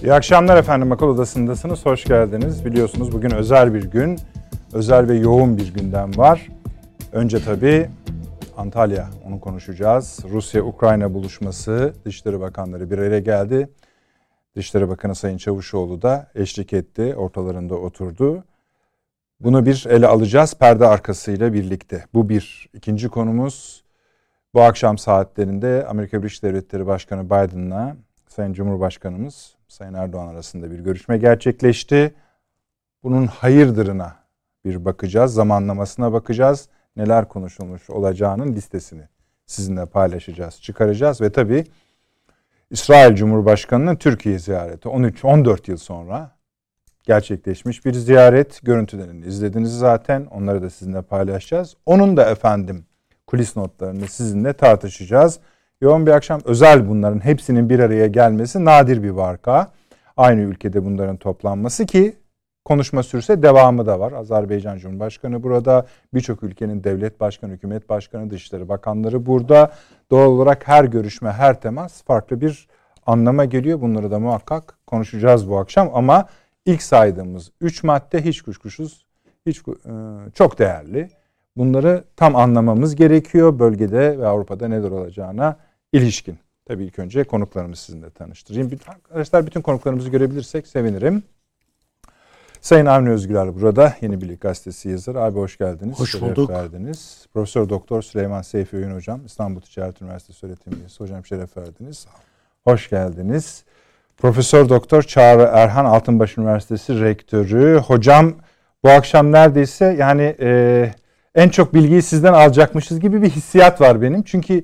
İyi akşamlar efendim. Akıl Odası'ndasınız. Hoş geldiniz. Biliyorsunuz bugün özel bir gün. Özel ve yoğun bir gündem var. Önce tabii Antalya. Onu konuşacağız. Rusya-Ukrayna buluşması. Dışişleri Bakanları bir araya geldi. Dışişleri Bakanı Sayın Çavuşoğlu da eşlik etti. Ortalarında oturdu. Bunu bir ele alacağız perde arkasıyla birlikte. Bu bir. İkinci konumuz bu akşam saatlerinde Amerika Birleşik Devletleri Başkanı Biden'la Sayın Cumhurbaşkanımız Sayın Erdoğan arasında bir görüşme gerçekleşti. Bunun hayırdırına bir bakacağız, zamanlamasına bakacağız. Neler konuşulmuş olacağının listesini sizinle paylaşacağız, çıkaracağız. Ve tabii İsrail Cumhurbaşkanı'nın Türkiye ziyareti 13-14 yıl sonra gerçekleşmiş bir ziyaret. Görüntülerini izlediniz zaten, onları da sizinle paylaşacağız. Onun da efendim kulis notlarını sizinle tartışacağız. Yoğun bir akşam, özel, bunların hepsinin bir araya gelmesi nadir bir vaka. Aynı ülkede bunların toplanması ki konuşma sürse devamı da var. Azerbaycan Cumhurbaşkanı burada, birçok ülkenin devlet başkanı, hükümet başkanı, dışişleri bakanları burada. Doğal olarak her görüşme, her temas farklı bir anlama geliyor. Bunları da muhakkak konuşacağız bu akşam ama ilk saydığımız 3 madde hiç kuşkusuz çok değerli. Bunları tam anlamamız gerekiyor. Bölgede ve Avrupa'da neler olacağına ilişkin. Tabii ilk önce konuklarımı sizinle tanıştırayım. Arkadaşlar, bütün konuklarımızı görebilirsek sevinirim. Sayın Avni Özgüler burada. Yeni Birlik Gazetesi yazarı. Abi hoş geldiniz. Hoş bulduk. Şeref verdiniz. Profesör Doktor Süleyman Seyfi Öğün Hocam, İstanbul Ticaret Üniversitesi öğretim üyesi. Hocam şeref verdiniz. Hoş geldiniz. Profesör Doktor Çağrı Erhan, Altınbaş Üniversitesi Rektörü. Hocam bu akşam neredeyse yani en çok bilgiyi sizden alacakmışız gibi bir hissiyat var benim. Çünkü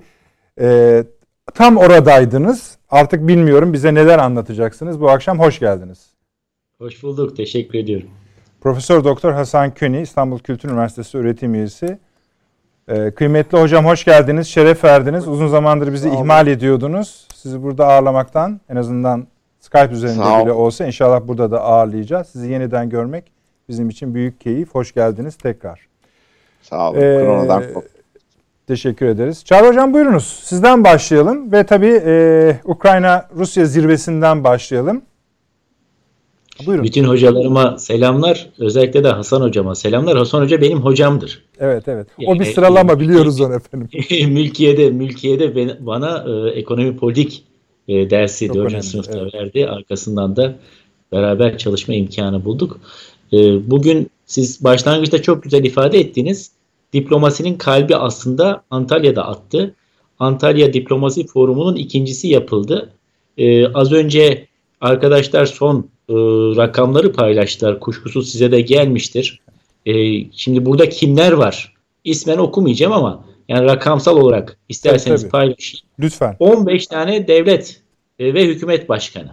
tam oradaydınız. Artık bilmiyorum bize neler anlatacaksınız. Bu akşam hoş geldiniz. Hoş bulduk. Teşekkür ediyorum. Profesör Doktor Hasan Köni, İstanbul Kültür Üniversitesi öğretim üyesi. Kıymetli hocam hoş geldiniz. Şeref verdiniz. Uzun zamandır bizi ihmal ediyordunuz. Sizi burada ağırlamaktan, en azından Skype üzerinde bile olsa inşallah burada da ağırlayacağız. Sizi yeniden görmek bizim için büyük keyif. Hoş geldiniz tekrar. Sağ olun. Koronadan teşekkür ederiz. Çağrı Hocam buyurunuz. Sizden başlayalım ve tabii Ukrayna-Rusya zirvesinden başlayalım. Buyurun. Bütün hocalarıma selamlar. Özellikle de Hasan Hocama selamlar. Hasan Hoca benim hocamdır. Evet. O bir sıralama, biliyoruz onu efendim. Mülkiye'de bana ekonomi politik dersi çok 4. önemli, sınıfta evet. verdi. Arkasından da beraber çalışma imkanı bulduk. Bugün siz başlangıçta çok güzel ifade ettiniz. Diplomasinin kalbi aslında Antalya'da attı. Antalya Diplomasi Forumu'nun ikincisi yapıldı. Az önce arkadaşlar son rakamları paylaştılar. Kuşkusuz size de gelmiştir. Şimdi burada kimler var? İsmen okumayacağım ama yani rakamsal olarak isterseniz tabii. paylaşayım. Lütfen. 15 tane devlet ve hükümet başkanı.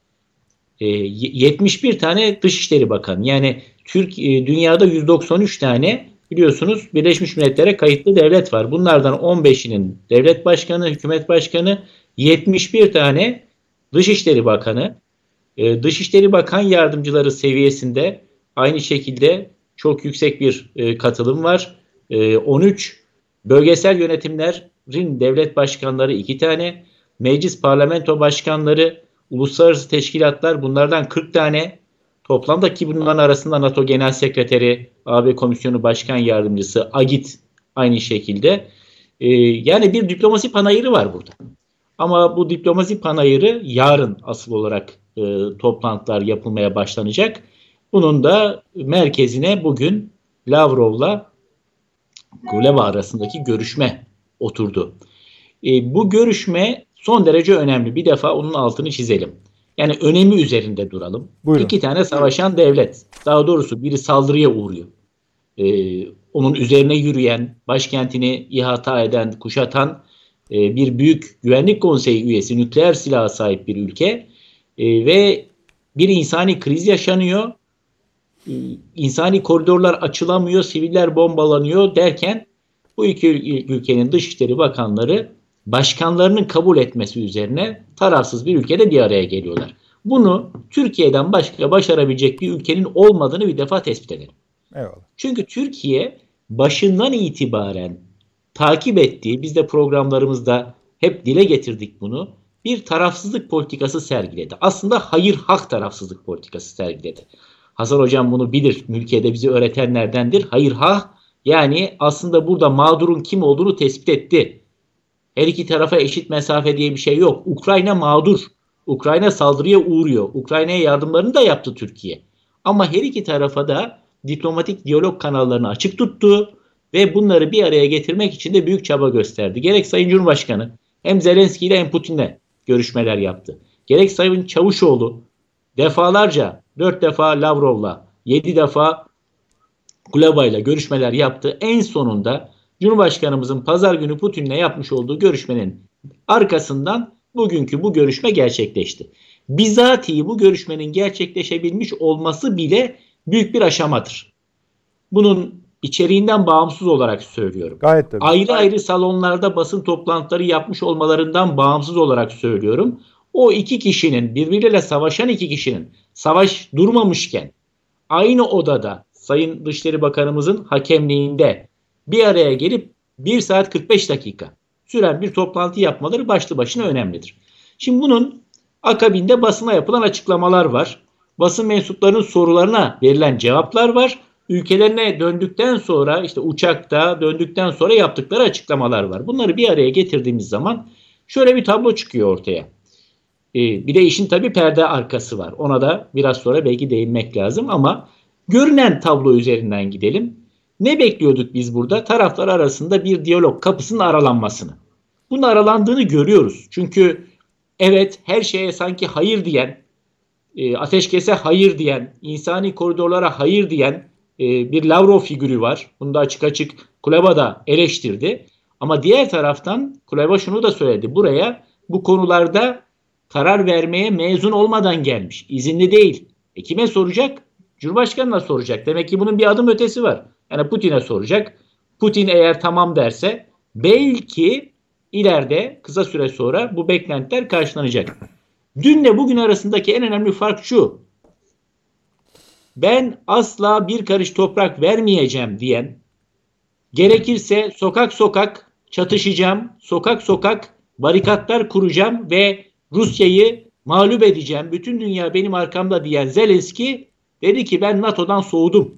71 tane Dışişleri Bakanı. Yani dünyada 193 tane biliyorsunuz Birleşmiş Milletler'e kayıtlı devlet var. Bunlardan 15'inin devlet başkanı, hükümet başkanı, 71 tane Dışişleri Bakanı, Dışişleri Bakan Yardımcıları seviyesinde aynı şekilde çok yüksek bir katılım var. 13 bölgesel yönetimlerin devlet başkanları 2 tane, meclis parlamento başkanları, uluslararası teşkilatlar bunlardan 40 tane. Toplamda ki bunların arasında NATO Genel Sekreteri, AB Komisyonu Başkan Yardımcısı, AGİT aynı şekilde. Yani bir diplomasi panayırı var burada. Ama bu diplomasi panayırı yarın asıl olarak toplantılar yapılmaya başlanacak. Bunun da merkezine bugün Lavrov'la Kuleba arasındaki görüşme oturdu. Bu görüşme son derece önemli. Bir defa onun altını çizelim. Yani önemi üzerinde duralım. Buyurun. 2 tane savaşan devlet. Daha doğrusu biri saldırıya uğruyor. Onun üzerine yürüyen, başkentini ihata eden, kuşatan bir büyük güvenlik konseyi üyesi, nükleer silaha sahip bir ülke ve bir insani kriz yaşanıyor. İnsani koridorlar açılamıyor, siviller bombalanıyor derken bu iki ülkenin dışişleri bakanları başkanlarının kabul etmesi üzerine tarafsız bir ülkede bir araya geliyorlar. Bunu Türkiye'den başka başarabilecek bir ülkenin olmadığını bir defa tespit edelim. Eyvallah. Çünkü Türkiye başından itibaren takip ettiği, biz de programlarımızda hep dile getirdik bunu. bir tarafsızlık politikası sergiledi. Aslında hayır hak tarafsızlık politikası sergiledi. Hasan Hocam bunu bilir. Mülkiye'de bizi öğretenlerdendir. Hayır hak, yani aslında burada mağdurun kim olduğunu tespit etti. Her iki tarafa eşit mesafe diye bir şey yok. Ukrayna mağdur. Ukrayna saldırıya uğruyor. Ukrayna'ya yardımlarını da yaptı Türkiye. Ama her iki tarafa da diplomatik diyalog kanallarını açık tuttu ve bunları bir araya getirmek için de büyük çaba gösterdi. Gerek Sayın Cumhurbaşkanı hem Zelenski ile hem Putin'le görüşmeler yaptı. Gerek Sayın Çavuşoğlu defalarca 4 defa Lavrov'la 7 defa Kuleba'yla görüşmeler yaptı. En sonunda Cumhurbaşkanımızın pazar günü Putin'le yapmış olduğu görüşmenin arkasından bugünkü bu görüşme gerçekleşti. Bizatihi bu görüşmenin gerçekleşebilmiş olması bile büyük bir aşamadır. Bunun içeriğinden bağımsız olarak söylüyorum. Gayet tabii. Ayrı ayrı salonlarda basın toplantıları yapmış olmalarından bağımsız olarak söylüyorum. O iki kişinin, birbiriyle savaşan iki kişinin savaş durmamışken aynı odada Sayın Dışişleri Bakanımızın hakemliğinde bir araya gelip 1 saat 45 dakika süren bir toplantı yapmaları başlı başına önemlidir. Şimdi bunun akabinde basına yapılan açıklamalar var. Basın mensuplarının sorularına verilen cevaplar var. Ülkelerine döndükten sonra, işte uçakta döndükten sonra yaptıkları açıklamalar var. Bunları bir araya getirdiğimiz zaman şöyle bir tablo çıkıyor ortaya. Bir de işin tabii perde arkası var. Ona da biraz sonra belki değinmek lazım ama görünen tablo üzerinden gidelim. Ne bekliyorduk biz burada? Taraflar arasında bir diyalog kapısının aralanmasını. Bunun aralandığını görüyoruz. Çünkü evet, her şeye sanki hayır diyen, ateşkese hayır diyen, insani koridorlara hayır diyen bir Lavrov figürü var. Bunu da açık açık Kuleba da eleştirdi. Ama diğer taraftan Kuleba şunu da söyledi. Buraya bu konularda karar vermeye mezun olmadan gelmiş. İzinli değil. Kime soracak? Cumhurbaşkanına soracak. Demek ki bunun bir adım ötesi var. Yani Putin'e soracak. Putin eğer tamam derse belki ileride kısa süre sonra bu beklentiler karşılanacak. Dünle bugün arasındaki en önemli fark şu. Ben asla bir karış toprak vermeyeceğim diyen, gerekirse sokak sokak çatışacağım, sokak sokak barikatlar kuracağım ve Rusya'yı mağlup edeceğim, bütün dünya benim arkamda diyen Zelenski dedi ki ben NATO'dan soğudum.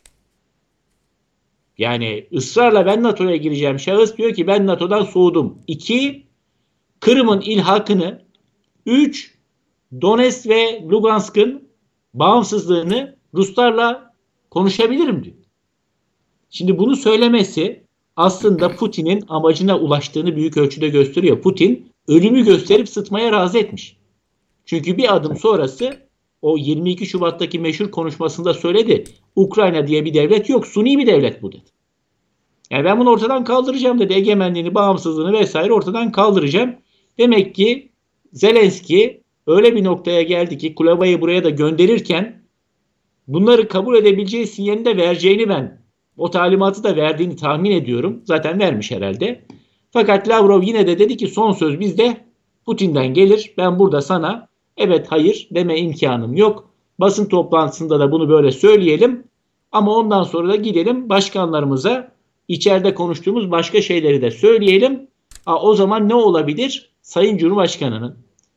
Yani ısrarla ben NATO'ya gireceğim şahıs diyor ki ben NATO'dan soğudum. 2. Kırım'ın ilhakını, 3. Donetsk ve Lugansk'ın bağımsızlığını Ruslarla konuşabilirim diyor. Şimdi bunu söylemesi aslında Putin'in amacına ulaştığını büyük ölçüde gösteriyor. Putin ölümü gösterip sıtmaya razı etmiş. Çünkü bir adım sonrası o 22 Şubat'taki meşhur konuşmasında söyledi. Ukrayna diye bir devlet yok. Suni bir devlet bu dedi. Yani ben bunu ortadan kaldıracağım dedi. Egemenliğini, bağımsızlığını vesaire ortadan kaldıracağım. Demek ki Zelenski öyle bir noktaya geldi ki Kuleba'yı buraya da gönderirken bunları kabul edebileceği sinyalini de vereceğini, ben o talimatı da verdiğini tahmin ediyorum. Zaten vermiş herhalde. Fakat Lavrov yine de dedi ki son söz bizde, Putin'den gelir. Ben burada sana evet hayır deme imkanım yok. Basın toplantısında da bunu böyle söyleyelim. Ama ondan sonra da gidelim başkanlarımıza içeride konuştuğumuz başka şeyleri de söyleyelim. O zaman ne olabilir? Sayın Cumhurbaşkanı'nın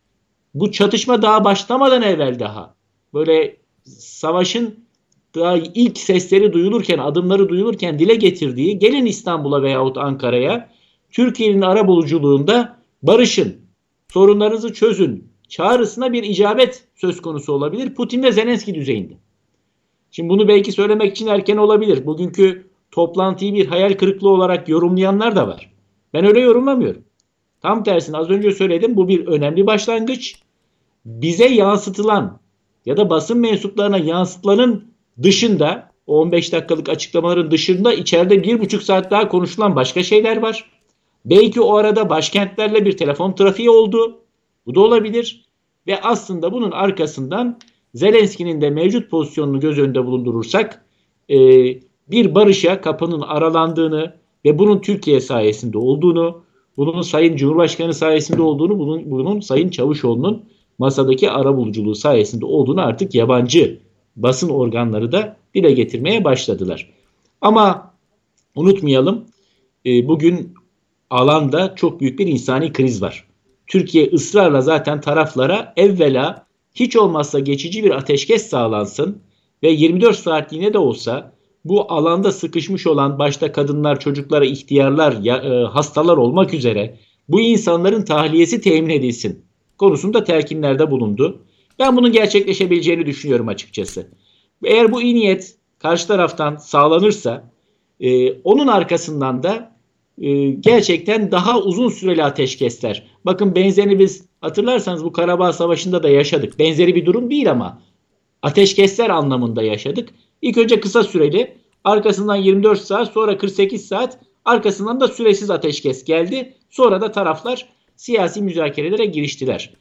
bu çatışma daha başlamadan evvel daha böyle savaşın daha ilk sesleri duyulurken, adımları duyulurken dile getirdiği gelin İstanbul'a veyahut Ankara'ya, Türkiye'nin arabuluculuğunda barışın, sorunlarınızı çözün çağrısına bir icabet söz konusu olabilir. Putin ve Zelenski düzeyinde. Şimdi bunu belki söylemek için erken olabilir. Bugünkü toplantıyı bir hayal kırıklığı olarak yorumlayanlar da var. Ben öyle yorumlamıyorum. Tam tersine az önce söyledim, bu bir önemli başlangıç. Bize yansıtılan ya da basın mensuplarına yansıtılanın dışında, o 15 dakikalık açıklamaların dışında içeride 1,5 saat daha konuşulan başka şeyler var. Belki o arada başkentlerle bir telefon trafiği oldu. Bu da olabilir. Ve aslında bunun arkasından Zelenski'nin de mevcut pozisyonunu göz önünde bulundurursak bir barışa kapının aralandığını ve bunun Türkiye sayesinde olduğunu, bunun Sayın Cumhurbaşkanı sayesinde olduğunu, bunun Sayın Çavuşoğlu'nun masadaki arabuluculuğu sayesinde olduğunu artık yabancı basın organları da dile getirmeye başladılar. Ama unutmayalım, bugün alanda çok büyük bir insani kriz var. Türkiye ısrarla zaten taraflara evvela hiç olmazsa geçici bir ateşkes sağlansın ve 24 saatliğine de olsa bu alanda sıkışmış olan başta kadınlar, çocuklar, ihtiyarlar, hastalar olmak üzere bu insanların tahliyesi temin edilsin konusunda telkinlerde bulundu. Ben bunun gerçekleşebileceğini düşünüyorum açıkçası. Eğer bu iyi niyet karşı taraftan sağlanırsa onun arkasından da gerçekten daha uzun süreli ateşkesler. Bakın benzerini biz hatırlarsanız bu Karabağ Savaşı'nda da yaşadık. Benzeri bir durum değil ama ateşkesler anlamında yaşadık. İlk önce kısa süreli, arkasından 24 saat, sonra 48 saat, arkasından da süresiz ateşkes geldi. Sonra da taraflar siyasi müzakerelere giriştiler.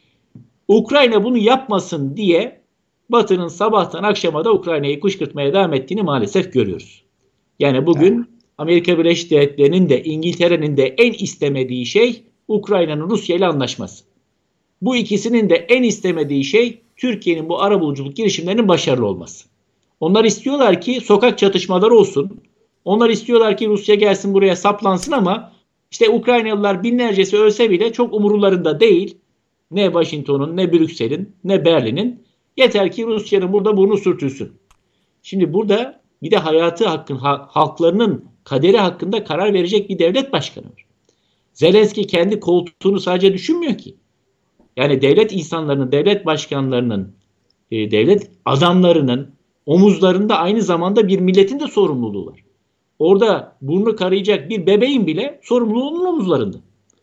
Ukrayna bunu yapmasın diye Batı'nın sabahtan akşama da Ukrayna'yı kışkırtmaya devam ettiğini maalesef görüyoruz. Yani bugün Amerika Birleşik Devletleri'nin de İngiltere'nin de en istemediği şey Ukrayna'nın Rusya ile anlaşması. Bu ikisinin de en istemediği şey Türkiye'nin bu arabuluculuk girişimlerinin başarılı olması. Onlar istiyorlar ki sokak çatışmaları olsun. Onlar istiyorlar ki Rusya gelsin buraya saplansın ama işte Ukraynalılar binlercesi ölse bile çok umurlarında değil. Ne Washington'un, ne Brüksel'in, ne Berlin'in. Yeter ki Rusya'nın burada burnu sürtülsün. Şimdi burada bir de hayatı halklarının kaderi hakkında karar verecek bir devlet başkanı var. Zelenski kendi koltuğunu sadece düşünmüyor ki. Yani devlet insanlarının, devlet başkanlarının, devlet adamlarının omuzlarında aynı zamanda bir milletin de sorumluluğu var. Orada burnu karayacak bir bebeğin bile sorumluluğunun omuzlarında.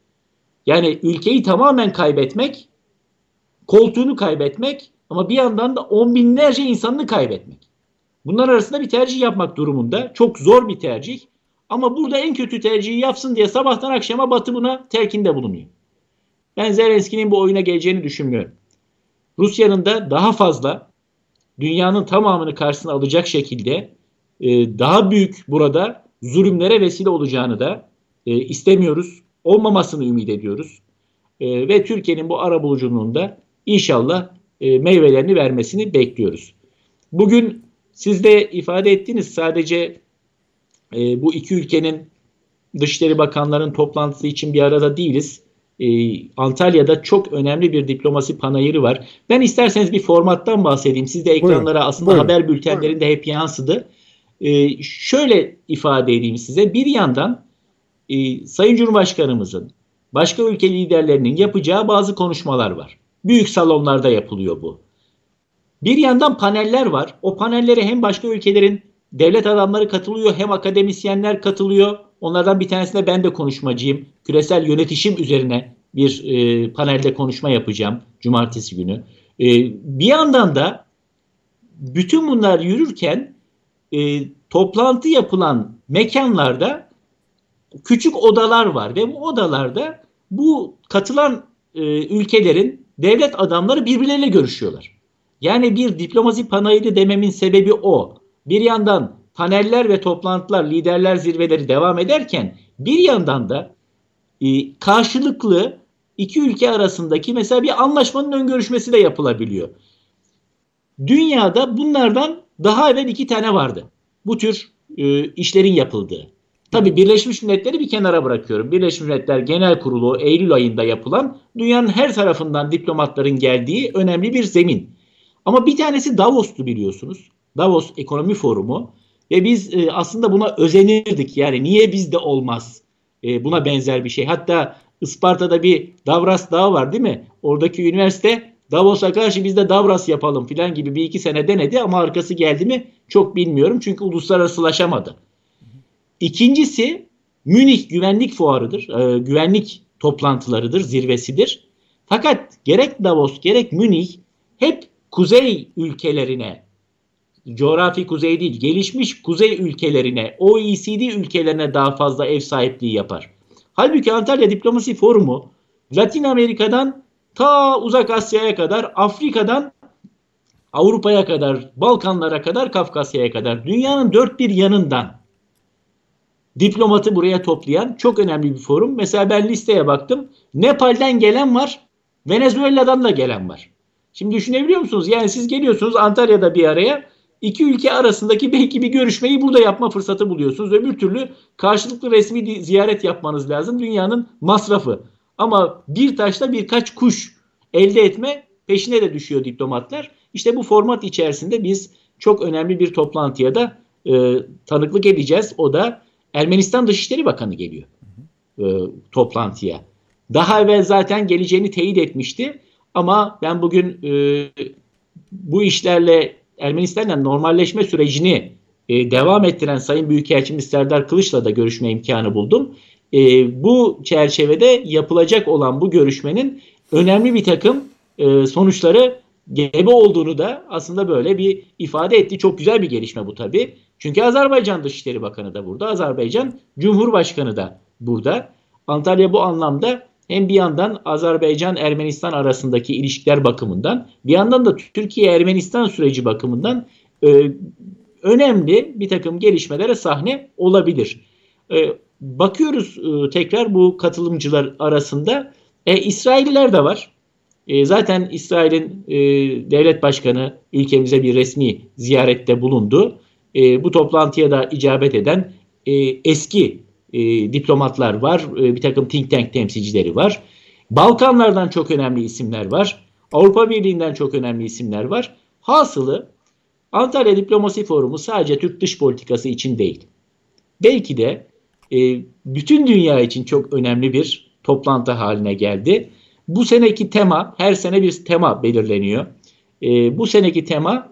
Yani ülkeyi tamamen kaybetmek, koltuğunu kaybetmek ama bir yandan da on binlerce insanını kaybetmek. Bunlar arasında bir tercih yapmak durumunda. Çok zor bir tercih. Ama burada en kötü tercihi yapsın diye sabahtan akşama Batı buna telkinde bulunuyor. Ben Zelenski'nin bu oyuna geleceğini düşünmüyorum. Rusya'nın da daha fazla dünyanın tamamını karşısına alacak şekilde daha büyük burada zulümlere vesile olacağını da istemiyoruz. Olmamasını ümit ediyoruz. Ve Türkiye'nin bu arabuluculuğunda inşallah meyvelerini vermesini bekliyoruz. Bugün siz de ifade ettiniz, sadece bu iki ülkenin Dışişleri Bakanlarının toplantısı için bir arada değiliz. Antalya'da çok önemli bir diplomasi panayırı var. Ben isterseniz bir formattan bahsedeyim. Siz de ekranlara aslında haber bültenlerinde hep yansıdı. Şöyle ifade edeyim size. Bir yandan Sayın Cumhurbaşkanımızın, başka ülke liderlerinin yapacağı bazı konuşmalar var. Büyük salonlarda yapılıyor bu. Bir yandan paneller var. O panellere hem başka ülkelerin devlet adamları katılıyor hem akademisyenler katılıyor. Onlardan bir tanesinde ben de konuşmacıyım. Küresel yönetişim üzerine bir panelde konuşma yapacağım cumartesi günü. Bir yandan da bütün bunlar yürürken toplantı yapılan mekanlarda küçük odalar var ve bu odalarda bu katılan ülkelerin devlet adamları birbirleriyle görüşüyorlar. Yani bir diplomasi panayırı dememin sebebi o. Bir yandan paneller ve toplantılar, liderler zirveleri devam ederken bir yandan da karşılıklı iki ülke arasındaki mesela bir anlaşmanın ön görüşmesi de yapılabiliyor. Dünyada bunlardan daha evvel 2 tane vardı. Bu tür işlerin yapıldığı. Tabii Birleşmiş Milletleri bir kenara bırakıyorum. Birleşmiş Milletler Genel Kurulu Eylül ayında yapılan dünyanın her tarafından diplomatların geldiği önemli bir zemin. Ama bir tanesi Davos'tu biliyorsunuz. Davos Ekonomi Forumu ve biz aslında buna özenirdik. Yani niye bizde olmaz buna benzer bir şey. Hatta Isparta'da bir Davras Dağı var değil mi? Oradaki üniversite Davos'a karşı biz de Davras yapalım filan gibi 1-2 sene denedi ama arkası geldi mi çok bilmiyorum. Çünkü uluslararasılaşamadı. İkincisi Münih Güvenlik Fuarı'dır. Güvenlik toplantılarıdır, zirvesidir. Fakat gerek Davos gerek Münih hep kuzey ülkelerine, coğrafi kuzey değil, gelişmiş kuzey ülkelerine, OECD ülkelerine daha fazla ev sahipliği yapar. Halbuki Antalya Diplomasi Forumu Latin Amerika'dan ta Uzak Asya'ya kadar, Afrika'dan Avrupa'ya kadar, Balkanlara kadar, Kafkasya'ya kadar dünyanın dört bir yanından diplomatı buraya toplayan çok önemli bir forum. Mesela ben listeye baktım. Nepal'den gelen var, Venezuela'dan da gelen var. Şimdi düşünebiliyor musunuz? Yani siz geliyorsunuz Antalya'da bir araya, iki ülke arasındaki belki bir görüşmeyi burada yapma fırsatı buluyorsunuz. Öbür türlü karşılıklı resmi ziyaret yapmanız lazım. Dünyanın masrafı. Ama bir taşla birkaç kuş elde etme peşine de düşüyor diplomatlar. İşte bu format içerisinde biz çok önemli bir toplantıya da tanıklık edeceğiz. O da Ermenistan Dışişleri Bakanı geliyor toplantıya. Daha evvel zaten geleceğini teyit etmişti. Ama ben bugün bu işlerle Ermenistan'la normalleşme sürecini devam ettiren Sayın Büyükelçimiz Serdar Kılıç'la da görüşme imkanı buldum. Bu çerçevede yapılacak olan bu görüşmenin önemli bir takım sonuçları gebe olduğunu da aslında böyle bir ifade etti. Çok güzel bir gelişme bu tabii. Çünkü Azerbaycan Dışişleri Bakanı da burada. Azerbaycan Cumhurbaşkanı da burada. Antalya bu anlamda hem bir yandan Azerbaycan-Ermenistan arasındaki ilişkiler bakımından, bir yandan da Türkiye-Ermenistan süreci bakımından önemli bir takım gelişmelere sahne olabilir. Bakıyoruz tekrar bu katılımcılar arasında İsrailliler de var. Zaten İsrail'in devlet başkanı ülkemize bir resmi ziyarette bulundu. Bu toplantıya da icabet eden eski diplomatlar var. Bir takım think tank temsilcileri var. Balkanlardan çok önemli isimler var. Avrupa Birliği'nden çok önemli isimler var. Hasılı Antalya Diplomasi Forumu sadece Türk dış politikası için değil. Belki de bütün dünya için çok önemli bir toplantı haline geldi. Bu seneki tema, her sene bir tema belirleniyor. Bu seneki tema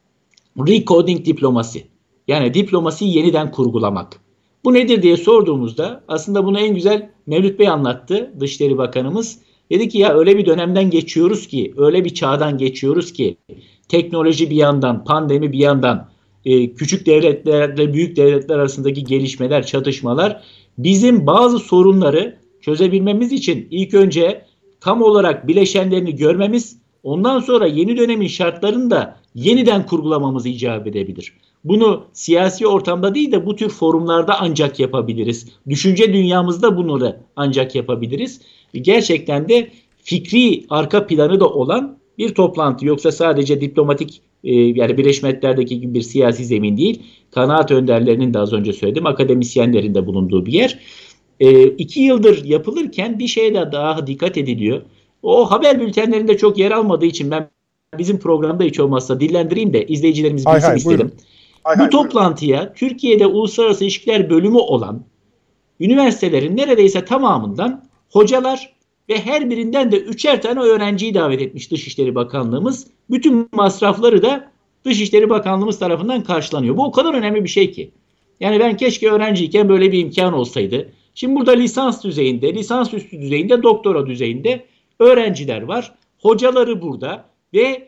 Recoding diplomasi. Yani diplomasiyi yeniden kurgulamak. Bu nedir diye sorduğumuzda aslında bunu en güzel Mevlüt Bey anlattı, Dışişleri Bakanımız. Dedi ki ya öyle bir dönemden geçiyoruz ki, öyle bir çağdan geçiyoruz ki teknoloji bir yandan, pandemi bir yandan, küçük devletlerle büyük devletler arasındaki gelişmeler, çatışmalar bizim bazı sorunları çözebilmemiz için ilk önce tam olarak bileşenlerini görmemiz, ondan sonra yeni dönemin şartlarını da yeniden kurgulamamız icap edebilir. Bunu siyasi ortamda değil de bu tür forumlarda ancak yapabiliriz. Düşünce dünyamızda bunları ancak yapabiliriz. Gerçekten de fikri arka planı da olan bir toplantı. Yoksa sadece diplomatik yani Birleşmiş Milletler'deki gibi bir siyasi zemin değil. Kanaat önderlerinin de az önce söyledim. Akademisyenlerin de bulunduğu bir yer. 2 yıldır yapılırken bir şeye de daha dikkat ediliyor. O haber bültenlerinde çok yer almadığı için ben bizim programda hiç olmazsa dillendireyim de izleyicilerimiz bilsin istedim. Bu toplantıya Türkiye'de Uluslararası İlişkiler Bölümü olan üniversitelerin neredeyse tamamından hocalar ve her birinden de 3'er tane öğrenciyi davet etmiş Dışişleri Bakanlığımız. Bütün masrafları da Dışişleri Bakanlığımız tarafından karşılanıyor. Bu o kadar önemli bir şey ki. Yani ben keşke öğrenciyken böyle bir imkan olsaydı. Şimdi burada lisans düzeyinde, lisansüstü düzeyinde, doktora düzeyinde öğrenciler var. Hocaları burada ve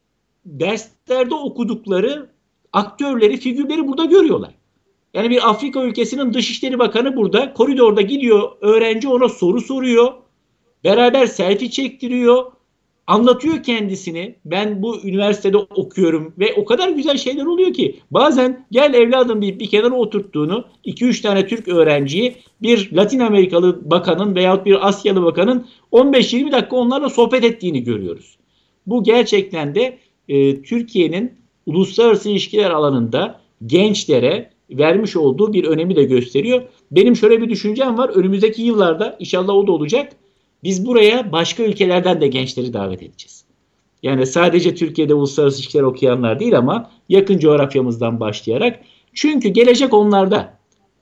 derslerde okudukları aktörleri, figürleri burada görüyorlar. Yani bir Afrika ülkesinin Dışişleri Bakanı burada koridorda gidiyor, öğrenci ona soru soruyor. Beraber selfie çektiriyor. Anlatıyor kendisini. Ben bu üniversitede okuyorum ve o kadar güzel şeyler oluyor ki bazen gel evladım deyip bir kenara oturttuğunu 2-3 tane Türk öğrenciyi bir Latin Amerikalı bakanın veyahut bir Asyalı bakanın 15-20 dakika onlarla sohbet ettiğini görüyoruz. Bu gerçekten de Türkiye'nin uluslararası ilişkiler alanında gençlere vermiş olduğu bir önemi de gösteriyor. Benim şöyle bir düşüncem var. Önümüzdeki yıllarda inşallah o da olacak. Biz buraya başka ülkelerden de gençleri davet edeceğiz. Yani sadece Türkiye'de uluslararası ilişkiler okuyanlar değil ama yakın coğrafyamızdan başlayarak. Çünkü gelecek onlarda.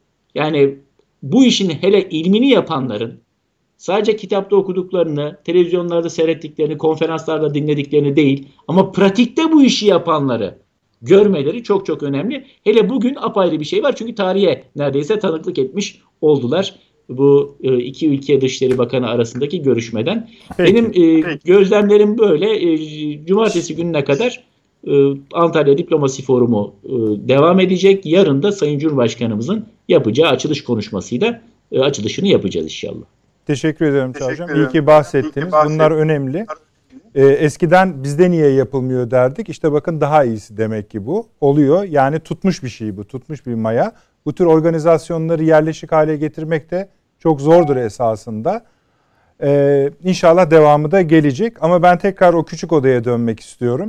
Yani bu işin hele ilmini yapanların sadece kitapta okuduklarını, televizyonlarda seyrettiklerini, konferanslarda dinlediklerini değil ama pratikte bu işi yapanları görmeleri çok çok önemli. Hele bugün apayrı bir şey var çünkü tarihe neredeyse tanıklık etmiş oldular. Bu iki ülke Dışişleri Bakanı arasındaki görüşmeden. Peki, benim gözlemlerim böyle. Cumartesi gününe kadar Antalya Diplomasi Forumu devam edecek. Yarın da Sayın Cumhurbaşkanımızın yapacağı açılış konuşmasıyla açılışını yapacağız inşallah. Teşekkür ederim Çağrı'cığım. İyi ki bahsettiniz. Bunlar önemli. Eskiden bizde niye yapılmıyor derdik. İşte bakın daha iyisi demek ki bu. Oluyor. Yani tutmuş bir şey bu. Tutmuş bir maya. Bu tür organizasyonları yerleşik hale getirmek de çok zordur esasında. İnşallah devamı da gelecek. Ama ben tekrar o küçük odaya dönmek istiyorum.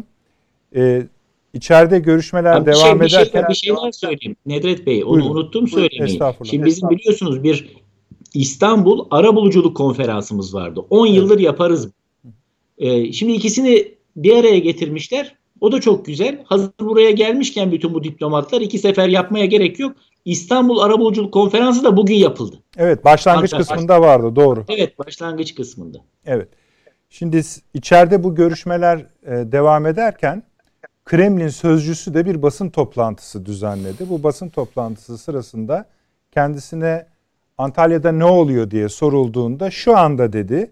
İçeride görüşmeler devam ederken... Bir şeyler söyleyeyim. Nedret Bey, onu unuttum söylemeyi. Şimdi bizim biliyorsunuz bir İstanbul Arabuluculuk Konferansımız vardı. 10 yıldır yaparız. Şimdi ikisini bir araya getirmişler. O da çok güzel. Hazır buraya gelmişken bütün bu diplomatlar 2 sefer yapmaya gerek yok. İstanbul Arabuluculuk Konferansı da bugün yapıldı. Evet, başlangıç kısmında vardı, doğru. Evet, başlangıç kısmında. Evet. Şimdi içeride bu görüşmeler devam ederken Kremlin sözcüsü de bir basın toplantısı düzenledi. Bu basın toplantısı sırasında kendisine Antalya'da ne oluyor diye sorulduğunda şu anda dedi,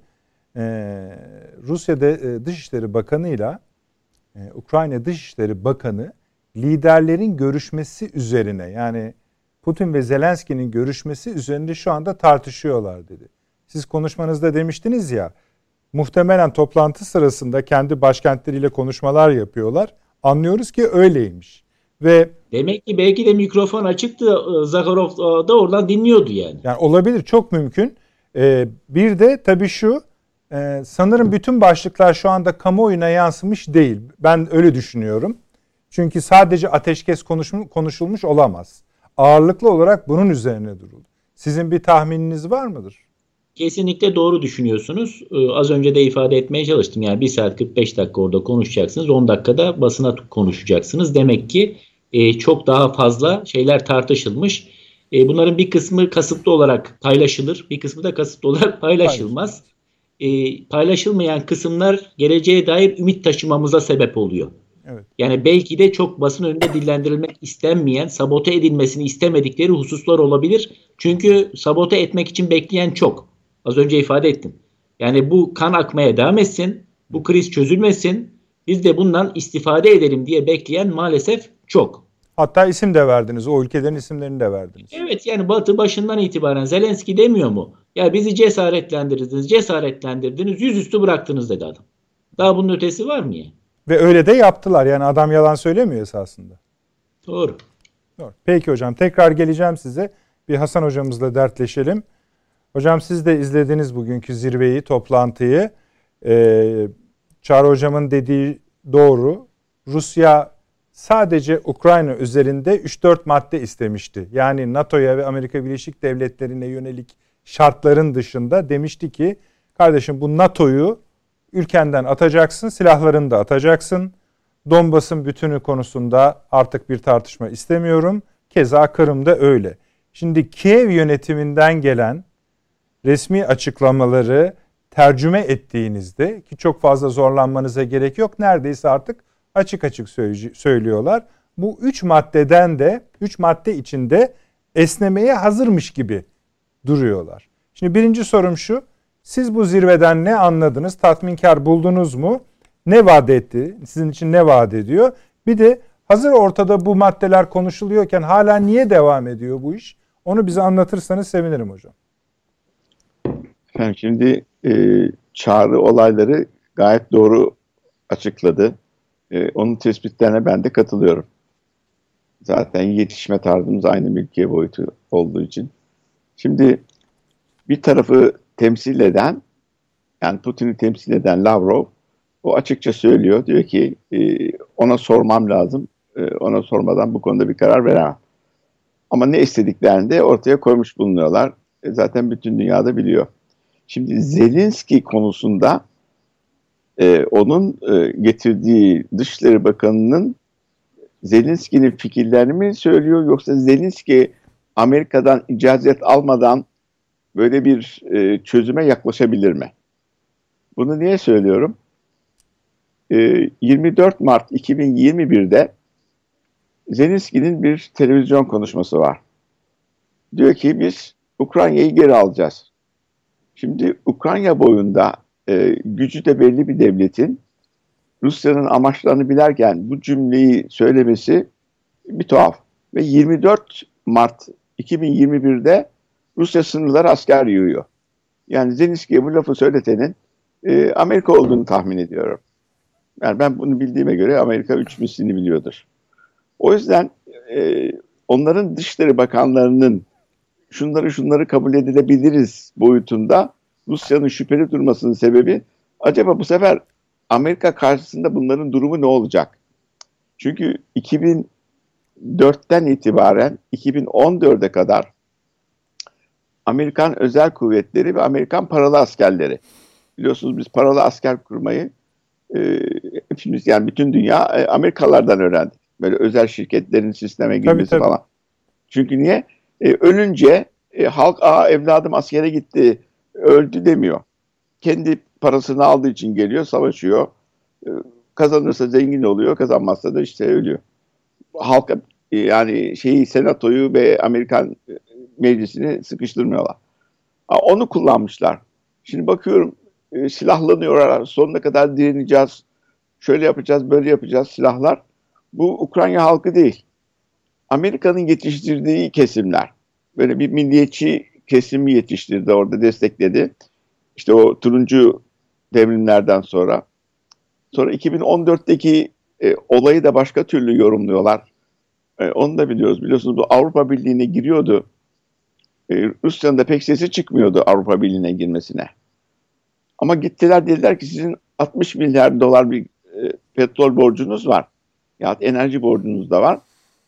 Rusya Dışişleri Bakanı ile Ukrayna Dışişleri Bakanı liderlerin görüşmesi üzerine, yani Putin ve Zelenski'nin görüşmesi üzerinde şu anda tartışıyorlar dedi. Siz konuşmanızda demiştiniz ya, muhtemelen toplantı sırasında kendi başkentleriyle konuşmalar yapıyorlar. Anlıyoruz ki öyleymiş. Ve demek ki belki de mikrofon açıktı, Zakharov da oradan dinliyordu yani. Yani olabilir, çok mümkün. Bir de tabii şu, sanırım bütün başlıklar şu anda kamuoyuna yansımış değil. Ben öyle düşünüyorum. Çünkü sadece ateşkes konuşulmuş olamaz. Ağırlıklı olarak bunun üzerine duruldu. Sizin bir tahmininiz var mıdır? Kesinlikle doğru düşünüyorsunuz. Az önce de ifade etmeye çalıştım. Yani 1 saat 45 dakika orada konuşacaksınız. 10 dakikada basına konuşacaksınız. Demek ki çok daha fazla şeyler tartışılmış. Bunların bir kısmı kasıtlı olarak paylaşılır. Bir kısmı da kasıtlı olarak paylaşılmaz. Paylaşılmayan kısımlar geleceğe dair ümit taşımamıza sebep oluyor. Evet. Yani belki de çok basın önünde dillendirilmek istenmeyen, sabote edilmesini istemedikleri hususlar olabilir. Çünkü sabote etmek için bekleyen çok. Az önce ifade ettim. Yani bu kan akmaya devam etsin, bu kriz çözülmesin, biz de bundan istifade edelim diye bekleyen maalesef çok. Hatta isim de verdiniz, o ülkelerin isimlerini de verdiniz. Evet, yani Batı başından itibaren Zelenski demiyor mu? Ya bizi cesaretlendirdiniz, yüzüstü bıraktınız dedi adam. Daha bunun ötesi var mı ya? Ve öyle de yaptılar, yani adam yalan söylemiyor esasında. Doğru. Peki hocam, tekrar geleceğim size. Bir Hasan hocamızla dertleşelim. Hocam siz de izlediniz bugünkü zirveyi, toplantıyı. Çağrı hocamın dediği doğru. Rusya sadece Ukrayna üzerinde 3-4 madde istemişti. Yani NATO'ya ve Amerika Birleşik Devletleri'ne yönelik şartların dışında demişti ki, kardeşim bu NATO'yu ülkenden atacaksın, silahlarını da atacaksın. Donbas'ın bütünü konusunda artık bir tartışma istemiyorum. Keza Kırım'da öyle. Şimdi Kiev yönetiminden gelen resmi açıklamaları tercüme ettiğinizde, ki çok fazla zorlanmanıza gerek yok, neredeyse artık açık açık söylüyorlar. Bu 3 maddeden de 3 madde içinde esnemeye hazırmış gibi duruyorlar. Şimdi birinci sorum şu: siz bu zirveden ne anladınız? Tatminkar buldunuz mu? Ne vaat etti? Sizin için ne vaat ediyor? Bir de hazır ortada bu maddeler konuşuluyorken hala niye devam ediyor bu iş? Onu bize anlatırsanız sevinirim hocam. Efendim şimdi Çağrı olayları gayet doğru açıkladı. Onun tespitlerine ben de katılıyorum. Zaten yetişme tarzımız aynı mülkiye boyutu olduğu için. Şimdi bir tarafı temsil eden, yani Putin'i temsil eden Lavrov, o açıkça söylüyor. Diyor ki ona sormam lazım. Ona sormadan bu konuda bir karar veremem. Ama ne istediklerini de ortaya koymuş bulunuyorlar. Zaten bütün dünyada biliyor. Şimdi Zelenski konusunda onun getirdiği Dışişleri Bakanı'nın Zelenski'nin fikirlerini mi söylüyor, yoksa Zelenski Amerika'dan icazet almadan böyle bir çözüme yaklaşabilir mi? Bunu niye söylüyorum? 24 Mart 2021'de Zelenski'nin bir televizyon konuşması var. Diyor ki biz Ukrayna'yı geri alacağız. Şimdi Ukrayna boyunda gücü de belli bir devletin Rusya'nın amaçlarını bilerken bu cümleyi söylemesi bir tuhaf. Ve 24 Mart 2021'de Rusya sınırları asker yığıyor. Yani Zelenski'ye bu lafı söyletenin Amerika olduğunu tahmin ediyorum. Yani ben bunu bildiğime göre Amerika 3 mislini biliyordur. O yüzden onların Dışişleri Bakanlarının şunları kabul edilebiliriz boyutunda Rusya'nın şüpheli durmasının sebebi, acaba bu sefer Amerika karşısında bunların durumu ne olacak? Çünkü 2004'ten itibaren 2014'e kadar Amerikan özel kuvvetleri ve Amerikan paralı askerleri. Biliyorsunuz biz paralı asker kurmayı hepimiz, yani bütün dünya Amerikalılardan öğrendik. Böyle özel şirketlerin sisteme girmesi Tabii. falan. Çünkü niye? Ölünce halk evladım askere gitti, öldü demiyor. Kendi parasını aldığı için geliyor, savaşıyor. Kazanırsa zengin oluyor, kazanmazsa da işte ölüyor. Halka yani senatoyu ve Amerikan meclisini sıkıştırmıyorlar. Onu kullanmışlar. Şimdi bakıyorum silahlanıyorlar, sonuna kadar direneceğiz, şöyle yapacağız, böyle yapacağız silahlar. Bu Ukrayna halkı değil. Amerika'nın yetiştirdiği kesimler. Böyle bir milliyetçi kesimi yetiştirdi, orada destekledi. İşte o turuncu devrimlerden sonra. Sonra 2014'teki olayı da başka türlü yorumluyorlar. Onu da biliyoruz. Biliyorsunuz bu Avrupa Birliği'ne giriyordu. Rusya'nın da pek sesi çıkmıyordu Avrupa Birliği'ne girmesine. Ama gittiler, dediler ki sizin 60 milyar dolar bir petrol borcunuz var. Ya enerji borcunuz da var.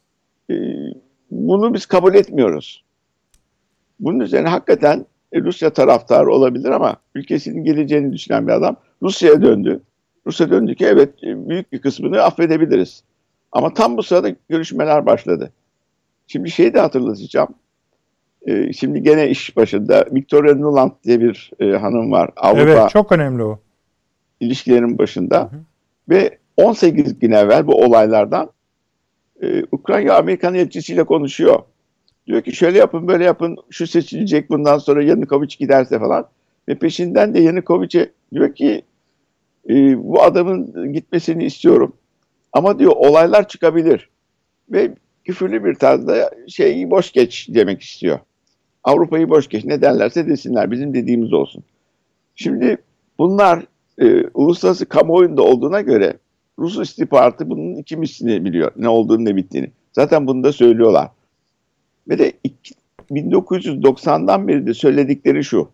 Bunu biz kabul etmiyoruz. Bunun üzerine hakikaten Rusya taraftarı olabilir ama ülkesinin geleceğini düşünen bir adam Rusya'ya döndü. Rusya döndü ki evet, büyük bir kısmını affedebiliriz. Ama tam bu sırada görüşmeler başladı. Şimdi şeyi de hatırlatacağım. Şimdi gene iş başında Victoria Nuland diye bir hanım var. Avrupa Evet, çok önemli o. İlişkilerin başında. Ve 18 gün evvel bu olaylardan Ukrayna Amerikan elçisiyle konuşuyor. Diyor ki şöyle yapın, böyle yapın, şu seçilecek, bundan sonra Yanukovych giderse falan. Ve peşinden de Yanukovych'e diyor ki bu adamın gitmesini istiyorum. Ama diyor olaylar çıkabilir. Ve küfürlü bir tarzda boş geç demek istiyor. Avrupa'yı boş geç, ne derlerse desinler, bizim dediğimiz olsun. Şimdi bunlar uluslararası kamuoyunda olduğuna göre Rus istihbaratı bunun iki mislini biliyor. Ne olduğunu, ne bittiğini. Zaten bunu da söylüyorlar. Ve de 1990'dan beri de söyledikleri şu.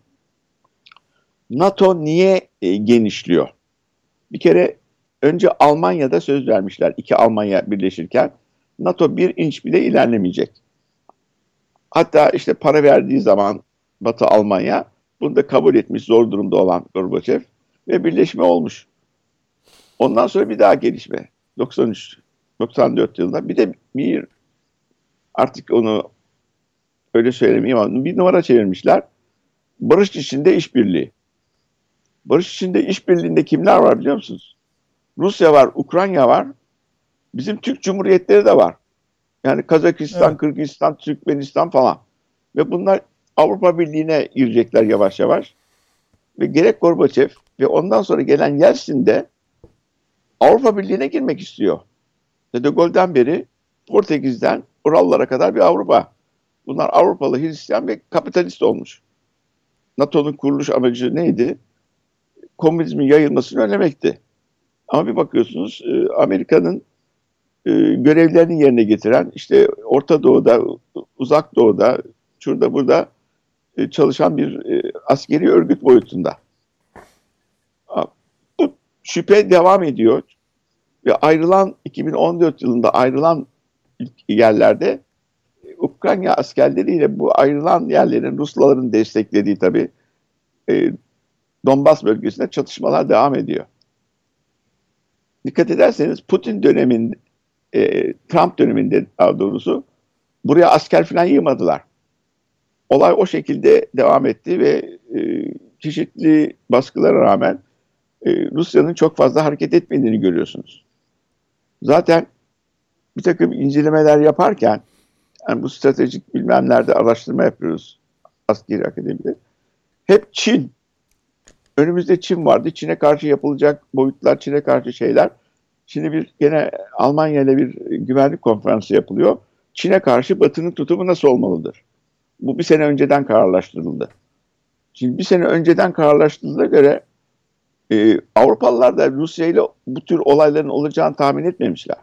NATO niye genişliyor? Bir kere önce Almanya'da söz vermişler. İki Almanya birleşirken NATO bir inç bile ilerlemeyecek. Hatta işte para verdiği zaman Batı Almanya bunu da kabul etmiş, zor durumda olan Gorbaçov, ve birleşme olmuş. Ondan sonra bir daha gelişme. 94 yılında bir artık onu öyle söylemeyeyim ama bir numara çevirmişler. Barış içinde işbirliği. Barış içinde işbirliğinde kimler var biliyor musunuz? Rusya var, Ukrayna var. Bizim Türk Cumhuriyetleri de var. Yani Kazakistan, evet, Kırgızistan, Türkmenistan falan. Ve bunlar Avrupa Birliği'ne girecekler yavaş yavaş. Ve gerek Gorbaçov ve ondan sonra gelen Yeltsin de Avrupa Birliği'ne girmek istiyor. De Gaulle'den beri Portekiz'den Urallara kadar bir Avrupa. Bunlar Avrupalı, Hristiyan ve kapitalist olmuş. NATO'nun kuruluş amacı neydi? Komünizmin yayılmasını önlemekti. Ama bir bakıyorsunuz Amerika'nın görevlerini yerine getiren, işte Orta Doğu'da, Uzak Doğu'da, şurada burada çalışan bir askeri örgüt boyutunda. Bu şüphe devam ediyor ve 2014 yılında ayrılan yerlerde Ukrayna askerleriyle bu ayrılan yerlerin Rusların desteklediği tabii Donbas bölgesinde çatışmalar devam ediyor. Dikkat ederseniz Putin döneminde, Trump döneminde daha doğrusu buraya asker falan yığmadılar. Olay o şekilde devam etti ve çeşitli baskılara rağmen Rusya'nın çok fazla hareket etmediğini görüyorsunuz. Zaten bir takım incelemeler yaparken, yani bu stratejik bilmemlerde araştırma yapıyoruz askeri akademide. Hep Çin. Önümüzde Çin vardı. Çin'e karşı yapılacak boyutlar, Çin'e karşı şeyler. Şimdi gene Almanya ile bir güvenlik konferansı yapılıyor. Çin'e karşı Batı'nın tutumu nasıl olmalıdır? Bu bir sene önceden kararlaştırıldı. Şimdi bir sene önceden kararlaştırıldığına göre Avrupalılar da Rusya ile bu tür olayların olacağını tahmin etmemişler.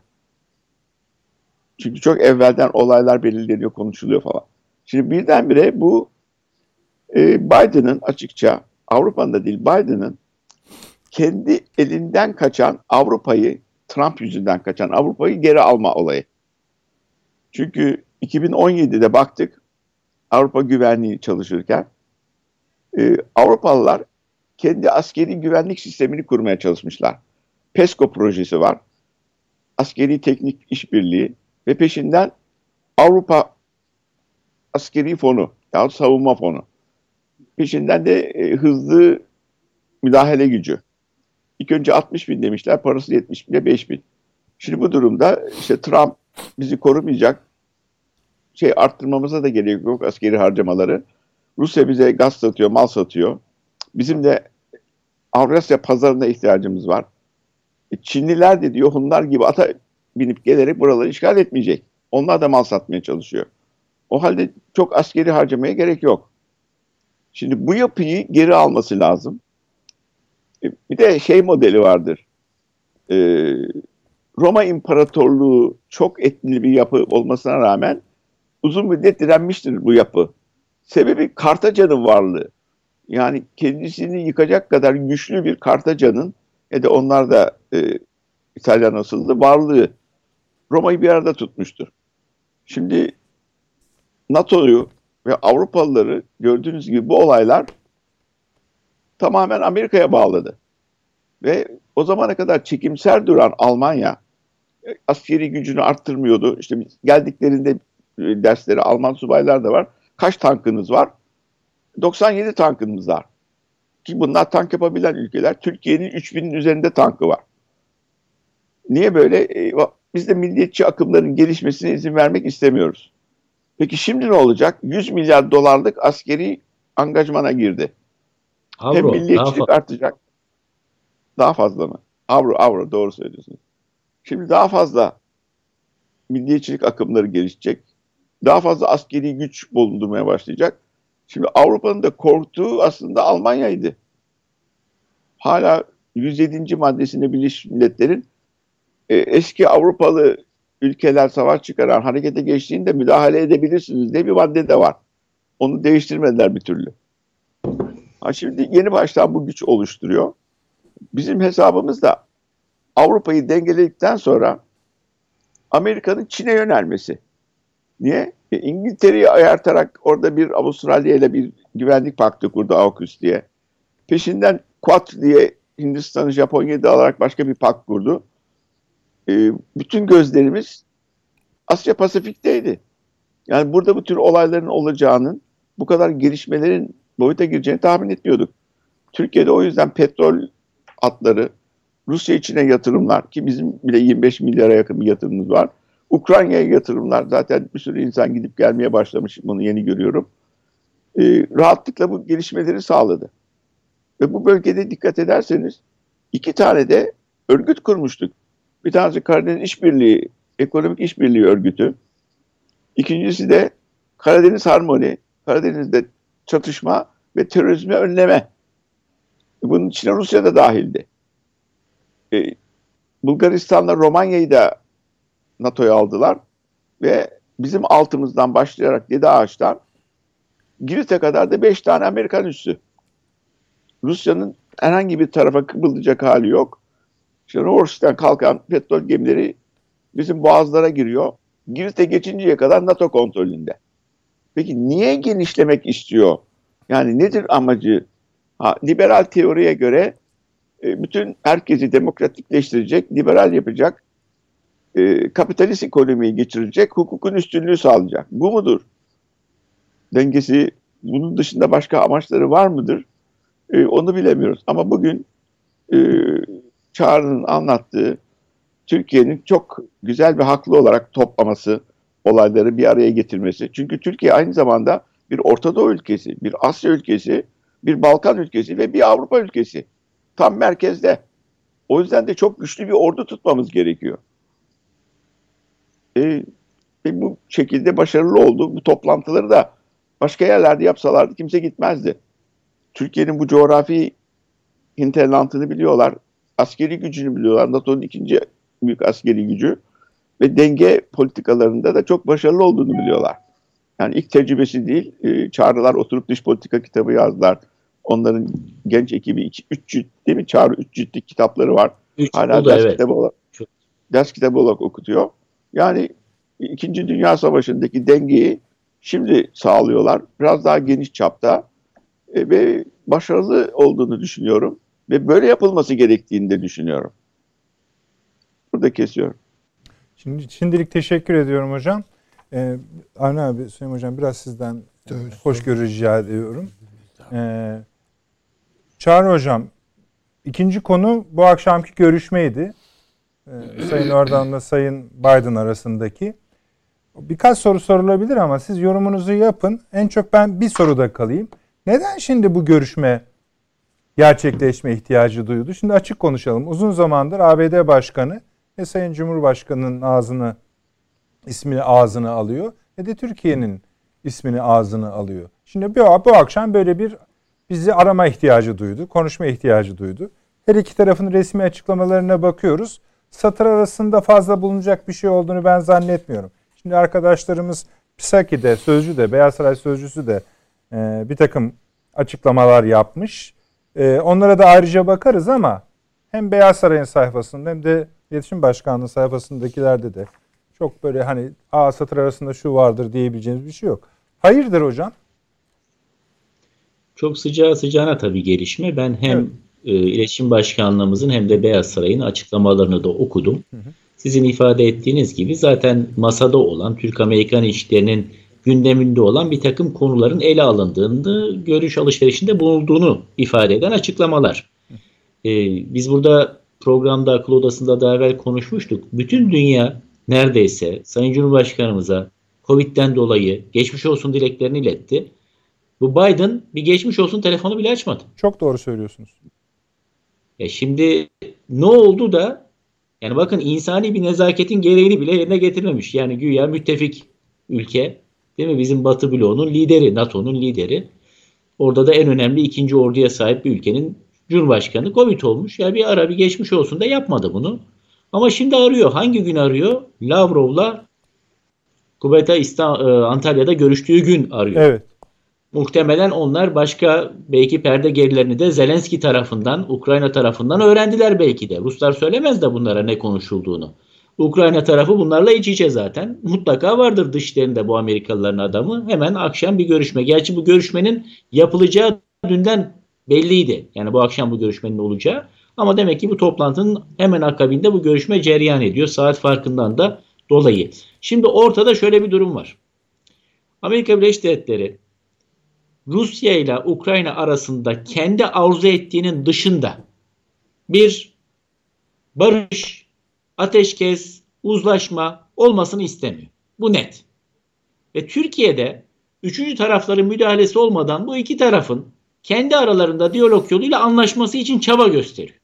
Çünkü çok evvelden olaylar belirleniyor, konuşuluyor falan. Şimdi birdenbire bu Biden'ın, açıkça Avrupa'nın da değil, Biden'ın kendi elinden kaçan Avrupa'yı, Trump yüzünden kaçan Avrupa'yı geri alma olayı. Çünkü 2017'de baktık, Avrupa güvenliği çalışırken Avrupalılar kendi askeri güvenlik sistemini kurmaya çalışmışlar. PESCO projesi var. Askeri teknik işbirliği ve peşinden Avrupa Askeri Fonu ya savunma fonu. Peşinden de hızlı müdahale gücü. İlk önce 60 bin demişler, parası 70 bine 5 bin. Şimdi bu durumda işte Trump bizi korumayacak, arttırmamıza da gerek yok askeri harcamaları. Rusya bize gaz satıyor, mal satıyor. Bizim de Avrasya pazarına ihtiyacımız var. Çinliler de diyor Hunlar gibi ata binip gelerek buraları işgal etmeyecek. Onlar da mal satmaya çalışıyor. O halde çok askeri harcamaya gerek yok. Şimdi bu yapıyı geri alması lazım. Bir de modeli vardır. Roma İmparatorluğu çok etli bir yapı olmasına rağmen uzun müddet direnmiştir bu yapı. Sebebi Kartaca'nın varlığı. Yani kendisini yıkacak kadar güçlü bir Kartaca'nın onlar da İtalyan asıllı varlığı Roma'yı bir arada tutmuştur. Şimdi NATO'yu ve Avrupalıları gördüğünüz gibi bu olaylar tamamen Amerika'ya bağladı. Ve o zamana kadar çekimser duran Almanya askeri gücünü arttırmıyordu. İşte geldiklerinde dersleri Alman subaylar da var. Kaç tankınız var? 97 tankımız var. Ki bunlar tank yapabilen ülkeler. Türkiye'nin 3000'in üzerinde tankı var. Niye böyle? Biz de milliyetçi akımların gelişmesine izin vermek istemiyoruz. Peki şimdi ne olacak? 100 milyar dolarlık askeri angajmana girdi. Hem milliyetçilik artacak. Daha fazla mı? Avro doğru söylüyorsunuz. Şimdi daha fazla milliyetçilik akımları gelişecek. Daha fazla askeri güç bulundurmaya başlayacak. Şimdi Avrupa'nın da korktuğu aslında Almanya'ydı. Hala 107. maddesinde Birleşmiş Milletler'in eski Avrupalı ülkeler savaş çıkaran harekete geçtiğinde müdahale edebilirsiniz diye bir madde de var. Onu değiştirmediler bir türlü. Şimdi yeni baştan bu güç oluşturuyor. Bizim hesabımız da Avrupa'yı dengeledikten sonra Amerika'nın Çin'e yönelmesi. Niye? İngiltere'yi ayartarak orada bir Avustralya ile bir güvenlik paktı kurdu AUKUS diye. Peşinden Quad diye Hindistan'ı Japonya'yı da alarak başka bir pakt kurdu. Bütün gözlerimiz Asya Pasifik'teydi. Yani burada bu tür olayların olacağının, bu kadar gelişmelerin boyuta gireceğini tahmin etmiyorduk. Türkiye'de o yüzden petrol hatları, Rusya içine yatırımlar ki bizim bile 25 milyara yakın bir yatırımımız var. Ukrayna'ya yatırımlar zaten bir sürü insan gidip gelmeye başlamış. Bunu yeni görüyorum. Rahatlıkla bu gelişmeleri sağladı. Ve bu bölgede dikkat ederseniz 2 tane de örgüt kurmuştuk. Bir tanesi Karadeniz İşbirliği, Ekonomik İşbirliği Örgütü. İkincisi de Karadeniz Harmoni, Karadeniz'de çatışma ve terörizmi önleme. Bunun içine Rusya da dahildi. Bulgaristan'la Romanya'yı da NATO'ya aldılar ve bizim altımızdan başlayarak Dede Ağaç'tan Girit'e kadar da 5 tane Amerikan üssü. Rusya'nın herhangi bir tarafa kıpırdayacak hali yok. İşte Novoros'tan kalkan petrol gemileri bizim boğazlara giriyor. Girit'e geçinceye kadar NATO kontrolünde. Peki niye genişlemek istiyor? Yani nedir amacı? Liberal teoriye göre bütün herkesi demokratikleştirecek, liberal yapacak, kapitalist ekonomiyi geçirecek, hukukun üstünlüğü sağlayacak. Bu mudur? Dengesi, bunun dışında başka amaçları var mıdır? Onu bilemiyoruz. Ama bugün Çağrı'nın anlattığı Türkiye'nin çok güzel ve haklı olarak toplaması, olayları bir araya getirmesi. Çünkü Türkiye aynı zamanda bir Orta Doğu ülkesi, bir Asya ülkesi, bir Balkan ülkesi ve bir Avrupa ülkesi. Tam merkezde. O yüzden de çok güçlü bir ordu tutmamız gerekiyor. Bu şekilde başarılı oldu. Bu toplantıları da başka yerlerde yapsalardı kimse gitmezdi. Türkiye'nin bu coğrafi hinterlandını biliyorlar. Askeri gücünü biliyorlar. NATO'nun 2. büyük askeri gücü. Ve denge politikalarında da çok başarılı olduğunu biliyorlar. Yani ilk tecrübesi değil. Çağrılar oturup dış politika kitabı yazdılar. Onların genç ekibi 3 cilt değil mi? Çağrı 3 ciltlik kitapları var. Hala ders kitabı olarak okutuyor. Yani 2. Dünya Savaşı'ndaki dengeyi Şimdi sağlıyorlar. Biraz daha geniş çapta ve başarılı olduğunu düşünüyorum. Ve böyle yapılması gerektiğini de düşünüyorum. Burada kesiyorum. Şimdilik teşekkür ediyorum hocam. Avni abi, Süleyman hocam biraz sizden hoşgörü rica ediyorum. Çağrı hocam, ikinci konu bu akşamki görüşmeydi. Sayın Erdoğan'la Sayın Biden arasındaki. Birkaç soru sorulabilir ama siz yorumunuzu yapın. En çok ben bir soruda kalayım. Neden şimdi bu görüşme gerçekleşme ihtiyacı duyuldu? Şimdi açık konuşalım. Uzun zamandır ABD Başkanı ve Sayın Cumhurbaşkanı'nın ismini ağzına alıyor ve de Türkiye'nin ismini ağzına alıyor. Şimdi bu akşam böyle bizi arama ihtiyacı duydu, konuşma ihtiyacı duydu. Her iki tarafın resmi açıklamalarına bakıyoruz. Satır arasında fazla bulunacak bir şey olduğunu ben zannetmiyorum. Şimdi arkadaşlarımız Psaki'de, Sözcü'de, Beyaz Saray Sözcüsü de bir takım açıklamalar yapmış. Onlara da ayrıca bakarız ama hem Beyaz Saray'ın sayfasında hem de İletişim Başkanlığı sayfasındakilerde de çok böyle hani satır arasında şu vardır diyebileceğimiz bir şey yok. Hayırdır hocam? Çok sıcağı sıcağına tabii gelişme. Ben hem İletişim Başkanlığımızın hem de Beyaz Saray'ın açıklamalarını da okudum. Sizin ifade ettiğiniz gibi zaten masada olan, Türk-Amerikan ilişkilerinin gündeminde olan bir takım konuların ele alındığını, görüş alışverişinde bulunduğunu ifade eden açıklamalar. Biz burada programda akıl odasında daha evvel konuşmuştuk. Bütün dünya neredeyse Sayın Cumhurbaşkanımıza Covid'den dolayı geçmiş olsun dileklerini iletti. Bu Biden bir geçmiş olsun telefonu bile açmadı. Çok doğru söylüyorsunuz. Şimdi ne oldu da yani bakın insani bir nezaketin gereğini bile yerine getirmemiş. Yani güya müttefik ülke değil mi? Bizim Batı bloğunun lideri, NATO'nun lideri. Orada da en önemli ikinci orduya sahip bir ülkenin Cumhurbaşkanı Covid olmuş. Ya bir ara bir geçmiş olsun da yapmadı bunu. Ama şimdi arıyor. Hangi gün arıyor? Lavrov'la Kubeta Antalya'da görüştüğü gün arıyor. Evet. Muhtemelen onlar başka belki perde gerilerini de Zelenski tarafından, Ukrayna tarafından öğrendiler belki de. Ruslar söylemez de bunlara ne konuşulduğunu. Ukrayna tarafı bunlarla iç içe zaten. Mutlaka vardır dışlarında bu Amerikalıların adamı. Hemen akşam bir görüşme. Gerçi bu görüşmenin yapılacağı dünden belliydi. Yani bu akşam bu görüşmenin olacağı. Ama demek ki bu toplantının hemen akabinde bu görüşme cereyan ediyor. Saat farkından da dolayı. Şimdi ortada şöyle bir durum var. Amerika Birleşik Devletleri Rusya ile Ukrayna arasında kendi arzu ettiğinin dışında bir barış, ateşkes, uzlaşma olmasını istemiyor. Bu net. Ve Türkiye'de üçüncü tarafların müdahalesi olmadan bu iki tarafın kendi aralarında diyalog yoluyla anlaşması için çaba gösteriyor.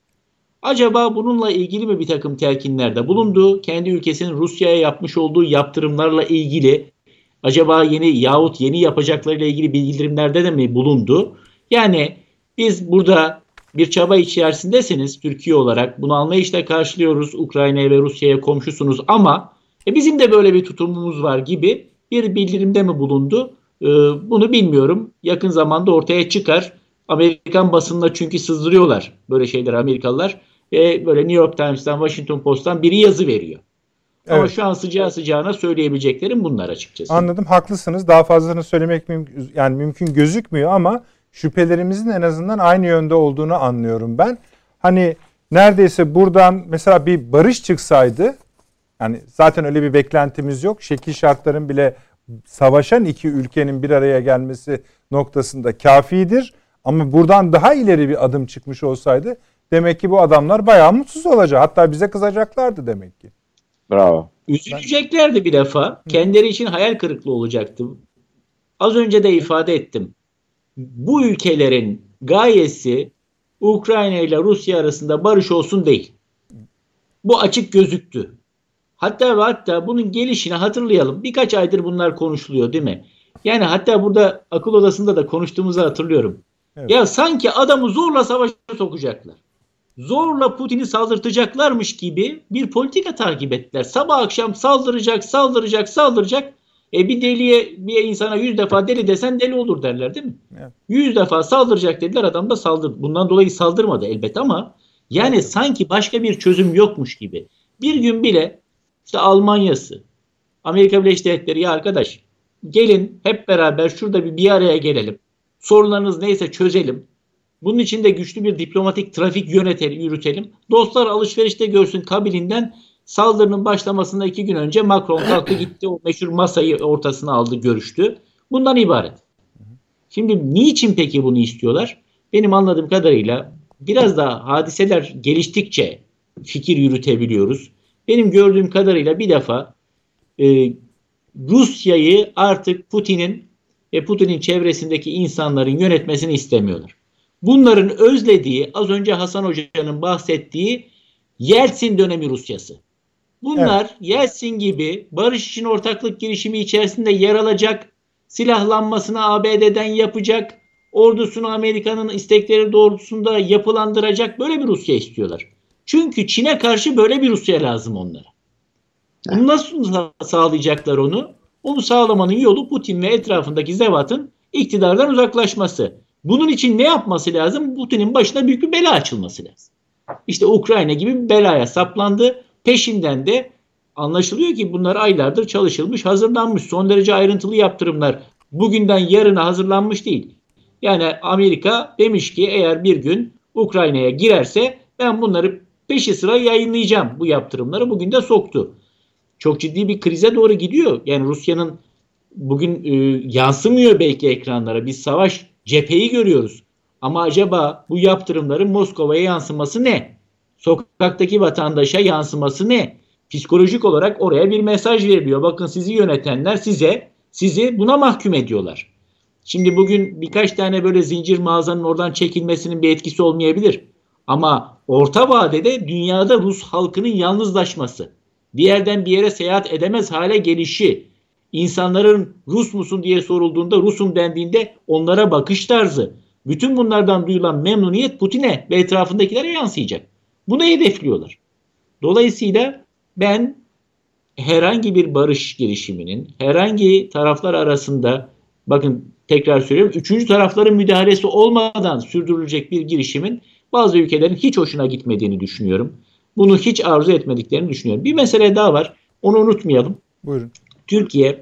Acaba bununla ilgili mi bir takım telkinlerde bulundu? Kendi ülkesinin Rusya'ya yapmış olduğu yaptırımlarla ilgili acaba yeni yapacaklarıyla ilgili bildirimlerde de mi bulundu? Yani biz burada bir çaba içerisindesiniz Türkiye olarak. Bunu anlayışla karşılıyoruz. Ukrayna'ya ve Rusya'ya komşusunuz ama bizim de böyle bir tutumumuz var gibi bir bildirimde mi bulundu? Bunu bilmiyorum. Yakın zamanda ortaya çıkar. Amerikan basınına çünkü sızdırıyorlar böyle şeyler Amerikalılar. Böyle New York Times'tan, Washington Post'tan biri yazı veriyor. Evet. Ama şu an sıcağı sıcağına söyleyebileceklerim bunlar açıkçası. Anladım, haklısınız. Daha fazlasını söylemek mümkün gözükmüyor ama şüphelerimizin en azından aynı yönde olduğunu anlıyorum ben. Hani neredeyse buradan mesela bir barış çıksaydı, yani zaten öyle bir beklentimiz yok. Şekil şartların bile savaşan iki ülkenin bir araya gelmesi noktasında kafidir. Ama buradan daha ileri bir adım çıkmış olsaydı demek ki bu adamlar bayağı mutsuz olacak. Hatta bize kızacaklardı demek ki. Bravo. Üzüleceklerdi bir defa. Kendileri için hayal kırıklığı olacaktı. Az önce de ifade ettim. Bu ülkelerin gayesi Ukrayna ile Rusya arasında barış olsun değil. Bu açık gözüktü. Hatta bunun gelişini hatırlayalım. Birkaç aydır bunlar konuşuluyor değil mi? Yani hatta burada akıl odasında da konuştuğumuzu hatırlıyorum. Evet. Ya sanki adamı zorla savaşa sokacaklar. Zorla Putin'i saldırtacaklarmış gibi bir politika takip ettiler. Sabah akşam saldıracak. Bir deliye, bir insana 100 defa deli desen deli olur derler değil mi? Evet. 100 defa saldıracak dediler, adam da saldırdı. Bundan dolayı saldırmadı elbet ama yani evet, sanki başka bir çözüm yokmuş gibi. Bir gün bile işte Almanya'sı, Amerika Birleşik Devletleri, ya arkadaş gelin hep beraber şurada bir araya gelelim. Sorunlarınız neyse çözelim. Bunun için de güçlü bir diplomatik trafik yürütelim. Dostlar alışverişte görsün kabilinden. Saldırının başlamasında 2 gün önce Macron kalktı gitti, o meşhur masayı ortasına aldı, görüştü. Bundan ibaret. Şimdi niçin peki bunu istiyorlar? Benim anladığım kadarıyla biraz daha hadiseler geliştikçe fikir yürütebiliyoruz. Benim gördüğüm kadarıyla bir defa Rusya'yı artık Putin'in ve Putin'in çevresindeki insanların yönetmesini istemiyorlar. Bunların özlediği, az önce Hasan Hoca'nın bahsettiği Yeltsin dönemi Rusyası. Bunlar evet, Yeltsin gibi barış için ortaklık girişimi içerisinde yer alacak, silahlanmasını ABD'den yapacak, ordusunu Amerika'nın istekleri doğrultusunda yapılandıracak böyle bir Rusya istiyorlar. Çünkü Çin'e karşı böyle bir Rusya lazım onlara. Bunu nasıl sağlayacaklar onu? Onu sağlamanın yolu Putin ve etrafındaki zevatın iktidardan uzaklaşması. Bunun için ne yapması lazım? Putin'in başına büyük bir bela açılması lazım. İşte Ukrayna gibi bir belaya saplandı. Peşinden de anlaşılıyor ki bunlar aylardır çalışılmış, hazırlanmış. Son derece ayrıntılı yaptırımlar bugünden yarına hazırlanmış değil. Yani Amerika demiş ki eğer bir gün Ukrayna'ya girerse ben bunları peşi sıra yayınlayacağım, bu yaptırımları bugün de soktu. Çok ciddi bir krize doğru gidiyor. Yani Rusya'nın bugün yansımıyor belki ekranlara. Biz savaş cepheyi görüyoruz. Ama acaba bu yaptırımların Moskova'ya yansıması ne? Sokaktaki vatandaşa yansıması ne? Psikolojik olarak oraya bir mesaj veriliyor. Bakın sizi yönetenler sizi buna mahkum ediyorlar. Şimdi bugün birkaç tane böyle zincir mağazanın oradan çekilmesinin bir etkisi olmayabilir. Ama orta vadede dünyada Rus halkının yalnızlaşması, bir yerden bir yere seyahat edemez hale gelişi, insanların Rus musun diye sorulduğunda Rusum dendiğinde onlara bakış tarzı, bütün bunlardan duyulan memnuniyet Putin'e ve etrafındakilere yansıyacak. Bunu hedefliyorlar. Dolayısıyla ben herhangi bir barış girişiminin, herhangi taraflar arasında, bakın tekrar söylüyorum, üçüncü tarafların müdahalesi olmadan sürdürülecek bir girişimin bazı ülkelerin hiç hoşuna gitmediğini düşünüyorum. Bunu hiç arzu etmediklerini düşünüyorum. Bir mesele daha var. Onu unutmayalım. Buyurun. Türkiye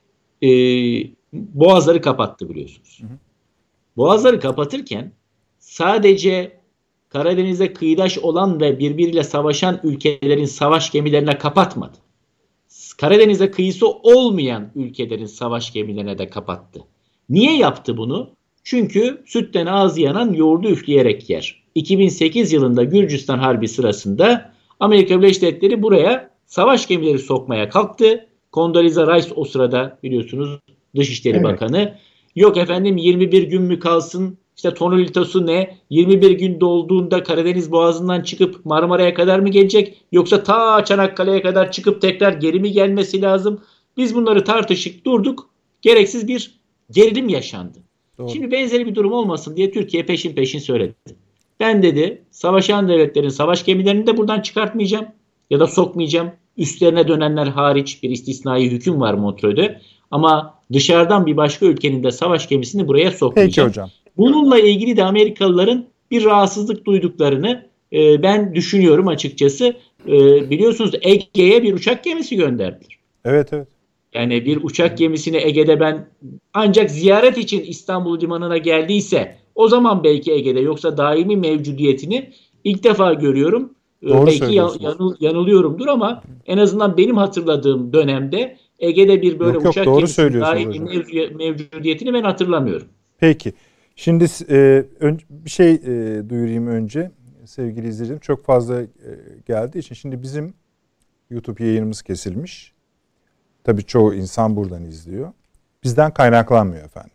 boğazları kapattı biliyorsunuz. Hı hı. Boğazları kapatırken sadece Karadeniz'e kıyıdaş olan ve birbiriyle savaşan ülkelerin savaş gemilerine kapatmadı. Karadeniz'e kıyısı olmayan ülkelerin savaş gemilerine de kapattı. Niye yaptı bunu? Çünkü sütten ağzı yanan yoğurdu üfleyerek yer. 2008 yılında Gürcistan Harbi sırasında Amerika Birleşik Devletleri buraya savaş gemileri sokmaya kalktı. Condoleezza Rice o sırada biliyorsunuz Dışişleri Bakanı. Yok efendim 21 gün mü kalsın? İşte tonalitosu ne? 21 gün dolduğunda Karadeniz Boğazı'ndan çıkıp Marmara'ya kadar mı gelecek? Yoksa ta Çanakkale'ye kadar çıkıp tekrar geri mi gelmesi lazım? Biz bunları tartışıp durduk. Gereksiz bir gerilim yaşandı. Doğru. Şimdi benzeri bir durum olmasın diye Türkiye peşin söyledi. Ben dedi savaşan devletlerin savaş gemilerini de buradan çıkartmayacağım ya da sokmayacağım. Üstlerine dönenler hariç bir istisnai hüküm var Montreux'de. Ama dışarıdan bir başka ülkenin de savaş gemisini buraya sokmayacağım. Peki hocam. Bununla ilgili de Amerikalıların bir rahatsızlık duyduklarını ben düşünüyorum açıkçası. Biliyorsunuz Ege'ye bir uçak gemisi gönderdiler. Evet. Yani bir uçak gemisini Ege'de ben ancak ziyaret için İstanbul limanına geldiyse o zaman belki Ege'de, yoksa daimi mevcudiyetini ilk defa görüyorum. Belki yanılıyorumdur ama en azından benim hatırladığım dönemde Ege'de bir böyle uçak gemisinin daimi mevcudiyetini ben hatırlamıyorum. Peki. Şimdi bir şey duyurayım önce sevgili izleyicilerim. Çok fazla geldiği için şimdi bizim YouTube yayınımız kesilmiş. Tabii çoğu insan buradan izliyor. Bizden kaynaklanmıyor efendim.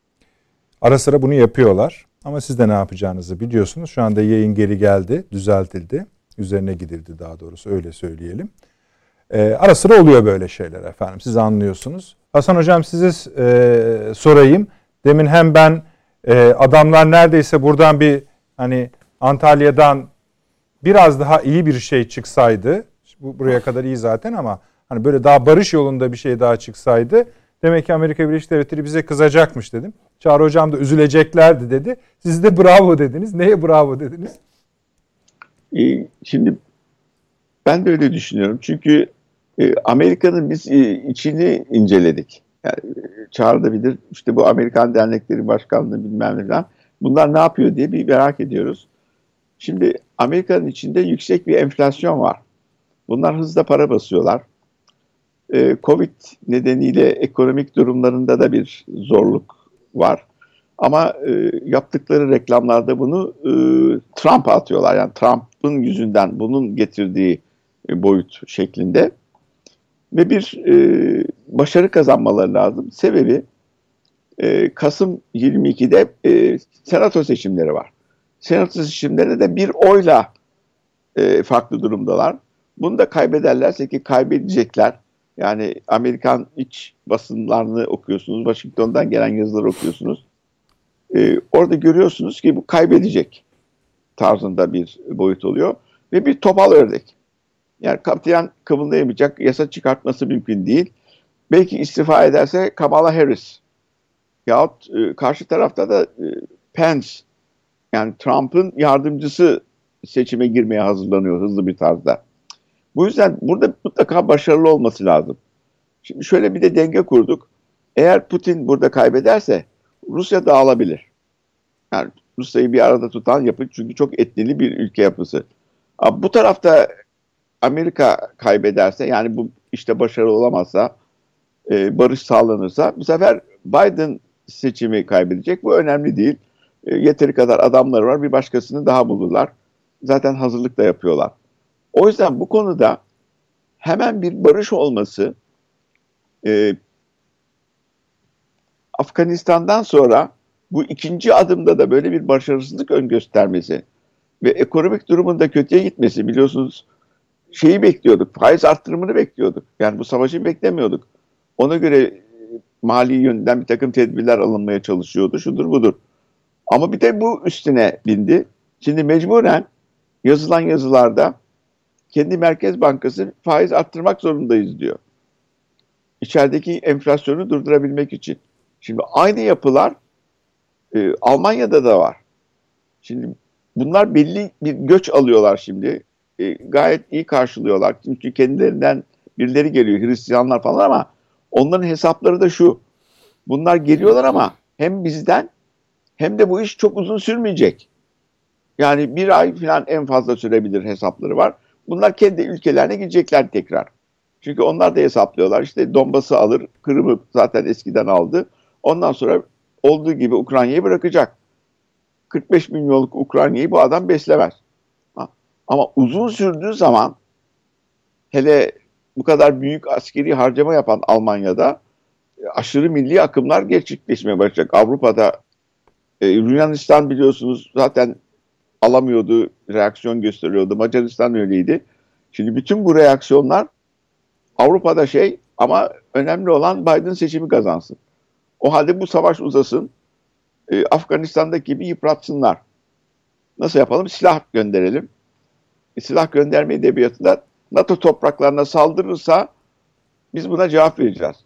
Ara sıra bunu yapıyorlar. Ama siz de ne yapacağınızı biliyorsunuz. Şu anda yayın geri geldi, düzeltildi. Üzerine gidildi daha doğrusu, öyle söyleyelim. Ara sıra oluyor böyle şeyler efendim. Siz anlıyorsunuz. Hasan Hocam size sorayım. Demin hem ben adamlar neredeyse buradan bir hani Antalya'dan biraz daha iyi bir şey çıksaydı. Buraya kadar iyi zaten ama hani böyle daha barış yolunda bir şey daha çıksaydı demek ki Amerika Birleşik Devletleri bize kızacakmış dedim. Çağrı Hocam da üzüleceklerdi dedi. Siz de bravo dediniz. Neye bravo dediniz? Şimdi ben de öyle düşünüyorum. Çünkü Amerika'nın biz içini inceledik. Yani çağrılabilir. İşte bu Amerikan Dernekleri Başkanlığı bilmem ne falan. Bunlar ne yapıyor diye bir merak ediyoruz. Şimdi Amerika'nın içinde yüksek bir enflasyon var. Bunlar hızla para basıyorlar. Covid nedeniyle ekonomik durumlarında da bir zorluk var. Ama yaptıkları reklamlarda bunu Trump'a atıyorlar. Yani Trump'ın yüzünden bunun getirdiği boyut şeklinde. Ve bir başarı kazanmaları lazım. Sebebi Kasım 22'de senato seçimleri var. Senato seçimlerinde de bir oyla farklı durumdalar. Bunu da kaybederlerse ki kaybedecekler. Yani Amerikan iç basınlarını okuyorsunuz, Washington'dan gelen yazıları okuyorsunuz. Orada görüyorsunuz ki bu kaybedecek tarzında bir boyut oluyor. Ve bir topal ördek. Yani katiyen kımıldayamayacak, yasa çıkartması mümkün değil. Belki istifa ederse Kamala Harris yahut karşı tarafta da Pence, yani Trump'ın yardımcısı seçime girmeye hazırlanıyor hızlı bir tarzda. Bu yüzden burada mutlaka başarılı olması lazım. Şimdi şöyle bir de denge kurduk. Eğer Putin burada kaybederse Rusya dağılabilir. Yani Rusya'yı bir arada tutan yapı, çünkü çok etnili bir ülke yapısı. Ama bu tarafta Amerika kaybederse, yani bu işte başarılı olamazsa, barış sağlanırsa bu sefer Biden seçimi kaybedecek. Bu önemli değil. Yeteri kadar adamları var, bir başkasını daha bulurlar. Zaten hazırlık da yapıyorlar. O yüzden bu konuda hemen bir barış olması, Afganistan'dan sonra bu ikinci adımda da böyle bir başarısızlık ön göstermesi ve ekonomik durumun da kötüye gitmesi, biliyorsunuz şeyi bekliyorduk, faiz arttırımını bekliyorduk. Yani bu savaşı beklemiyorduk. Ona göre mali yönden bir takım tedbirler alınmaya çalışıyordu, şudur budur. Ama bir de bu üstüne bindi. Şimdi mecburen yazılan yazılarda kendi Merkez Bankası faiz arttırmak zorundayız diyor. İçerideki enflasyonu durdurabilmek için. Şimdi aynı yapılar Almanya'da da var. Şimdi bunlar belli bir göç alıyorlar şimdi. Gayet iyi karşılıyorlar. Çünkü kendilerinden birileri geliyor, Hristiyanlar falan, ama onların hesapları da şu. Bunlar geliyorlar ama hem bizden hem de bu iş çok uzun sürmeyecek. Yani bir ay falan en fazla sürebilir hesapları var. Bunlar kendi ülkelerine gidecekler tekrar. Çünkü onlar da hesaplıyorlar. İşte Donbas'ı alır, Kırım'ı zaten eskiden aldı. Ondan sonra olduğu gibi Ukrayna'yı bırakacak. 45 milyonluk Ukrayna'yı bu adam beslemez. Ama uzun sürdüğü zaman, hele bu kadar büyük askeri harcama yapan Almanya'da aşırı milli akımlar gerçekleşmeye başlayacak. Avrupa'da Yunanistan biliyorsunuz zaten alamıyordu, reaksiyon gösteriyordu. Macaristan öyleydi. Şimdi bütün bu reaksiyonlar Avrupa'da ama önemli olan Biden seçimi kazansın. O halde bu savaş uzasın. Afganistan'daki gibi yıpratsınlar. Nasıl yapalım? Silah gönderelim. Silah gönderme edebiyatı da NATO topraklarına saldırırsa biz buna cevap vereceğiz.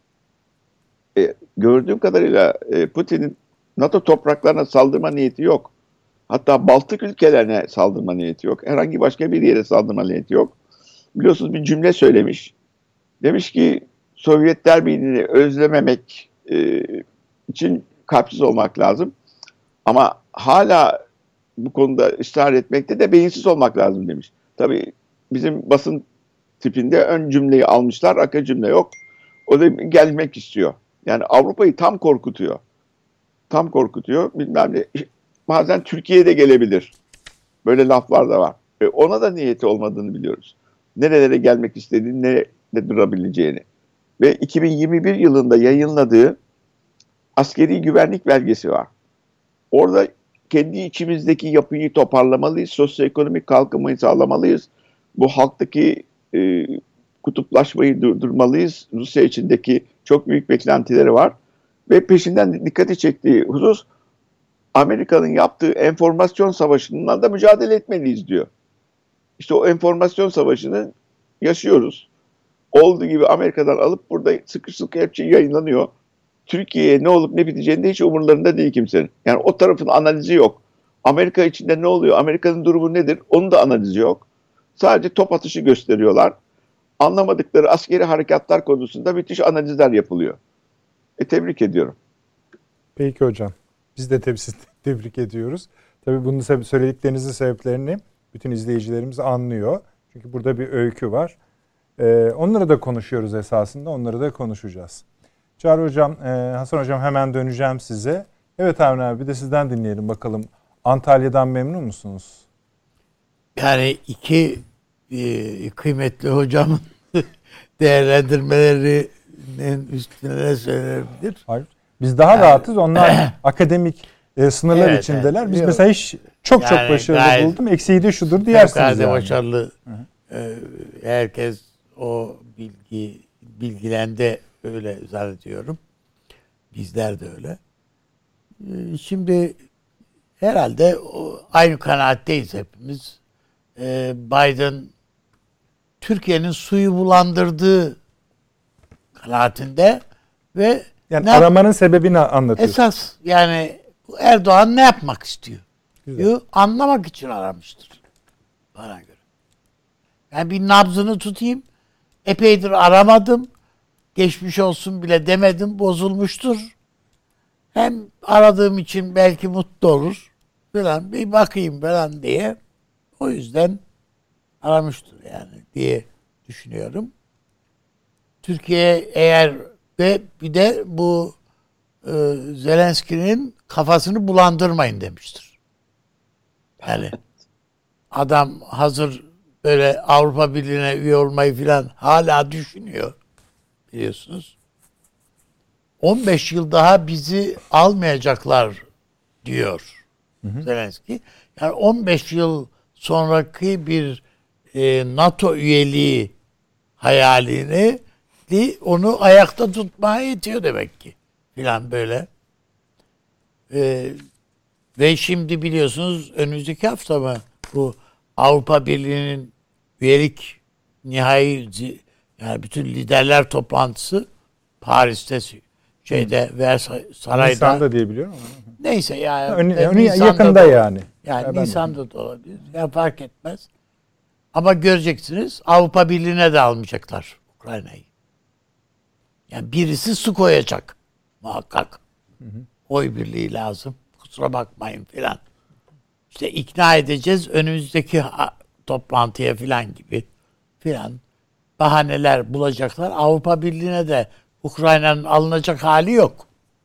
Gördüğüm kadarıyla Putin'in NATO topraklarına saldırma niyeti yok. Hatta Baltık ülkelerine saldırma niyeti yok. Herhangi başka bir yere saldırma niyeti yok. Biliyorsunuz bir cümle söylemiş. Demiş ki Sovyetler Birliği'ni özlememek için kalpsiz olmak lazım. Ama hala bu konuda ısrar etmekte de beyinsiz olmak lazım demiş. Tabii bizim basın tipinde ön cümleyi almışlar, arka cümle yok. O da gelmek istiyor. Yani Avrupa'yı tam korkutuyor. Tam korkutuyor. Bilmem ne. Bazen Türkiye'de gelebilir. Böyle laflar da var. Ona da niyeti olmadığını biliyoruz. Nerelere gelmek istediğini, nerede durabileceğini. Ve 2021 yılında yayınladığı askeri güvenlik belgesi var. Orada kendi içimizdeki yapıyı toparlamalıyız, sosyoekonomik kalkınmayı sağlamalıyız. Bu halktaki kutuplaşmayı durdurmalıyız. Rusya içindeki çok büyük beklentileri var. Ve peşinden dikkati çektiği husus, Amerika'nın yaptığı enformasyon savaşından da mücadele etmeliyiz diyor. İşte o enformasyon savaşını yaşıyoruz. Olduğu gibi Amerika'dan alıp burada sıkı sıkı hepsi yayınlanıyor. Türkiye'ye ne olup ne biteceğini de hiç umurlarında değil kimsenin. Yani o tarafın analizi yok. Amerika içinde ne oluyor, Amerika'nın durumu nedir, onun da analizi yok. Sadece top atışı gösteriyorlar. Anlamadıkları askeri harekatlar konusunda müthiş analizler yapılıyor. Tebrik ediyorum. Peki hocam. Biz de sizi tebrik ediyoruz. Tabii bunun söylediklerinizin sebeplerini bütün izleyicilerimiz anlıyor. Çünkü burada bir öykü var. Onları da konuşuyoruz esasında. Onları da konuşacağız. Çağrı Hocam, Hasan Hocam hemen döneceğim size. Evet Avni abi, bir de sizden dinleyelim bakalım. Antalya'dan memnun musunuz? Yani iki kıymetli hocamın değerlendirmelerinin üstüne söylenebilir. Hayır. Biz daha rahatız. Onlar akademik sınırlar evet, içindeler. Evet. Biz mesela çok başarılı buldum. Eksiği de şudur diyersiniz yani. Başarılı. Herkes o bilgilendi, öyle zannediyorum. Bizler de öyle. Şimdi herhalde aynı kanaatteyiz hepimiz. Biden Türkiye'nin suyu bulandırdığı kanaatinde ve yani aramanın sebebini anlatıyor. Esas yani Erdoğan ne yapmak istiyor? Anlamak için aramıştır. Bana göre. Yani bir nabzını tutayım. Epeydir aramadım. Geçmiş olsun bile demedim. Bozulmuştur. Hem aradığım için belki mutlu olur. Falan bir bakayım falan diye. O yüzden aramıştır yani diye düşünüyorum. Türkiye eğer ve bir de bu Zelenski'nin kafasını bulandırmayın demiştir. Yani adam hazır böyle Avrupa Birliği'ne üye olmayı filan hala düşünüyor. Biliyorsunuz. 15 yıl daha bizi almayacaklar diyor Zelenski. Yani 15 yıl sonraki bir NATO üyeliği hayalini onu ayakta tutmaya yetiyor demek ki. Filan böyle. Ve şimdi biliyorsunuz önümüzdeki hafta mı bu Avrupa Birliği'nin üyelik nihai yani bütün liderler toplantısı Paris'te Versay'da. Nisan'da diye biliyorum ama. Neyse yani. Yakında yani. Yani Nisan'da da olabilir. Ya fark etmez. Ama göreceksiniz Avrupa Birliği'ne de almayacaklar Ukrayna'yı. Yani birisi su koyacak. Muhakkak. Oy birliği lazım. Kusura bakmayın filan. İşte ikna edeceğiz önümüzdeki toplantıya filan gibi filan bahaneler bulacaklar. Avrupa Birliği'ne de Ukrayna'nın alınacak hali yok.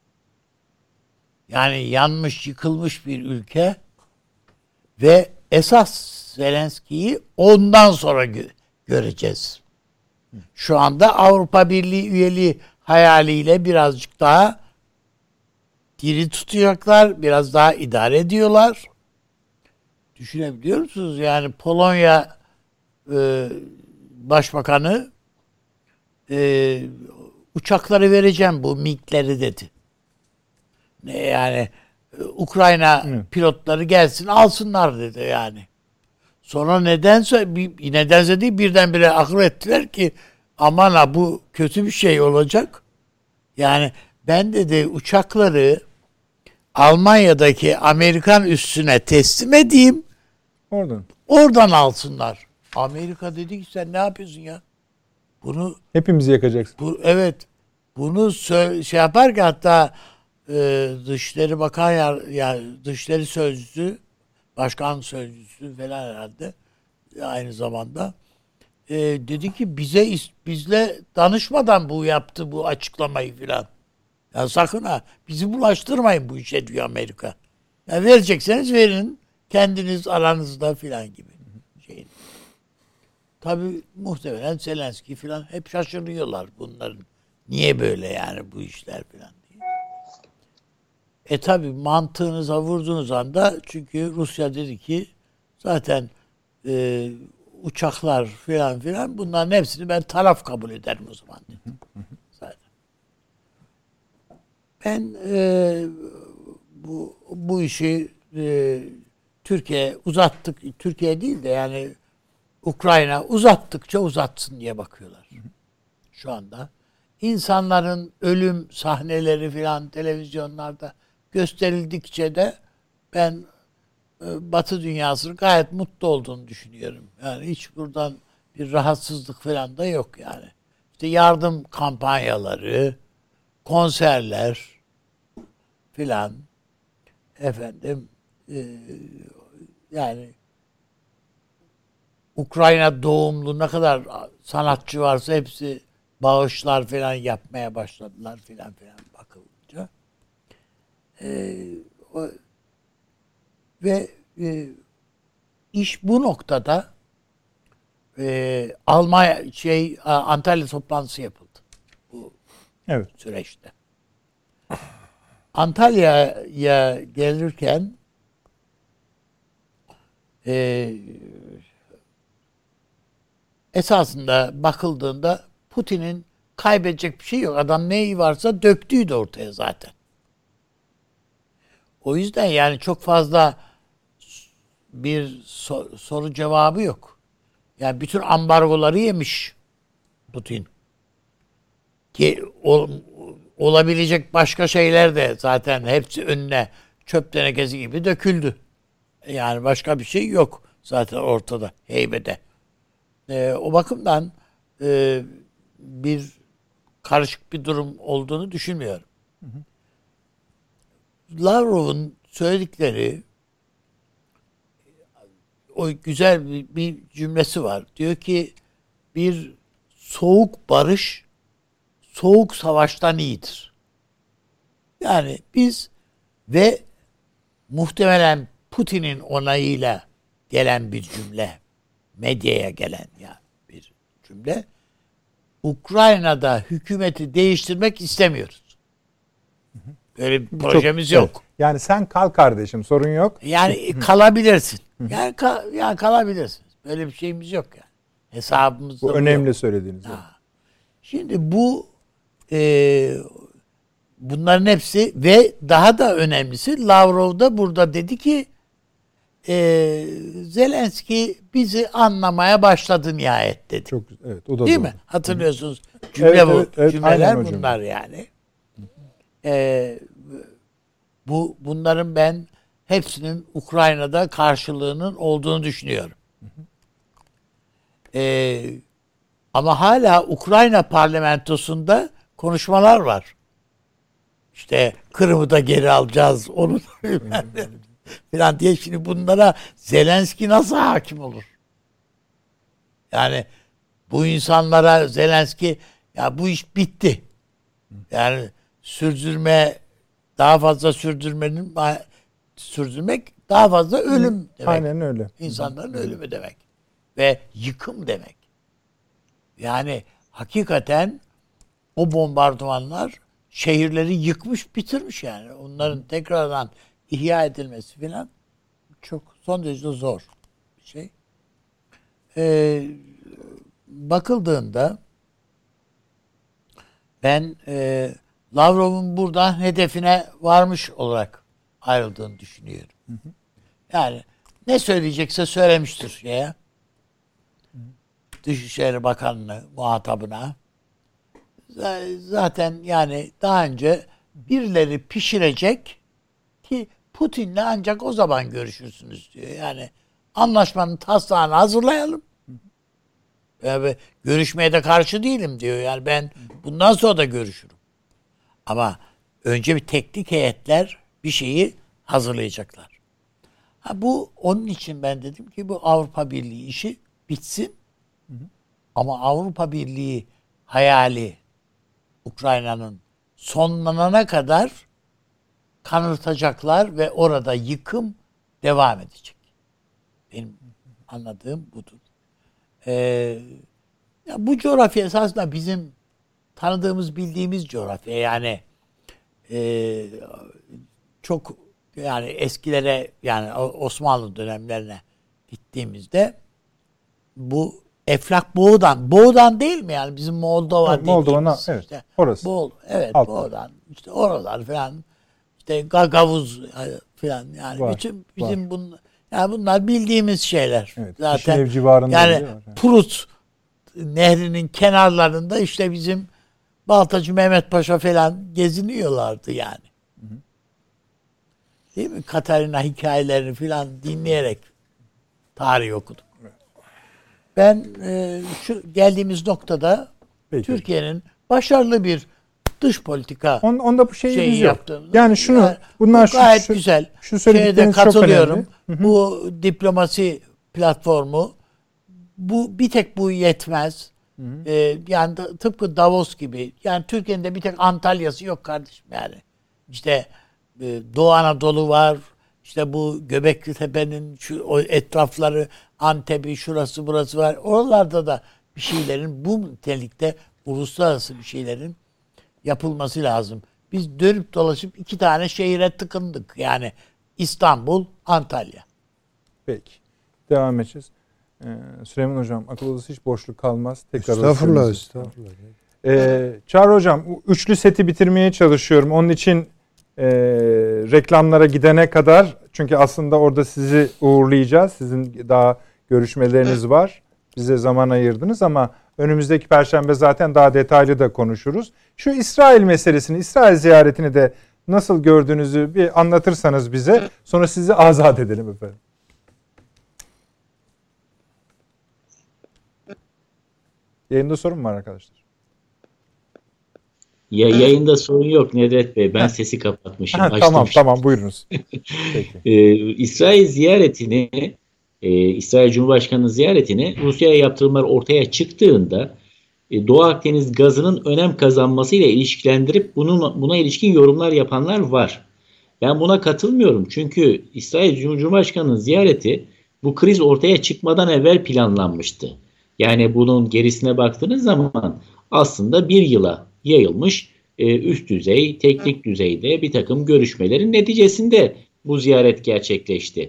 Yani yanmış, yıkılmış bir ülke ve esas Zelenski'yi ondan sonra göreceğiz. Şu anda Avrupa Birliği üyeliği hayaliyle birazcık daha diri tutacaklar, biraz daha idare ediyorlar. Düşünebiliyor musunuz? Yani Polonya Başbakanı uçakları vereceğim, bu MiG'leri dedi. Yani Ukrayna pilotları gelsin alsınlar dedi yani. Sonra nedense değil birdenbire akıl ettiler ki aman ha bu kötü bir şey olacak. Yani ben dedi uçakları Almanya'daki Amerikan üssüne teslim edeyim. Oradan alsınlar. Amerika dedi ki sen ne yapıyorsun ya? Bunu hepimizi yakacaksın. Evet. Bunu yapar ki hatta Dışişleri Bakan yani Dışişleri Sözcüsü, Başkan Sözcüsü falan herhalde aynı zamanda dedi ki bizle danışmadan bu yaptı bu açıklamayı filan. Ya sakın ha bizi bulaştırmayın bu işe diyor Amerika. Ya verecekseniz verin kendiniz aranızda filan gibi şeyin. Tabii muhtemelen Zelenski filan hep şaşırıyorlar bunların. Niye böyle yani bu işler filan diye. Tabii mantığınıza vurduğunuz anda çünkü Rusya dedi ki zaten uçaklar filan bunların hepsini ben taraf kabul ederim o zaman dedi. Zaten. Ben bu işi Türkiye uzattık. Türkiye değil de yani Ukrayna uzattıkça uzatsın diye bakıyorlar. Şu anda. İnsanların ölüm sahneleri filan televizyonlarda gösterildikçe de ben Batı dünyasının gayet mutlu olduğunu düşünüyorum. Yani hiç buradan bir rahatsızlık falan da yok yani. İşte yardım kampanyaları, konserler filan, efendim, yani Ukrayna doğumlu ne kadar sanatçı varsa hepsi bağışlar filan yapmaya başladılar filan bakılınca. Ve iş bu noktada Antalya toplantısı yapıldı bu Evet. süreçte. Antalya'ya gelirken esasında bakıldığında Putin'in kaybedecek bir şey yok. Adam neyi varsa döktüydü ortaya zaten. O yüzden yani çok fazla bir soru cevabı yok. Yani bütün ambargoları yemiş Putin. Ki olabilecek başka şeyler de zaten hepsi önüne çöp tenekesi gibi döküldü. Yani başka bir şey yok zaten ortada, heybede. O bakımdan bir karışık bir durum olduğunu düşünmüyorum. Hı hı. Lavrov'un söyledikleri, o güzel bir cümlesi var. Diyor ki bir soğuk barış soğuk savaştan iyidir. Yani biz ve muhtemelen Putin'in onayıyla gelen bir cümle, medyaya gelen yani bir cümle, Ukrayna'da hükümeti değiştirmek istemiyoruz. Böyle bir projemiz yok. Evet. Yani sen kal kardeşim, sorun yok. Yani kalabilirsin. Yani kalabilirsin. Böyle bir şeyimiz yok yani. Hesabımızda bu önemli yok. Söylediğiniz. Şimdi bunların hepsi ve daha da önemlisi Lavrov da burada dedi ki Zelenski bizi anlamaya başladı nihayet dedi. Çok evet, o da değil doğru. Mi? Hatırlıyorsunuz. Cümle evet, bu. Evet, cümleler bunlar yani. Bunların ben hepsinin Ukrayna'da karşılığının olduğunu düşünüyorum. Ama hala Ukrayna parlamentosunda konuşmalar var. İşte Kırım'ı da geri alacağız, onu da falan diye. Şimdi bunlara Zelenski nasıl hakim olur? Yani bu insanlara Zelenski, ya bu iş bitti. Yani daha fazla sürdürmek daha fazla ölüm demek. Aynen öyle. İnsanların ölümü demek. Ve yıkım demek. Yani hakikaten o bombardımanlar şehirleri yıkmış, bitirmiş yani. Onların tekrardan ihya edilmesi falan çok son derece zor bir şey. Bakıldığında ben Lavrov'un buradan hedefine varmış olarak ayrıldığını düşünüyorum. Yani ne söyleyecekse söylemiştir şeye. Dışişleri Bakanlığı muhatabına. Zaten yani daha önce birileri pişirecek ki Putin'le ancak o zaman görüşürsünüz diyor. Yani anlaşmanın taslağını hazırlayalım. Yani görüşmeye de karşı değilim diyor. Yani ben bundan sonra da görüşürüm. Ama önce bir teknik heyetler bir şeyi hazırlayacaklar. Bu onun için ben dedim ki bu Avrupa Birliği işi bitsin. Ama Avrupa Birliği hayali Ukrayna'nın sonlanana kadar kanırtacaklar ve orada yıkım devam edecek. Benim anladığım budur. Bu coğrafya esasında bizim tanıdığımız, bildiğimiz coğrafya. Yani çok yani eskilere, yani Osmanlı dönemlerine gittiğimizde bu Eflak Boğdan değil mi yani bizim Moldova dediğimiz. Moldova'na evet. İşte, Orası. evet Alt. Boğdan. İşte oralar falan. İşte Gagavuz falan yani var, bütün bizim bunlar bildiğimiz şeyler. Evet, zaten. Kişinev civarında Yani Prut Nehri'nin kenarlarında işte bizim Baltacı Mehmet Paşa falan geziniyorlardı yani. Hı-hı. Değil mi? Katarina hikayelerini falan dinleyerek tarih okudum. Ben şu geldiğimiz noktada Türkiye'nin başarılı bir dış politika onda bu şeyimiz yok. yaptığımız. Yani bunlar gayet güzel. Şu söyledikleriniz çok önemli. Bu diplomasi platformu bir tek bu yetmez. Yani tıpkı Davos gibi. Yani Türkiye'nin de bir tek Antalya'sı yok kardeşim yani. İşte Doğu Anadolu var. İşte bu Göbekli Tepe'nin o etrafları, Antep'i, şurası burası var. Oralarda da bir şeylerin, bu nitelikte uluslararası bir şeylerin yapılması lazım. Biz dönüp dolaşıp 2 tane şehire tıkındık. Yani İstanbul, Antalya. Peki. Devam edeceğiz. Süleyman Hocam, akıl odası hiç boşluk kalmaz. Tekrar Estağfurullah. Çağrı Hocam, üçlü seti bitirmeye çalışıyorum. Onun için reklamlara gidene kadar, çünkü aslında orada sizi uğurlayacağız. Sizin daha görüşmeleriniz var. Bize zaman ayırdınız ama önümüzdeki Perşembe zaten daha detaylı da konuşuruz. Şu İsrail meselesini, İsrail ziyaretini de nasıl gördüğünüzü bir anlatırsanız bize. Sonra sizi azat edelim efendim. Yayında sorun mu var arkadaşlar? Yayında sorun yok Nedret Bey. Ben sesi kapatmışım. Tamam buyurunuz. İsrail ziyaretini, İsrail Cumhurbaşkanı'nın ziyaretini Rusya'ya yaptırımlar ortaya çıktığında Doğu Akdeniz gazının önem kazanmasıyla ilişkilendirip buna ilişkin yorumlar yapanlar var. Ben buna katılmıyorum. Çünkü İsrail Cumhurbaşkanı'nın ziyareti bu kriz ortaya çıkmadan evvel planlanmıştı. Yani bunun gerisine baktığınız zaman aslında bir yıla yayılmış üst düzey, teknik düzeyde bir takım görüşmelerin neticesinde bu ziyaret gerçekleşti.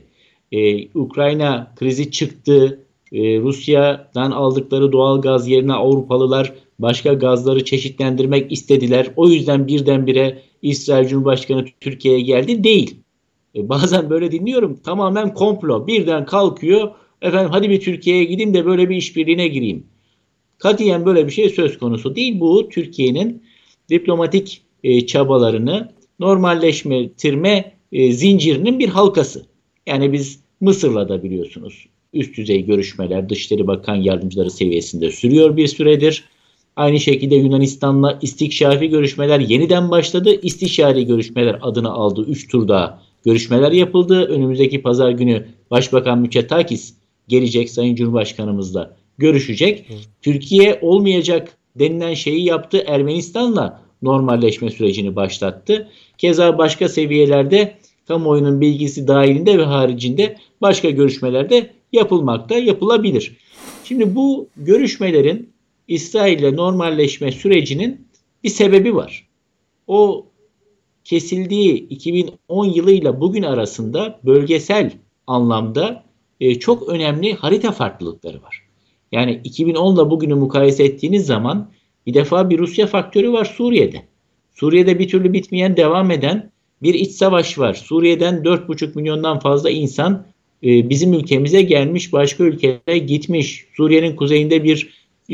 Ukrayna krizi çıktı. Rusya'dan aldıkları doğal gaz yerine Avrupalılar başka gazları çeşitlendirmek istediler. O yüzden birdenbire İsrail Cumhurbaşkanı Türkiye'ye geldi değil. Bazen böyle dinliyorum, tamamen komplo. Birden kalkıyor, efendim hadi bir Türkiye'ye gideyim de böyle bir işbirliğine gireyim. Katiyen böyle bir şey söz konusu değil. Bu Türkiye'nin diplomatik çabalarını normalleştirme zincirinin bir halkası. Yani biz Mısır'la da biliyorsunuz üst düzey görüşmeler Dışişleri Bakan Yardımcıları seviyesinde sürüyor bir süredir. Aynı şekilde Yunanistan'la istikşafi görüşmeler yeniden başladı. İstişari görüşmeler adını aldı. 3 turda görüşmeler yapıldı. Önümüzdeki pazar günü Başbakan Mitsotakis gelecek, Sayın Cumhurbaşkanımızla görüşecek. Türkiye olmayacak denilen şeyi yaptı. Ermenistan'la normalleşme sürecini başlattı. Keza başka seviyelerde kamuoyunun bilgisi dahilinde ve haricinde başka görüşmelerde yapılmakta, yapılabilir. Şimdi bu görüşmelerin İsrail ile normalleşme sürecinin bir sebebi var. O kesildiği 2010 yılıyla bugün arasında bölgesel anlamda çok önemli harita farklılıkları var. Yani 2010 ile bugünü mukayese ettiğiniz zaman bir defa bir Rusya faktörü var Suriye'de. Suriye'de bir türlü bitmeyen, devam eden bir iç savaş var. Suriye'den 4,5 milyondan fazla insan bizim ülkemize gelmiş, başka ülkelere gitmiş. Suriye'nin kuzeyinde bir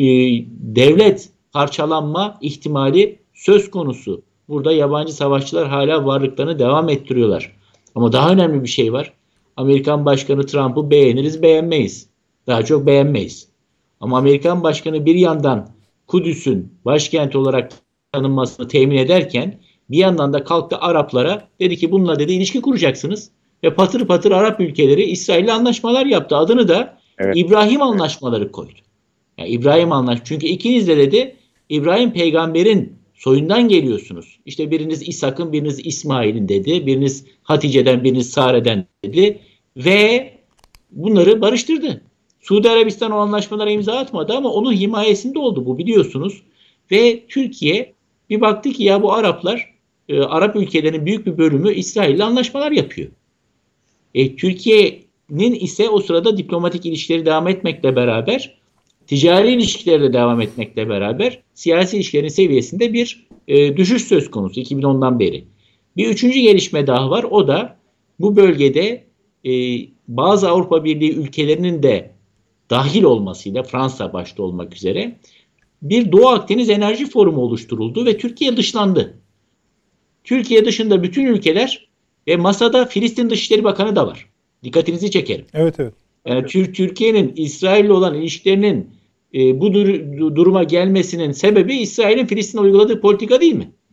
devlet parçalanma ihtimali söz konusu. Burada yabancı savaşçılar hala varlıklarını devam ettiriyorlar. Ama daha önemli bir şey var. Amerikan Başkanı Trump'ı beğeniriz, beğenmeyiz. Daha çok beğenmeyiz. Ama Amerikan Başkanı bir yandan Kudüs'ün başkent olarak tanınmasını temin ederken bir yandan da kalktı Araplara, dedi ki bununla dedi ilişki kuracaksınız. Ve patır patır Arap ülkeleri İsrail'le anlaşmalar yaptı. Adını da İbrahim Anlaşmaları koydu. Yani İbrahim Anlaşmaları. Çünkü ikiniz de dedi İbrahim peygamberin soyundan geliyorsunuz. İşte biriniz İshak'ın, biriniz İsmail'in dedi. Biriniz Hatice'den, biriniz Sare'den dedi. Ve bunları barıştırdı. Suudi Arabistan o anlaşmalara imza atmadı ama onun himayesinde oldu bu, biliyorsunuz. Ve Türkiye bir baktı ki ya bu Araplar, Arap ülkelerinin büyük bir bölümü İsrail'le anlaşmalar yapıyor. Türkiye'nin ise o sırada diplomatik ilişkileri devam etmekle beraber, ticari ilişkileri de devam etmekle beraber siyasi ilişkilerin seviyesinde bir düşüş söz konusu 2010'dan beri. Bir üçüncü gelişme daha var. O da bu bölgede bazı Avrupa Birliği ülkelerinin de dahil olmasıyla, Fransa başta olmak üzere bir Doğu Akdeniz Enerji Forumu oluşturuldu ve Türkiye dışlandı. Türkiye dışında bütün ülkeler ve masada Filistin Dışişleri Bakanı da var. Dikkatinizi çekerim. Evet. Yani Türkiye'nin İsrail'le olan ilişkilerinin bu duruma gelmesinin sebebi İsrail'in Filistin'e uyguladığı politika değil mi?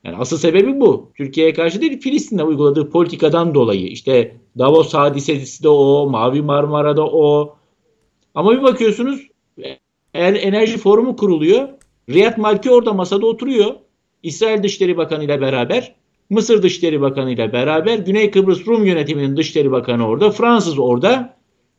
Yani asıl sebebi bu. Türkiye'ye karşı değil, Filistin'le uyguladığı politikadan dolayı. İşte Davos hadisesi de o, Mavi Marmara'da o. Ama bir bakıyorsunuz enerji forumu kuruluyor. Riyad Malki orada masada oturuyor. İsrail Dışişleri Bakanı ile beraber, Mısır Dışişleri Bakanı ile beraber, Güney Kıbrıs Rum Yönetimi'nin Dışişleri Bakanı orada, Fransız orada.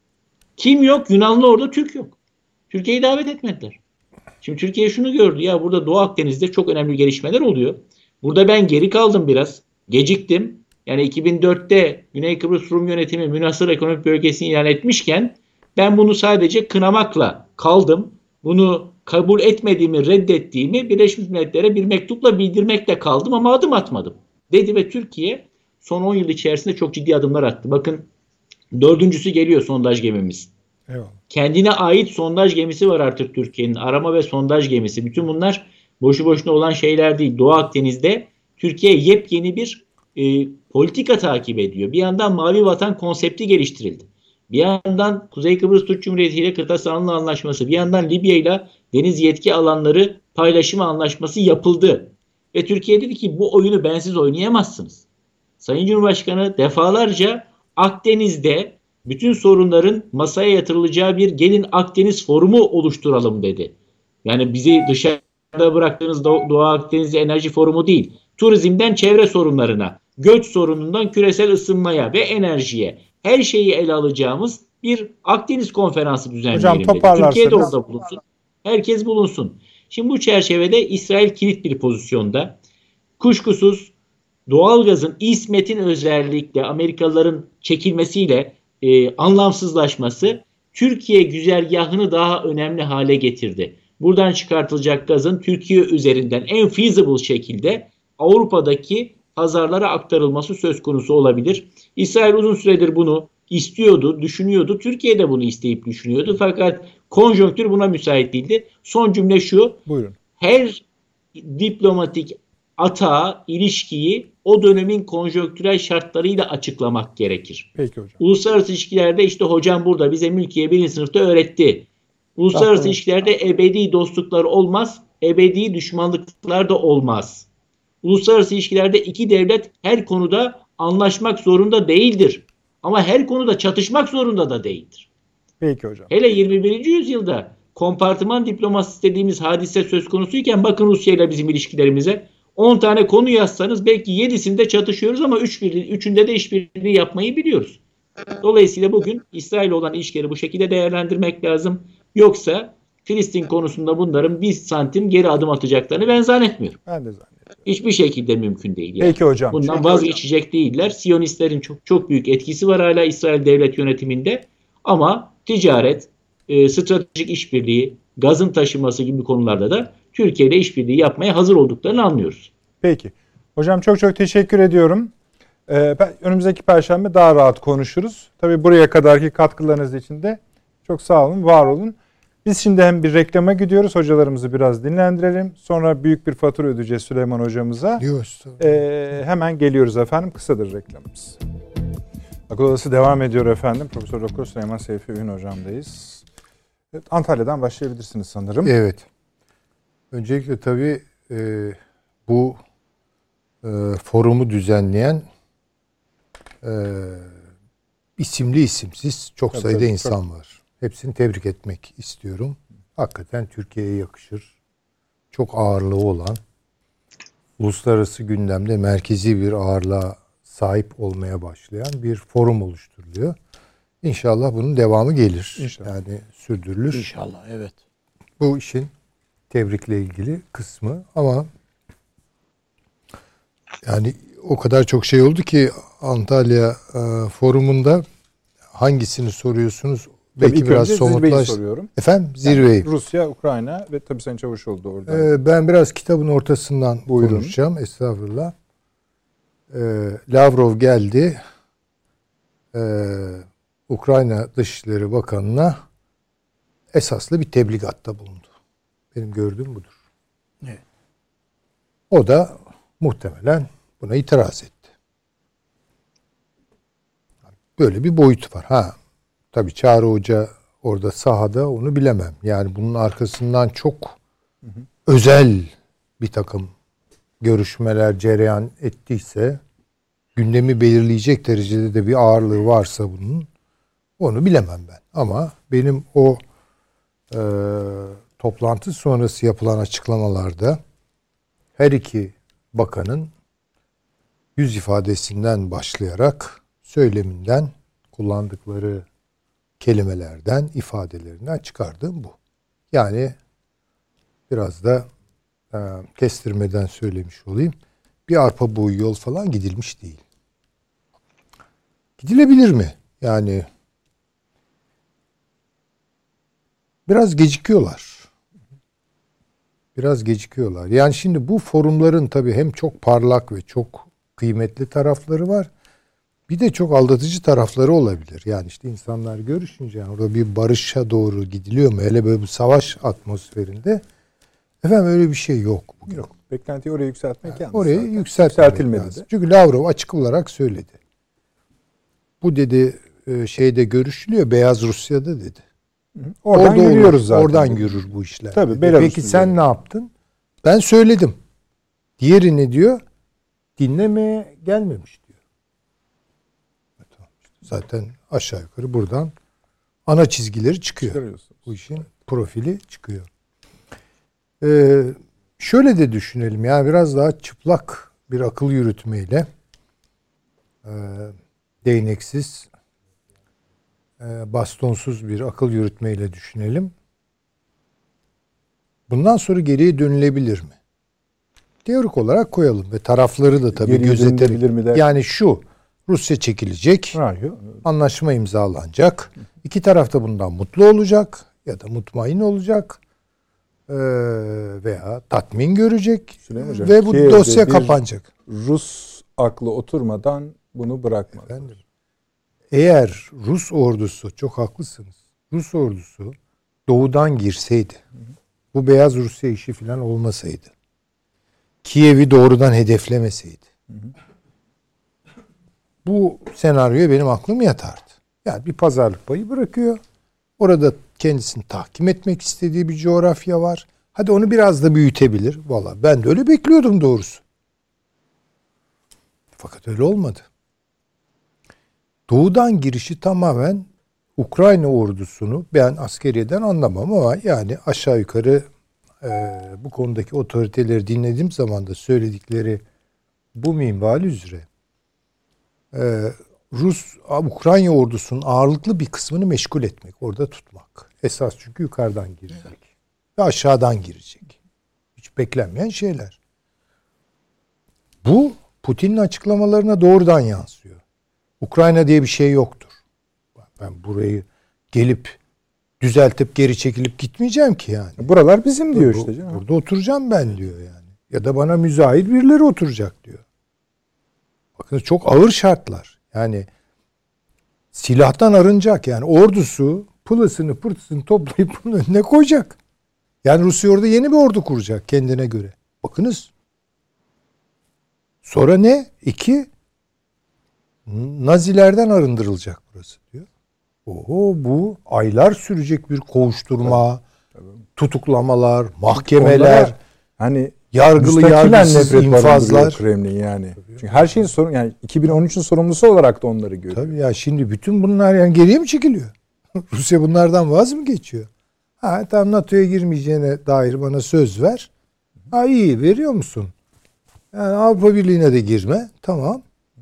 Kim yok? Yunanlı orada, Türk yok. Türkiye'yi davet etmediler. Şimdi Türkiye şunu gördü, ya burada Doğu Akdeniz'de çok önemli gelişmeler oluyor. Burada ben geri kaldım biraz. Geciktim. Yani 2004'te Güney Kıbrıs Rum Yönetimi münhasır ekonomik bölgesini ilan etmişken ben bunu sadece kınamakla kaldım. Bunu kabul etmediğimi, reddettiğimi Birleşmiş Milletler'e bir mektupla bildirmekle kaldım ama adım atmadım dedi ve Türkiye son 10 yıl içerisinde çok ciddi adımlar attı. Bakın, dördüncüsü geliyor sondaj gemimiz. Eyvallah. Kendine ait sondaj gemisi var artık Türkiye'nin. Arama ve sondaj gemisi. Bütün bunlar boşu boşuna olan şeyler değil. Doğu Akdeniz'de Türkiye yepyeni bir politika takip ediyor. Bir yandan Mavi Vatan konsepti geliştirildi. Bir yandan Kuzey Kıbrıs Türk Cumhuriyeti ile Kırtasanlı Anlaşması, bir yandan Libya ile deniz yetki alanları paylaşımı anlaşması yapıldı. Ve Türkiye dedi ki bu oyunu bensiz oynayamazsınız. Sayın Cumhurbaşkanı defalarca Akdeniz'de bütün sorunların masaya yatırılacağı bir gelin Akdeniz forumu oluşturalım dedi. Yani bizi dışarıda bıraktığınız Doğu Akdeniz Enerji Forumu değil, turizmden çevre sorunlarına, göç sorunundan küresel ısınmaya ve enerjiye her şeyi ele alacağımız bir Akdeniz konferansı düzenleyelim dedi. Türkiye de orada bulunsun. Herkes bulunsun. Şimdi bu çerçevede İsrail kilit bir pozisyonda. Kuşkusuz doğalgazın, İsmet'in özellikle Amerikalıların çekilmesiyle anlamsızlaşması Türkiye güzergahını daha önemli hale getirdi. Buradan çıkartılacak gazın Türkiye üzerinden en feasible şekilde Avrupa'daki pazarlara aktarılması söz konusu olabilir. İsrail uzun süredir bunu istiyordu, düşünüyordu. Türkiye de bunu isteyip düşünüyordu. Fakat konjonktür buna müsait değildi. Son cümle şu. Buyurun. Her diplomatik atağı, ilişkiyi o dönemin konjonktürel şartlarıyla açıklamak gerekir. Peki hocam. Uluslararası ilişkilerde işte hocam burada bize mülkiye 1. sınıfta öğretti. Uluslararası ilişkilerde ebedi dostluklar olmaz, ebedi düşmanlıklar da olmaz. Uluslararası ilişkilerde iki devlet her konuda anlaşmak zorunda değildir. Ama her konuda çatışmak zorunda da değildir. Peki hocam. Hele 21. yüzyılda kompartıman diplomasisi dediğimiz hadise söz konusuyken bakın Rusya ile bizim ilişkilerimize 10 tane konu yazsanız belki 7'sinde çatışıyoruz ama 3'ünde de işbirliği yapmayı biliyoruz. Dolayısıyla bugün İsrail olan ilişkileri bu şekilde değerlendirmek lazım. Yoksa Filistin konusunda bunların bir santim geri adım atacaklarını ben zannetmiyorum. Ben de zannediyorum. Hiçbir şekilde mümkün değil. Yani. Peki hocam. Bundan vazgeçecek değiller. Siyonistlerin çok büyük etkisi var hala İsrail devlet yönetiminde. Ama ticaret, stratejik işbirliği, gazın taşıması gibi konularda da Türkiye ile işbirliği yapmaya hazır olduklarını anlıyoruz. Peki. Hocam çok teşekkür ediyorum. Önümüzdeki Perşembe daha rahat konuşuruz. Tabii buraya kadarki katkılarınız için de çok sağ olun, var olun. Biz şimdi hem bir reklama gidiyoruz. Hocalarımızı biraz dinlendirelim. Sonra büyük bir fatura ödeyeceğiz Süleyman hocamıza. Hemen geliyoruz efendim. Kısadır reklamımız. Akıl Odası devam ediyor efendim. Profesör Doktor Süleyman Seyfi Ün hocamdayız. Evet, Antalya'dan başlayabilirsiniz sanırım. Evet. Öncelikle tabii bu forumu düzenleyen isimli isimsiz çok sayıda insan var. Hepsini tebrik etmek istiyorum. Hakikaten Türkiye'ye yakışır. Çok ağırlığı olan, uluslararası gündemde merkezi bir ağırlığa sahip olmaya başlayan bir forum oluşturuluyor. İnşallah bunun devamı gelir. İnşallah. Yani sürdürülür. İnşallah, evet. Bu işin tebrikle ilgili kısmı ama yani o kadar çok şey oldu ki Antalya forumunda hangisini soruyorsunuz? Belki biraz somutlaş. Soruyorum. Efendim zirveyi. Yani Rusya, Ukrayna ve tabii Sayın Çavuşoğlu da orada. Ben biraz kitabın ortasından konuşacağım. Estağfurullah. Lavrov geldi. Ukrayna Dışişleri Bakanı'na esaslı bir tebligatta bulundu. Benim gördüğüm budur. Evet. O da muhtemelen buna itiraz etti. Böyle bir boyutu var. Tabii Çağrı Hoca orada sahada onu bilemem. Yani bunun arkasından çok özel bir takım görüşmeler cereyan ettiyse, gündemi belirleyecek derecede de bir ağırlığı varsa bunun, onu bilemem ben. Ama benim o toplantı sonrası yapılan açıklamalarda her iki bakanın yüz ifadesinden başlayarak söyleminden, kullandıkları kelimelerden, ifadelerinden çıkardığım bu. Yani biraz da kestirmeden söylemiş olayım. Bir arpa boyu yol falan gidilmiş değil. Gidilebilir mi? Yani biraz gecikiyorlar. Biraz gecikiyorlar. Yani şimdi bu forumların tabii hem çok parlak ve çok kıymetli tarafları var. Bir de çok aldatıcı tarafları olabilir. Yani işte insanlar görüşünce yani orada bir barışa doğru gidiliyor mu? Hele böyle bir savaş atmosferinde. Efendim öyle bir şey yok. Yok. Beklentiyi oraya yükseltmek yalnız. Oraya zaten. yükseltilmedi de. Çünkü Lavrov açık olarak söyledi. Bu dedi şeyde görüşülüyor. Beyaz Rusya'da dedi. Oradan Orada yürüyoruz olur, zaten. oradan yürür bu işler. Tabii, Peki sen ne yaptın? Ben söyledim. Diğeri ne diyor? Dinlemeye gelmemiş diyor. Zaten aşağı yukarı buradan ana çizgileri çıkıyor. Bu işin profili çıkıyor. Şöyle de düşünelim. Yani biraz daha çıplak bir akıl yürütmeyle değneksiz, bastonsuz bir akıl yürütmeyle düşünelim. Bundan sonra geriye dönülebilir mi? Teorik olarak koyalım ve tarafları da tabii gözetelim. Yani şu, Rusya çekilecek, anlaşma imzalanacak. İki taraf da bundan mutlu olacak ya da mutmain olacak veya tatmin görecek Hocam, ve bu dosya kapanacak. Rus aklı oturmadan bunu bırakmaz. Efendim, eğer Rus ordusu, çok haklısınız, Rus ordusu doğudan girseydi, bu Beyaz Rusya işi falan olmasaydı, Kiev'i doğrudan hedeflemeseydi, bu senaryoya benim aklım yatardı. Yani bir pazarlık payı bırakıyor. Orada kendisini tahkim etmek istediği bir coğrafya var. Hadi onu biraz da büyütebilir. Valla ben de öyle bekliyordum doğrusu. Fakat öyle olmadı. Doğudan girişi tamamen Ukrayna ordusunu, ben askeriyeden anlamam ama yani aşağı yukarı bu konudaki otoriteleri dinlediğim zaman da söyledikleri bu minval üzere Ukrayna ordusunun ağırlıklı bir kısmını meşgul etmek, orada tutmak. Esas çünkü yukarıdan girecek ve aşağıdan girecek. Hiç beklenmeyen şeyler. Bu Putin'in açıklamalarına doğrudan yansıyor. Ukrayna diye bir şey yoktur. Ben burayı gelip düzeltip geri çekilip gitmeyeceğim ki yani. Buralar bizim diyor işte canım. Burada oturacağım ben diyor yani. Ya da bana müzahit birileri oturacak diyor. Bakın çok ağır şartlar. Yani silahtan arınacak yani ordusu pılısını pırtısını toplayıp bunun önüne koyacak. Yani Rusya orada yeni bir ordu kuracak kendine göre. Bakınız. Sonra ne? 2 Nazilerden arındırılacak burası diyor. Bu aylar sürecek bir kovuşturma, tutuklamalar, mahkemeler, hani yargılı yargısız infazlar. Kremlin yani. Çünkü her şeyin sorun yani 2013'ün sorumlusu olarak da onları görüyor. Tabii ya şimdi bütün bunlar yani geriye mi çekiliyor? Rusya bunlardan vaz mı geçiyor? Ha tamam NATO'ya girmeyeceğine dair bana söz ver. Ha iyi veriyor musun? Yani Avrupa Birliği'ne de girme. Tamam.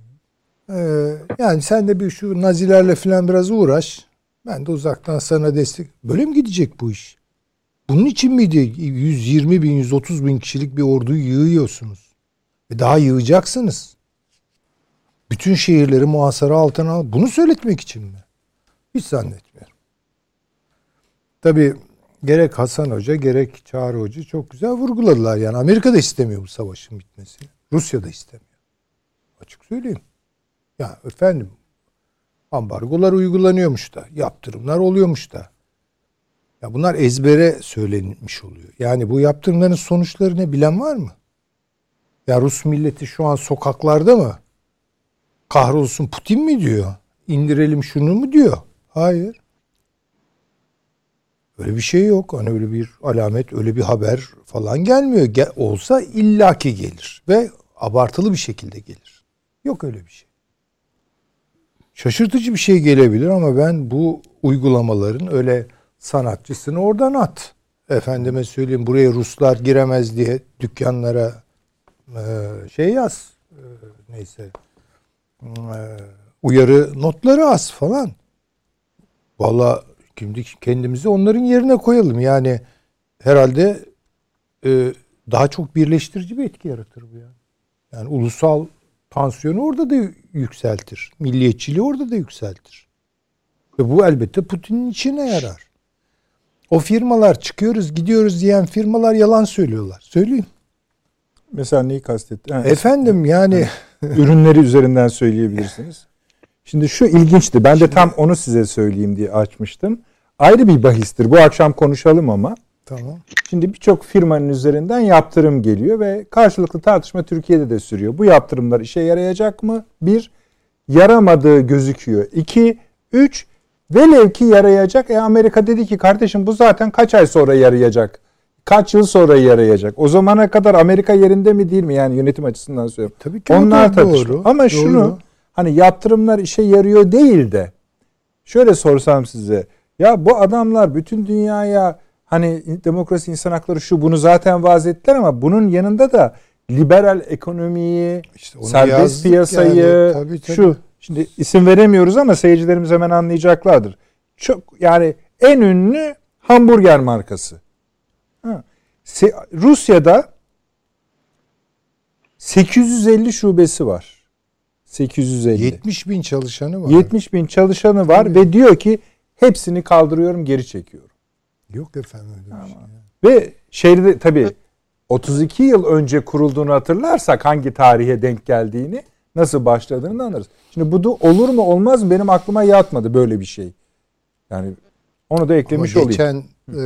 Yani sen de bir şu Nazilerle falan biraz uğraş. Ben de uzaktan sana destek. Böyle mi gidecek bu iş? Bunun için miydi 120 bin, 130 bin kişilik bir orduyu yığıyorsunuz? Ve daha yığacaksınız. Bütün şehirleri muhasara altına al. Bunu söyletmek için mi? Hiç zannetmiyorum. Tabii gerek Hasan Hoca gerek Çağrı Hoca çok güzel vurguladılar. Yani Amerika da istemiyor bu savaşın bitmesini. Rusya da istemiyor. Açık söyleyeyim. Ya efendim ambargolar uygulanıyormuş da, yaptırımlar oluyormuş da. Ya bunlar ezbere söylenmiş oluyor. Yani bu yaptırımların sonuçları ne bilen var mı? Ya Rus milleti şu an sokaklarda mı? Kahrolsun Putin mi diyor? İndirelim şunu mu diyor? Hayır. Öyle bir şey yok. Hani öyle bir alamet, öyle bir haber falan gelmiyor. Olsa illaki gelir ve abartılı bir şekilde gelir. Yok öyle bir şey. Şaşırtıcı bir şey gelebilir ama ben bu uygulamaların öyle sanatçısını oradan at. Efendime söyleyeyim, buraya Ruslar giremez diye dükkanlara şey yaz. Neyse. Uyarı notları az falan. Vallahi şimdi kendimizi onların yerine koyalım. Yani herhalde daha çok birleştirici bir etki yaratır bu yani. Yani ulusal tansiyonu orada da yükseltir. Milliyetçiliği orada da yükseltir. Ve bu elbette Putin'in içine yarar. O firmalar, çıkıyoruz gidiyoruz diyen firmalar yalan söylüyorlar. Söyleyeyim. Mesela neyi kastettin? Efendim yani ürünleri üzerinden söyleyebilirsiniz. Şimdi şu ilginçti. Ben de tam onu size söyleyeyim diye açmıştım. Ayrı bir bahistir. Bu akşam konuşalım ama. tamam. Şimdi birçok firmanın üzerinden yaptırım geliyor ve karşılıklı tartışma Türkiye'de de sürüyor. Bu yaptırımlar işe yarayacak mı? 1. Yaramadığı gözüküyor. 2. 3. Velev ki yarayacak. Amerika dedi ki kardeşim bu zaten kaç ay sonra yarayacak? Kaç yıl sonra yarayacak? O zamana kadar Amerika yerinde mi değil mi? Yani yönetim açısından söylüyorum. Tabii ki onlar doğru. Doğru. Ama şunu hani yaptırımlar işe yarıyor değil de şöyle sorsam size, ya bu adamlar bütün dünyaya hani demokrasi, insan hakları şu bunu zaten vaaz ettiler ama bunun yanında da liberal ekonomiyi, işte serbest piyasayı, yani. Tabii. Şu şimdi isim veremiyoruz ama seyircilerimiz hemen anlayacaklardır. Çok yani en ünlü hamburger markası. Rusya'da 850 şubesi var. 850. 70 bin çalışanı var. 70 bin çalışanı var Tabii. Ve diyor ki hepsini kaldırıyorum, geri çekiyorum. Yok efendim öyle bir şey. Ve şehirde tabii 32 yıl önce kurulduğunu hatırlarsak hangi tarihe denk geldiğini, nasıl başladığını anlarız. Şimdi bu da olur mu olmaz mı benim aklıma yatmadı böyle bir şey. Yani onu da eklemiş olayım. Geçen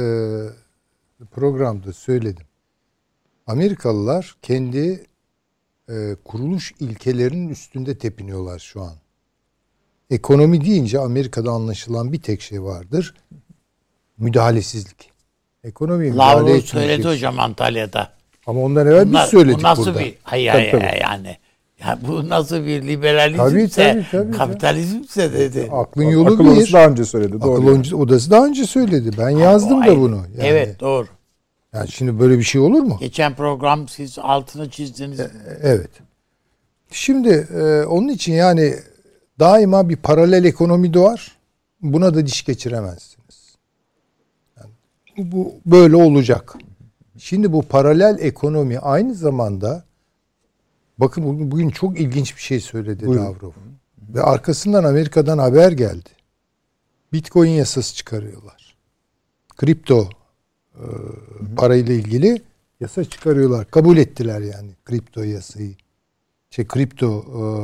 programda söyledim. Amerikalılar kendi kuruluş ilkelerinin üstünde tepiniyorlar şu an. Ekonomi deyince Amerika'da anlaşılan bir tek şey vardır. Müdahalesizlik. Ekonomiye müdahale Lavrov etmeyecek. söyledi hocam Antalya'da. Ama ondan evvel biz söyledik bu nasıl burada. Bir, hayır yani. Ya bu nasıl bir liberalizmse, tabii. kapitalizmse dedi. Aklın yolu Akıl odası daha önce söyledi. Akıl odası daha önce söyledi. Ben yazdım da bunu. Yani, evet doğru. Yani şimdi böyle bir şey olur mu? Geçen program siz altını çizdiniz. Evet. Şimdi onun için yani daima bir paralel ekonomi doğar. Buna da diş geçiremezsiniz. Yani bu böyle olacak. Şimdi bu paralel ekonomi aynı zamanda bakın bugün çok ilginç bir şey söyledi Lavrov. Ve arkasından Amerika'dan haber geldi. Bitcoin yasası çıkarıyorlar. Kripto parayla ilgili yasa çıkarıyorlar. Kabul ettiler yani kripto yasayı. Kripto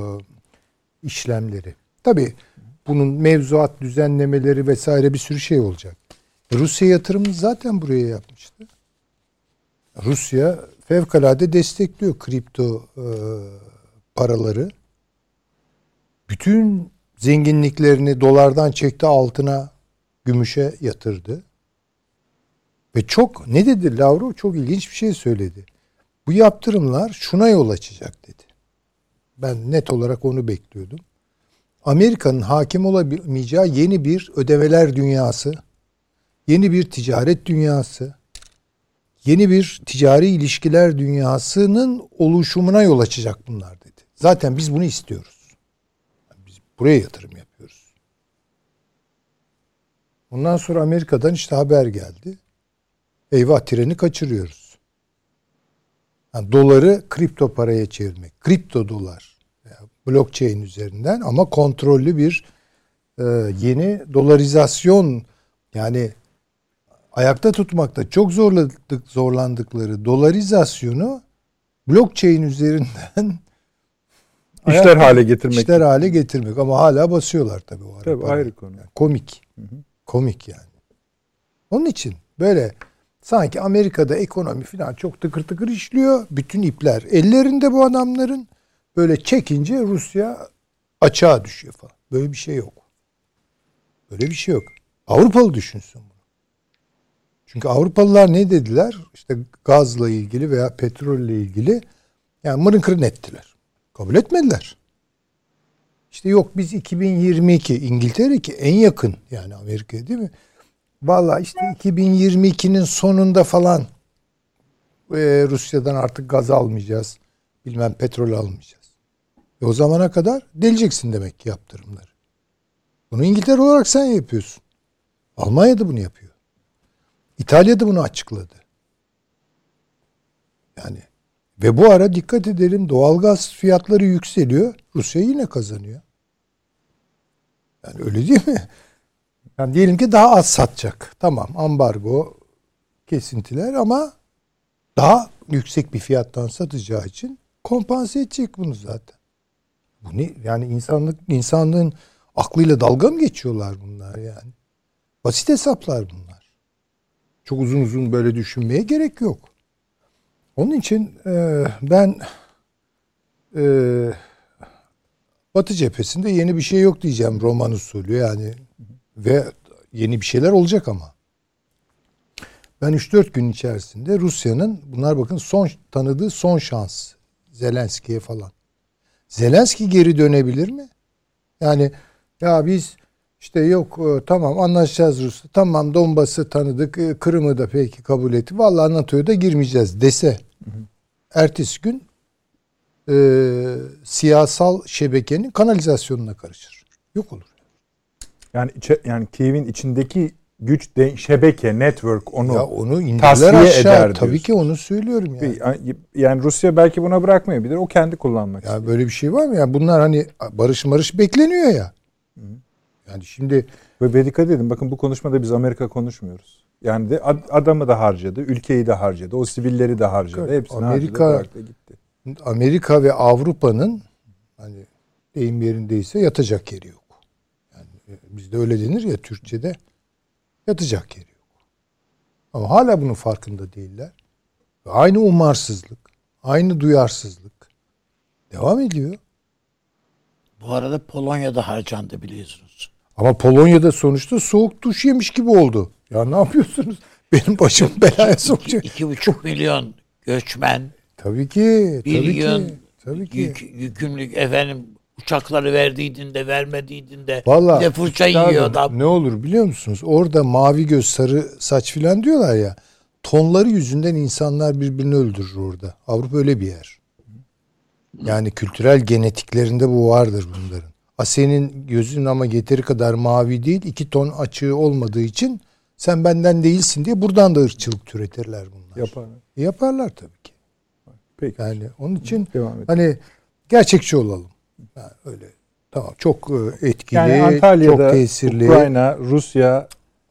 işlemleri. Tabii bunun mevzuat düzenlemeleri vesaire bir sürü şey olacak. Rusya yatırımını zaten buraya yapmıştı. Rusya fevkalade destekliyor kripto paraları. Bütün zenginliklerini dolardan çekti, altına, gümüşe yatırdı. Ve çok ne dedi Lavrov? Çok ilginç bir şey söyledi. Bu yaptırımlar şuna yol açacak dedi. Ben net olarak onu bekliyordum. Amerika'nın hakim olabilmeyeceği yeni bir ödemeler dünyası, yeni bir ticaret dünyası, yeni bir ticari ilişkiler dünyasının oluşumuna yol açacak bunlar dedi. Zaten biz bunu istiyoruz. Biz buraya yatırım yapıyoruz. Ondan sonra Amerika'dan işte haber geldi. Eyvah, treni kaçırıyoruz. Yani doları kripto paraya çevirmek. Kripto dolar. Yani blockchain üzerinden ama kontrollü bir yeni dolarizasyon, yani ayakta tutmakta çok zorlandıkları dolarizasyonu blockchain üzerinden işler hale getirmek. Ama hala basıyorlar tabii o ara. Tabii ayrı konu. Yani komik. Komik yani. Onun için böyle sanki Amerika'da ekonomi falan çok tıkır tıkır işliyor. Bütün ipler ellerinde bu adamların. Böyle çekince Rusya açığa düşüyor falan. Böyle bir şey yok. Böyle bir şey yok. Avrupalı düşünsün bunu. Çünkü Avrupalılar ne dediler? İşte gazla ilgili veya petrolle ilgili yani mırın kırın ettiler. Kabul etmediler. İşte yok biz 2022 İngiltere ki en yakın yani Amerika'ya değil mi? Vallahi işte 2022'nin sonunda falan Rusya'dan artık gaz almayacağız. Bilmem petrol almayacağız. O zamana kadar deleceksin demek ki yaptırımları. Bunu İngiltere olarak sen yapıyorsun. Almanya da bunu yapıyor. İtalya da bunu açıkladı. Yani ve bu ara dikkat edelim doğalgaz fiyatları yükseliyor. Rusya yine kazanıyor. Yani öyle değil mi? Yani diyelim ki daha az satacak. Tamam ambargo, kesintiler ama daha yüksek bir fiyattan satacağı için kompanse edecek bunu zaten. Bu ne? Yani insanlığın aklıyla dalga mı geçiyorlar bunlar yani? Basit hesaplar bunlar. Çok uzun uzun böyle düşünmeye gerek yok. Onun için ben Batı cephesinde yeni bir şey yok diyeceğim roman usulü yani ve yeni bir şeyler olacak ama. Ben 3-4 gün içerisinde Rusya'nın bunlar bakın tanıdığı son şans Zelenski'ye falan. Zelenski geri dönebilir mi? Yani ya biz işte yok tamam anlaşacağız Rusya. Tamam Donbas'ı tanıdık. Kırım'ı da peki kabul etti. Vallahi NATO'ya da girmeyeceğiz dese. Ertesi gün siyasal şebekenin kanalizasyonuna karışır. Yok olur. Yani Kiev'in içindeki güç şebeke, network onu indirler tasfiye aşağı. eder. Tabii ki onu söylüyorum yani. Yani Rusya belki buna bırakmayabilir. O kendi kullanmak istiyor. Böyle bir şey var mı ya? Bunlar hani barış bekleniyor ya. Yani şimdi ve dikkat edin bakın bu konuşmada biz Amerika konuşmuyoruz. Yani de adamı da harcadı, ülkeyi de harcadı, o sivilleri de harcadı. Hepsini harcadı, bıraktı gitti. Amerika ve Avrupa'nın hani deyim yerindeyse yatacak yeri yok. Yani bizde öyle denir ya Türkçe'de yatacak yeri yok. Ama hala bunun farkında değiller. Aynı umarsızlık, aynı duyarsızlık devam ediyor. Bu arada Polonya'da harcandı biliyorsunuz. Ama Polonya'da sonuçta soğuk duş yemiş gibi oldu. Ya ne yapıyorsunuz? Benim başım belaya sokacak. 2,5 milyon göçmen. Tabii ki. Bir tabii yığın ki. Tabii ki. Yükümlülük efendim uçakları verdiydin de vermediydin de vallahi, bir de fırça yiyor adam. Ne olur biliyor musunuz? Orada mavi göz sarı saç filan diyorlar ya. Tonları yüzünden insanlar birbirini öldürür orada. Avrupa öyle bir yer. Yani kültürel genetiklerinde bu vardır bunların. Senin gözün ama yeteri kadar mavi değil, 2 ton açığı olmadığı için sen benden değilsin diye buradan da ırkçılık türetirler bunlar. Yaparlar. Yaparlar tabii ki. Peki. Yani onun için hani gerçekçi olalım. Yani öyle tamam çok etkili, yani Antalya'da çok tesirli. Ukrayna Rusya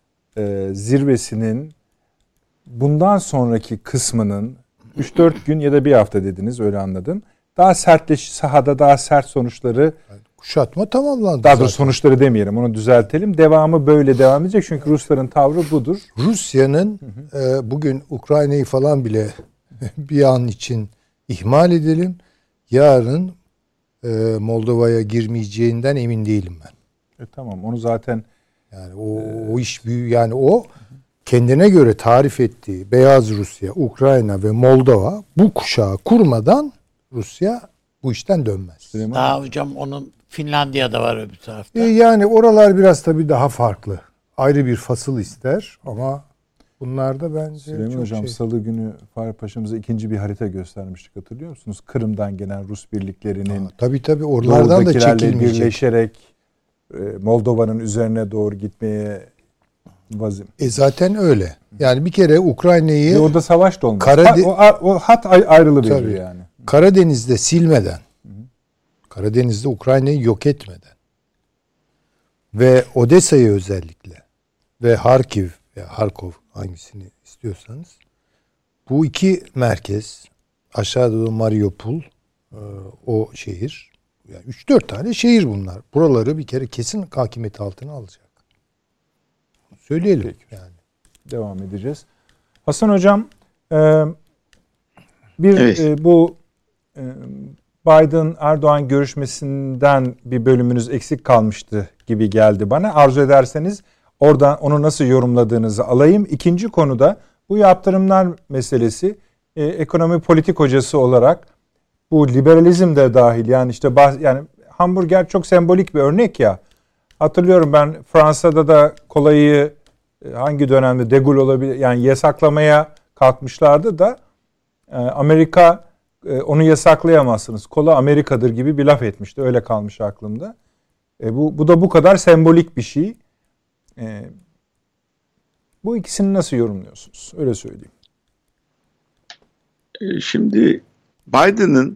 zirvesinin bundan sonraki kısmının 3-4 gün ya da bir hafta dediniz öyle anladım. Daha sahada daha sert sonuçları kuşatma tamamlandı. Daha doğrusu sonuçları demeyelim onu düzeltelim. Devamı böyle devam edecek çünkü Rusların tavrı budur. Rusya'nın bugün Ukrayna'yı falan bile bir an için ihmal edelim. Yarın Moldova'ya girmeyeceğinden emin değilim ben. Tamam onu zaten yani o iş büyük yani o kendine göre tarif ettiği Beyaz Rusya, Ukrayna ve Moldova bu kuşağı kurmadan Rusya bu işten dönmez. Daha hocam onun Finlandiya'da var öbür tarafta. Yani oralar biraz tabii daha farklı. Ayrı bir fasıl ister ama bunlar da bence Süleyman çok Hocam Salı günü Fahri Paşa'mıza ikinci bir harita göstermiştik hatırlıyor musunuz? Kırım'dan gelen Rus birliklerinin tabii oralardan da çekilmeyecek. Birleşerek Moldova'nın üzerine doğru gitmeye vazim. Zaten öyle. Yani bir kere Ukrayna'yı orada savaş da olmaz. O hat ayrılıverir yani. Karadeniz'de silmeden, Karadeniz'de Ukrayna'yı yok etmeden ve Odessa'yı özellikle ve Harkiv ya Harkov hangisini istiyorsanız bu iki merkez aşağıda da Mariupol o şehir yani 3-4 tane şehir bunlar. Buraları bir kere kesin hakimiyeti altına alacak. Söyleyelim. Peki. Yani. Devam edeceğiz. Hasan Hocam bu Biden-Erdoğan görüşmesinden bir bölümünüz eksik kalmıştı gibi geldi bana. Arzu ederseniz Oradan onu nasıl yorumladığınızı alayım. İkinci konuda bu yaptırımlar meselesi, ekonomi politik hocası olarak bu liberalizm de dahil, yani işte yani hamburger çok sembolik bir örnek ya. Hatırlıyorum ben Fransa'da da kolayı hangi dönemde, De Gaulle olabilir, yani yasaklamaya kalkmışlardı da Amerika onu yasaklayamazsınız, kola Amerika'dır gibi bir laf etmişti, öyle kalmış aklımda. Bu da bu kadar sembolik bir şey. Bu ikisini nasıl yorumluyorsunuz? Öyle söyleyeyim. Şimdi Biden'ın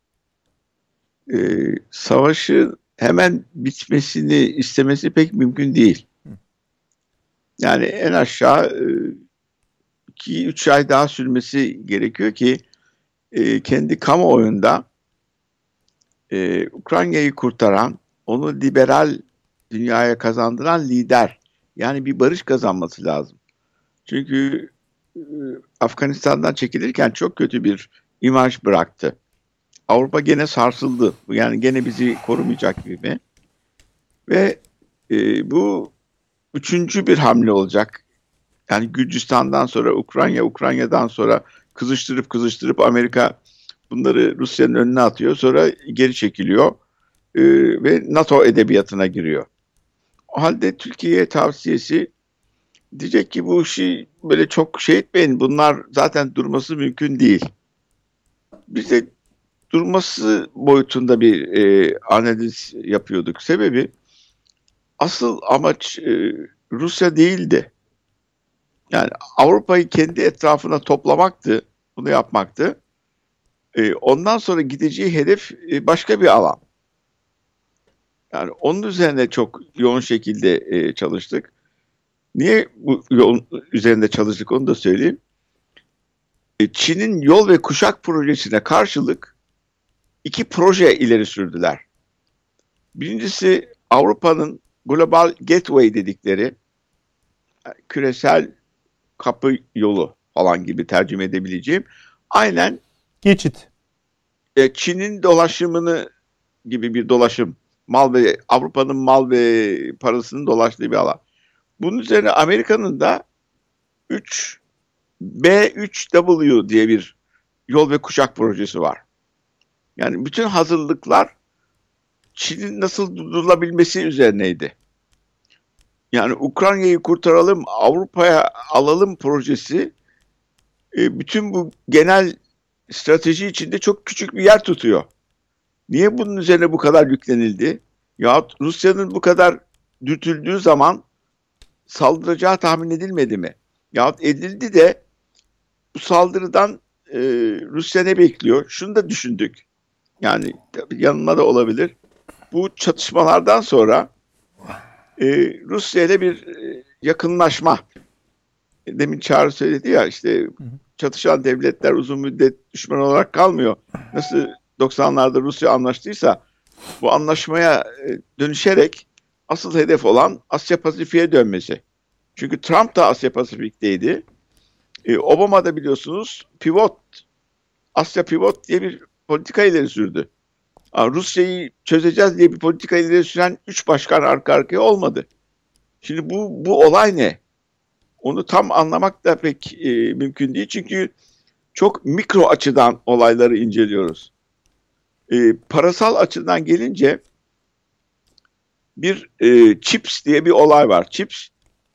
savaşı hemen bitmesini istemesi pek mümkün değil. Yani en aşağı 2-3 ay daha sürmesi gerekiyor ki kendi kamuoyunda Ukrayna'yı kurtaran, onu liberal dünyaya kazandıran lider, yani bir barış kazanması lazım. Çünkü Afganistan'dan çekilirken çok kötü bir imaj bıraktı. Avrupa gene sarsıldı. Yani gene bizi korumayacak gibi. Ve bu üçüncü bir hamle olacak. Yani Gürcistan'dan sonra Ukrayna, Ukrayna'dan sonra kızıştırıp Amerika bunları Rusya'nın önüne atıyor. Sonra geri çekiliyor ve NATO edebiyatına giriyor. O halde Türkiye'ye tavsiyesi, diyecek ki bu işi böyle çok şey etmeyin. Bunlar zaten durması mümkün değil. Biz de durması boyutunda bir analiz yapıyorduk. Sebebi, asıl amaç Rusya değildi. Yani Avrupa'yı kendi etrafına toplamaktı, bunu yapmaktı. Ondan sonra gideceği hedef başka bir alan. Yani onun üzerine çok yoğun şekilde çalıştık. Niye bu yol üzerinde çalıştık onu da söyleyeyim. Çin'in yol ve kuşak projesine karşılık 2 proje ileri sürdüler. Birincisi Avrupa'nın Global Gateway dedikleri, küresel kapı yolu falan gibi tercüme edebileceğim. Aynen geçit. Çin'in dolaşımını gibi bir dolaşım. Avrupa'nın mal ve parasının dolaştığı bir alan. Bunun üzerine Amerika'nın da 3B3W diye bir yol ve kuşak projesi var. Yani bütün hazırlıklar Çin'in nasıl durdurulabilmesi üzerineydi. Yani Ukrayna'yı kurtaralım, Avrupa'ya alalım projesi bütün bu genel strateji içinde çok küçük bir yer tutuyor. Niye bunun üzerine bu kadar yüklenildi? Yahut Rusya'nın bu kadar dürtüldüğü zaman saldıracağı tahmin edilmedi mi? Yahut edildi de bu saldırıdan Rusya ne bekliyor? Şunu da düşündük. Yani yanılma da olabilir. Bu çatışmalardan sonra Rusya ile bir yakınlaşma. Demin Çağrı söyledi ya, işte çatışan devletler uzun müddet düşman olarak kalmıyor. Nasıl 90'larda Rusya anlaştıysa bu anlaşmaya dönüşerek asıl hedef olan Asya Pasifik'e dönmesi. Çünkü Trump da Asya Pasifik'teydi. Obama da biliyorsunuz Asya Pivot diye bir politika ileri sürdü. Rusya'yı çözeceğiz diye bir politika ileri süren 3 başkan arka arkaya olmadı. Şimdi bu olay ne? Onu tam anlamak da pek mümkün değil. Çünkü çok mikro açıdan olayları inceliyoruz. Parasal açıdan gelince bir CHIPS diye bir olay var. CHIPS,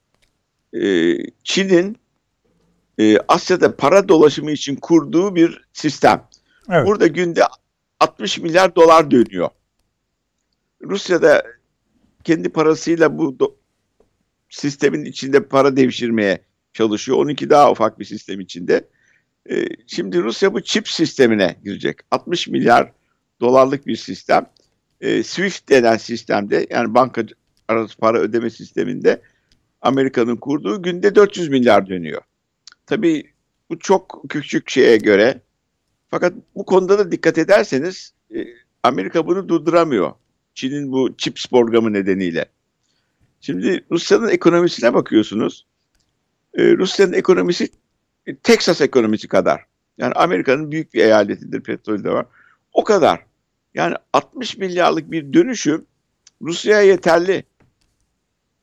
Çin'in Asya'da para dolaşımı için kurduğu bir sistem. Evet. Burada günde 60 milyar dolar dönüyor. Rusya da kendi parasıyla bu sistemin içinde para devşirmeye çalışıyor. 12 daha ufak bir sistem içinde. Şimdi Rusya bu çip sistemine girecek. 60 milyar dolarlık bir sistem. SWIFT denen sistemde, yani banka arası para ödeme sisteminde Amerika'nın kurduğu günde 400 milyar dönüyor. Tabii bu çok küçük şeye göre. Fakat bu konuda da dikkat ederseniz Amerika bunu durduramıyor. Çin'in bu CHIPS programı nedeniyle. Şimdi Rusya'nın ekonomisine bakıyorsunuz. Rusya'nın ekonomisi Texas ekonomisi kadar. Yani Amerika'nın büyük bir eyaletidir, petrolü de var. O kadar. Yani 60 milyarlık bir dönüşüm Rusya'ya yeterli.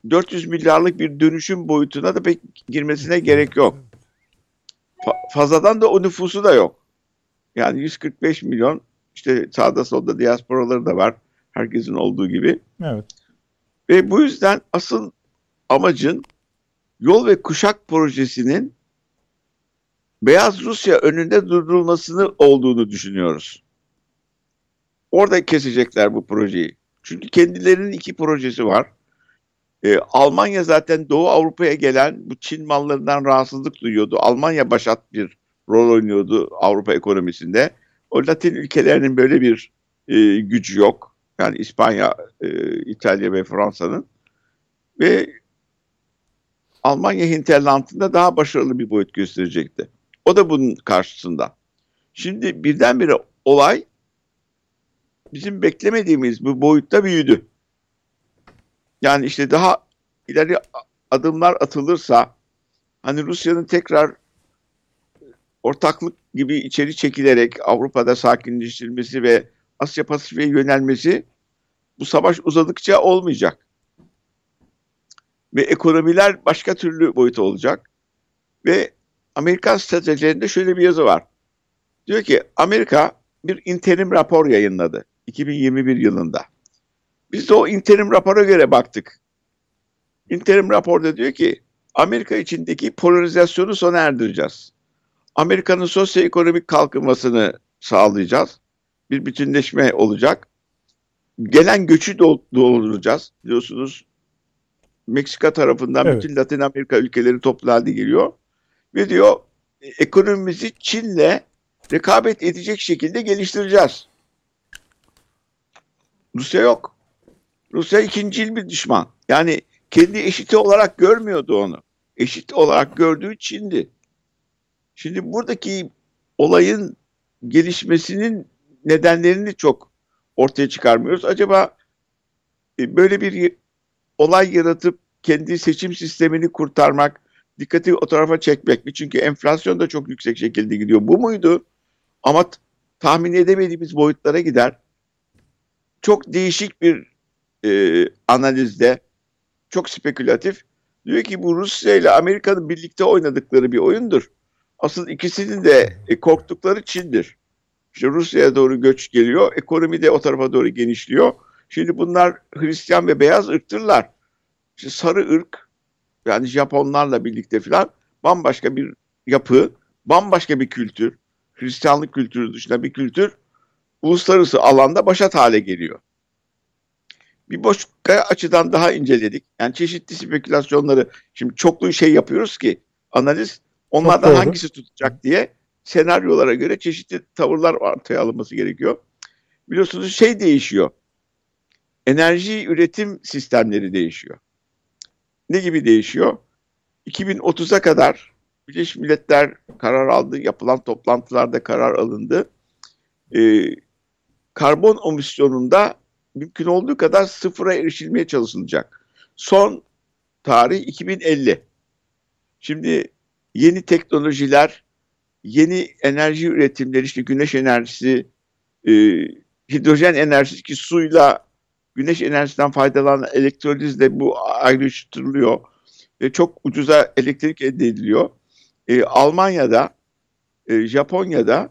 400 milyarlık bir dönüşüm boyutuna da pek girmesine gerek yok. Fazladan da o nüfusu da yok. Yani 145 milyon, işte sağda solda diasporaları da var. Herkesin olduğu gibi. Evet. Ve bu yüzden asıl amacın Yol ve Kuşak projesinin Beyaz Rusya önünde durdurulmasını olduğunu düşünüyoruz. Orada kesecekler bu projeyi. Çünkü kendilerinin 2 projesi var. Almanya zaten Doğu Avrupa'ya gelen bu Çin mallarından rahatsızlık duyuyordu. Almanya başat bir rol oynuyordu Avrupa ekonomisinde. O Latin ülkelerinin böyle bir gücü yok. Yani İspanya, İtalya ve Fransa'nın. Ve Almanya hinterlandında daha başarılı bir boyut gösterecekti. O da bunun karşısında. Şimdi birdenbire olay bizim beklemediğimiz bu boyutta büyüdü. Yani işte daha ileri adımlar atılırsa, hani Rusya'nın tekrar ortaklık gibi içeri çekilerek Avrupa'da sakinleştirilmesi ve Asya Pasifik'e yönelmesi, bu savaş uzadıkça olmayacak. Ve ekonomiler başka türlü boyuta olacak. Ve Amerikan stratejilerinde şöyle bir yazı var. Diyor ki Amerika bir interim rapor yayınladı 2021 yılında. Biz de o interim rapora göre baktık. İnterim raporda diyor ki Amerika içindeki polarizasyonu sona erdireceğiz. Amerika'nın sosyoekonomik kalkınmasını sağlayacağız. Bir bütünleşme olacak. Gelen göçü dolduracağız. Biliyorsunuz Meksika tarafından evet, bütün Latin Amerika ülkeleri toplu halde geliyor. Ve diyor ekonomimizi Çin'le rekabet edecek şekilde geliştireceğiz. Rusya yok. Rusya ikincil bir düşman. Yani kendi eşiti olarak görmüyordu onu. Eşit olarak gördüğü Çin'di. Şimdi buradaki olayın gelişmesinin nedenlerini çok ortaya çıkarmıyoruz. Acaba böyle bir olay yaratıp kendi seçim sistemini kurtarmak, dikkati o tarafa çekmek mi? Çünkü enflasyon da çok yüksek şekilde gidiyor. Bu muydu? Ama tahmin edemediğimiz boyutlara gider. Çok değişik bir analizde, çok spekülatif. Diyor ki bu Rusya ile Amerika'nın birlikte oynadıkları bir oyundur. Asıl ikisinin de korktukları Çin'dir. İşte Rusya'ya doğru göç geliyor, ekonomi de o tarafa doğru genişliyor. Şimdi bunlar Hristiyan ve beyaz ırktırlar. İşte sarı ırk, yani Japonlarla birlikte filan bambaşka bir yapı, bambaşka bir kültür, Hristiyanlık kültürü dışında bir kültür uluslararası alanda başat hale geliyor. Bir başka açıdan daha inceledik. Yani çeşitli spekülasyonları, şimdi çoklu şey yapıyoruz ki analiz, onlardan hangisi tutacak diye senaryolara göre çeşitli tavırlar ortaya alınması gerekiyor. Biliyorsunuz şey değişiyor. Enerji üretim sistemleri değişiyor. Ne gibi değişiyor? 2030'a kadar Birleşmiş Milletler karar aldı. Yapılan toplantılarda karar alındı. Karbon emisyonunda mümkün olduğu kadar sıfıra erişilmeye çalışılacak. Son tarih 2050. Şimdi yeni teknolojiler, yeni enerji üretimleri, işte güneş enerjisi, hidrojen enerjisi, ki suyla güneş enerjisinden faydalanan elektrolizle bu ayrıştırılıyor ve çok ucuza elektrik elde ediliyor. Almanya'da, Japonya'da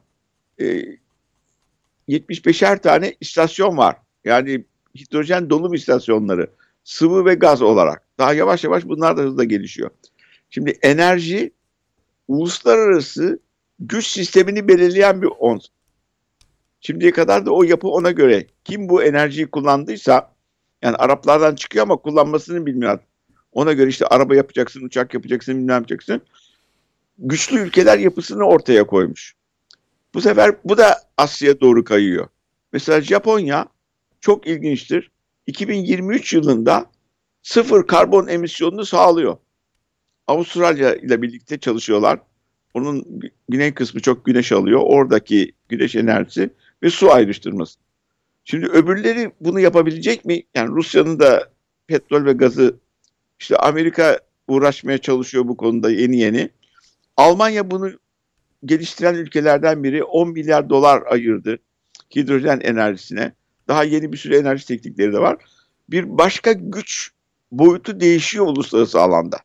75'er tane istasyon var. Yani hidrojen dolum istasyonları, sıvı ve gaz olarak. Daha yavaş yavaş bunlar da hızla gelişiyor. Şimdi enerji uluslararası güç sistemini belirleyen bir unsur. Şimdiye kadar da o yapı ona göre. Kim bu enerjiyi kullandıysa, yani Araplardan çıkıyor ama kullanmasını bilmiyor. Ona göre işte araba yapacaksın, uçak yapacaksın, bilmem yapacaksın. Güçlü ülkeler yapısını ortaya koymuş. Bu sefer bu da Asya'ya doğru kayıyor. Mesela Japonya çok ilginçtir. 2023 yılında sıfır karbon emisyonunu sağlıyor. Avustralya ile birlikte çalışıyorlar. Onun güney kısmı çok güneş alıyor. Oradaki güneş enerjisi ve su ayrıştırması. Şimdi öbürleri bunu yapabilecek mi? Yani Rusya'nın da petrol ve gazı, işte Amerika uğraşmaya çalışıyor bu konuda yeni. Almanya bunu geliştiren ülkelerden biri, 10 milyar dolar ayırdı hidrojen enerjisine. Daha yeni bir sürü enerji teknikleri de var. Bir başka güç boyutu değişiyor uluslararası alanda.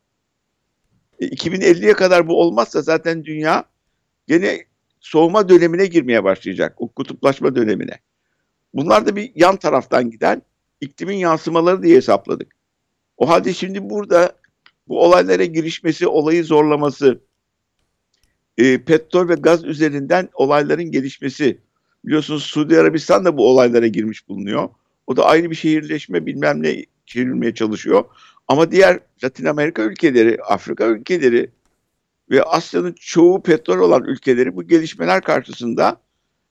2050'ye kadar bu olmazsa zaten dünya gene soğuma dönemine girmeye başlayacak. O kutuplaşma dönemine. Bunlar da bir yan taraftan giden iklimin yansımaları diye hesapladık. O halde şimdi burada bu olaylara girişmesi, olayı zorlaması, petrol ve gaz üzerinden olayların gelişmesi. Biliyorsunuz Suudi Arabistan da bu olaylara girmiş bulunuyor. O da ayrı bir şehirleşme bilmem ne çevirmeye çalışıyor. Ama diğer Latin Amerika ülkeleri, Afrika ülkeleri ve Asya'nın çoğu petrol olan ülkeleri bu gelişmeler karşısında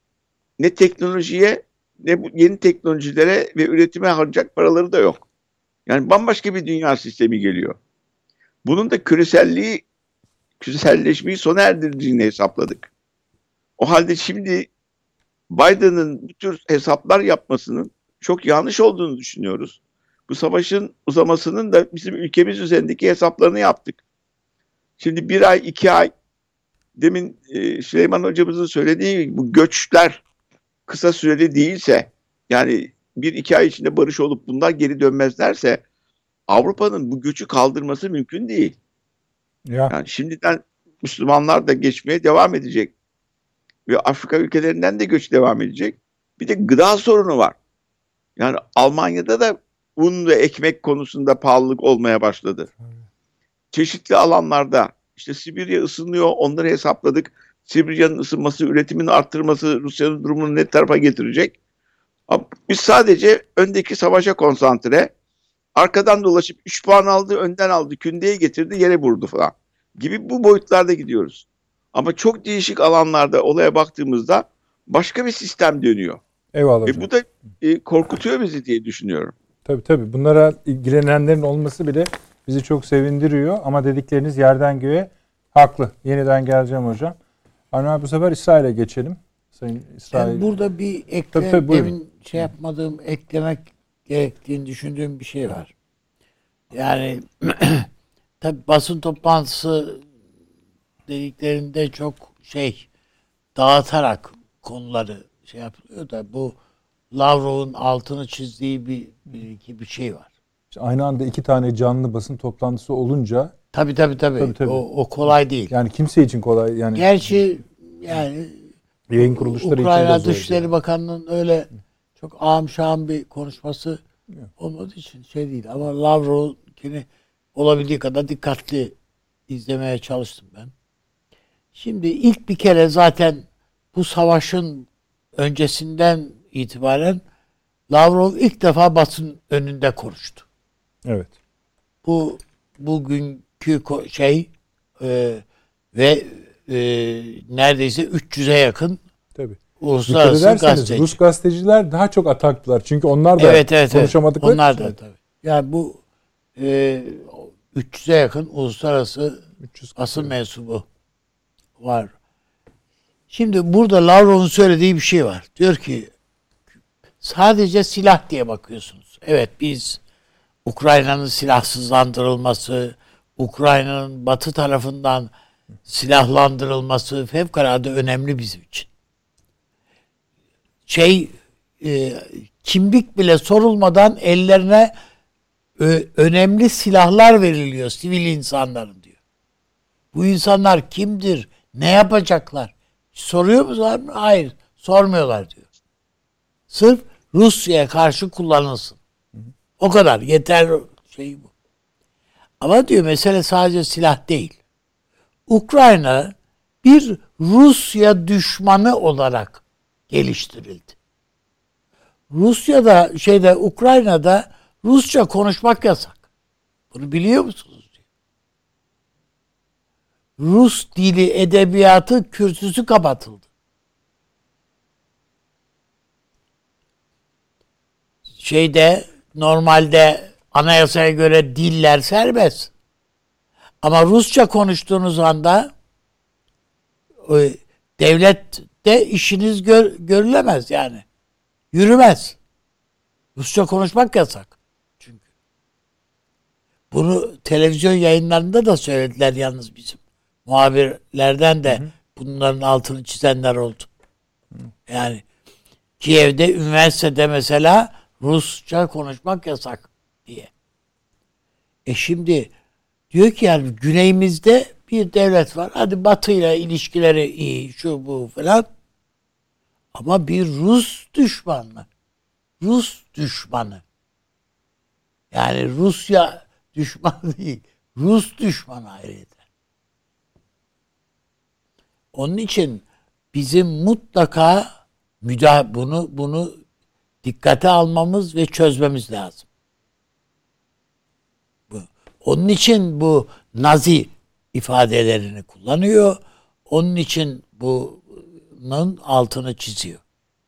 ne teknolojiye ne bu yeni teknolojilere ve üretime harcayacak paraları da yok. Yani bambaşka bir dünya sistemi geliyor. Bunun da küreselleşmeyi sona erdirdiğini hesapladık. O halde şimdi Biden'ın bu tür hesaplar yapmasının çok yanlış olduğunu düşünüyoruz. Bu savaşın uzamasının da bizim ülkemiz üzerindeki hesaplarını yaptık. Şimdi 1 ay, 2 ay, demin Süleyman hocamızın söylediği gibi bu göçler kısa süreli değilse, yani 1-2 ay içinde barış olup bunlar geri dönmezlerse Avrupa'nın bu göçü kaldırması mümkün değil. Ya. Yani şimdiden Müslümanlar da geçmeye devam edecek. Ve Afrika ülkelerinden de göç devam edecek. Bir de gıda sorunu var. Yani Almanya'da da un ve ekmek konusunda pahalılık olmaya başladı. Çeşitli alanlarda işte Sibirya ısınıyor, onları hesapladık. Sibirya'nın ısınması, üretimin arttırması Rusya'nın durumunu ne tarafa getirecek? Ama biz sadece öndeki savaşa konsantre, arkadan dolaşıp 3 puan aldı, önden aldı, kündeye getirdi, yere vurdu falan gibi bu boyutlarda gidiyoruz. Ama çok değişik alanlarda olaya baktığımızda başka bir sistem dönüyor. Eyvallah hocam. Bu da korkutuyor bizi diye düşünüyorum. Tabii. Bunlara ilgilenenlerin olması bile bizi çok sevindiriyor. Ama dedikleriniz yerden göğe haklı. Yeniden geleceğim hocam. Ama bu sefer İsrail'e geçelim. Sayın İsrail. Ben burada bir demin eklemek gerektiğini düşündüğüm bir şey var. Yani tabii basın toplantısı dediklerinde çok dağıtarak konuları yapılıyor da bu Lavrov'un altını çizdiği bir şey var. İşte aynı anda 2 tane canlı basın toplantısı olunca tabii. O kolay değil. Yani kimse için kolay yani. Gerçi yani yayın kuruluşları Ukrayna için de zor. Dışişleri Bakanı'nın öyle çok ağam şahım bir konuşması olmadığı için değil. Ama Lavrov'unkini olabildiği kadar dikkatli izlemeye çalıştım ben. Şimdi ilk bir kere zaten bu savaşın öncesinden itibaren Lavrov ilk defa basın önünde konuştu. Evet. Bu bugünkü ve neredeyse 300'e yakın uluslararası gazeteci. Rus gazeteciler daha çok ataktılar. Çünkü onlar da konuşamadıkları. Onlar da tabii. Yani bu 300'e yakın uluslararası basın mensubu var. Şimdi burada Lavrov'un söylediği bir şey var. Diyor ki sadece silah diye bakıyorsunuz. Evet, biz Ukrayna'nın silahsızlandırılması, Ukrayna'nın batı tarafından silahlandırılması fevkalade önemli bizim için. Kimlik bile sorulmadan ellerine önemli silahlar veriliyor sivil insanların diyor. Bu insanlar kimdir? Ne yapacaklar? Soruyor musunuz? Hayır, sormuyorlar diyor. Sırf Rusya'ya karşı kullanılsın. O kadar. Yeter bu. Ama diyor mesele sadece silah değil. Ukrayna bir Rusya düşmanı olarak geliştirildi. Ukrayna'da Rusça konuşmak yasak. Bunu biliyor musunuz diyor. Rus dili, edebiyatı, kürsüsü kapatıldı. Normalde anayasaya göre diller serbest. Ama Rusça konuştuğunuz anda devlette işiniz görülemez yani. Yürümez. Rusça konuşmak yasak. Çünkü. Bunu televizyon yayınlarında da söylediler yalnız bizim. Muhabirlerden de bunların altını çizenler oldu. Yani Kiev'de üniversitede mesela Rusça konuşmak yasak diye. Şimdi diyor ki yani güneyimizde bir devlet var. Hadi Batı'yla ilişkileri iyi, şu bu falan. Ama bir Rus düşmanı. Rus düşmanı. Yani Rusya düşmanı değil. Rus düşmanı ayrıca. Onun için bizim mutlaka bunu dikkate almamız ve çözmemiz lazım. Onun için bu Nazi ifadelerini kullanıyor. Onun için bunun altını çiziyor.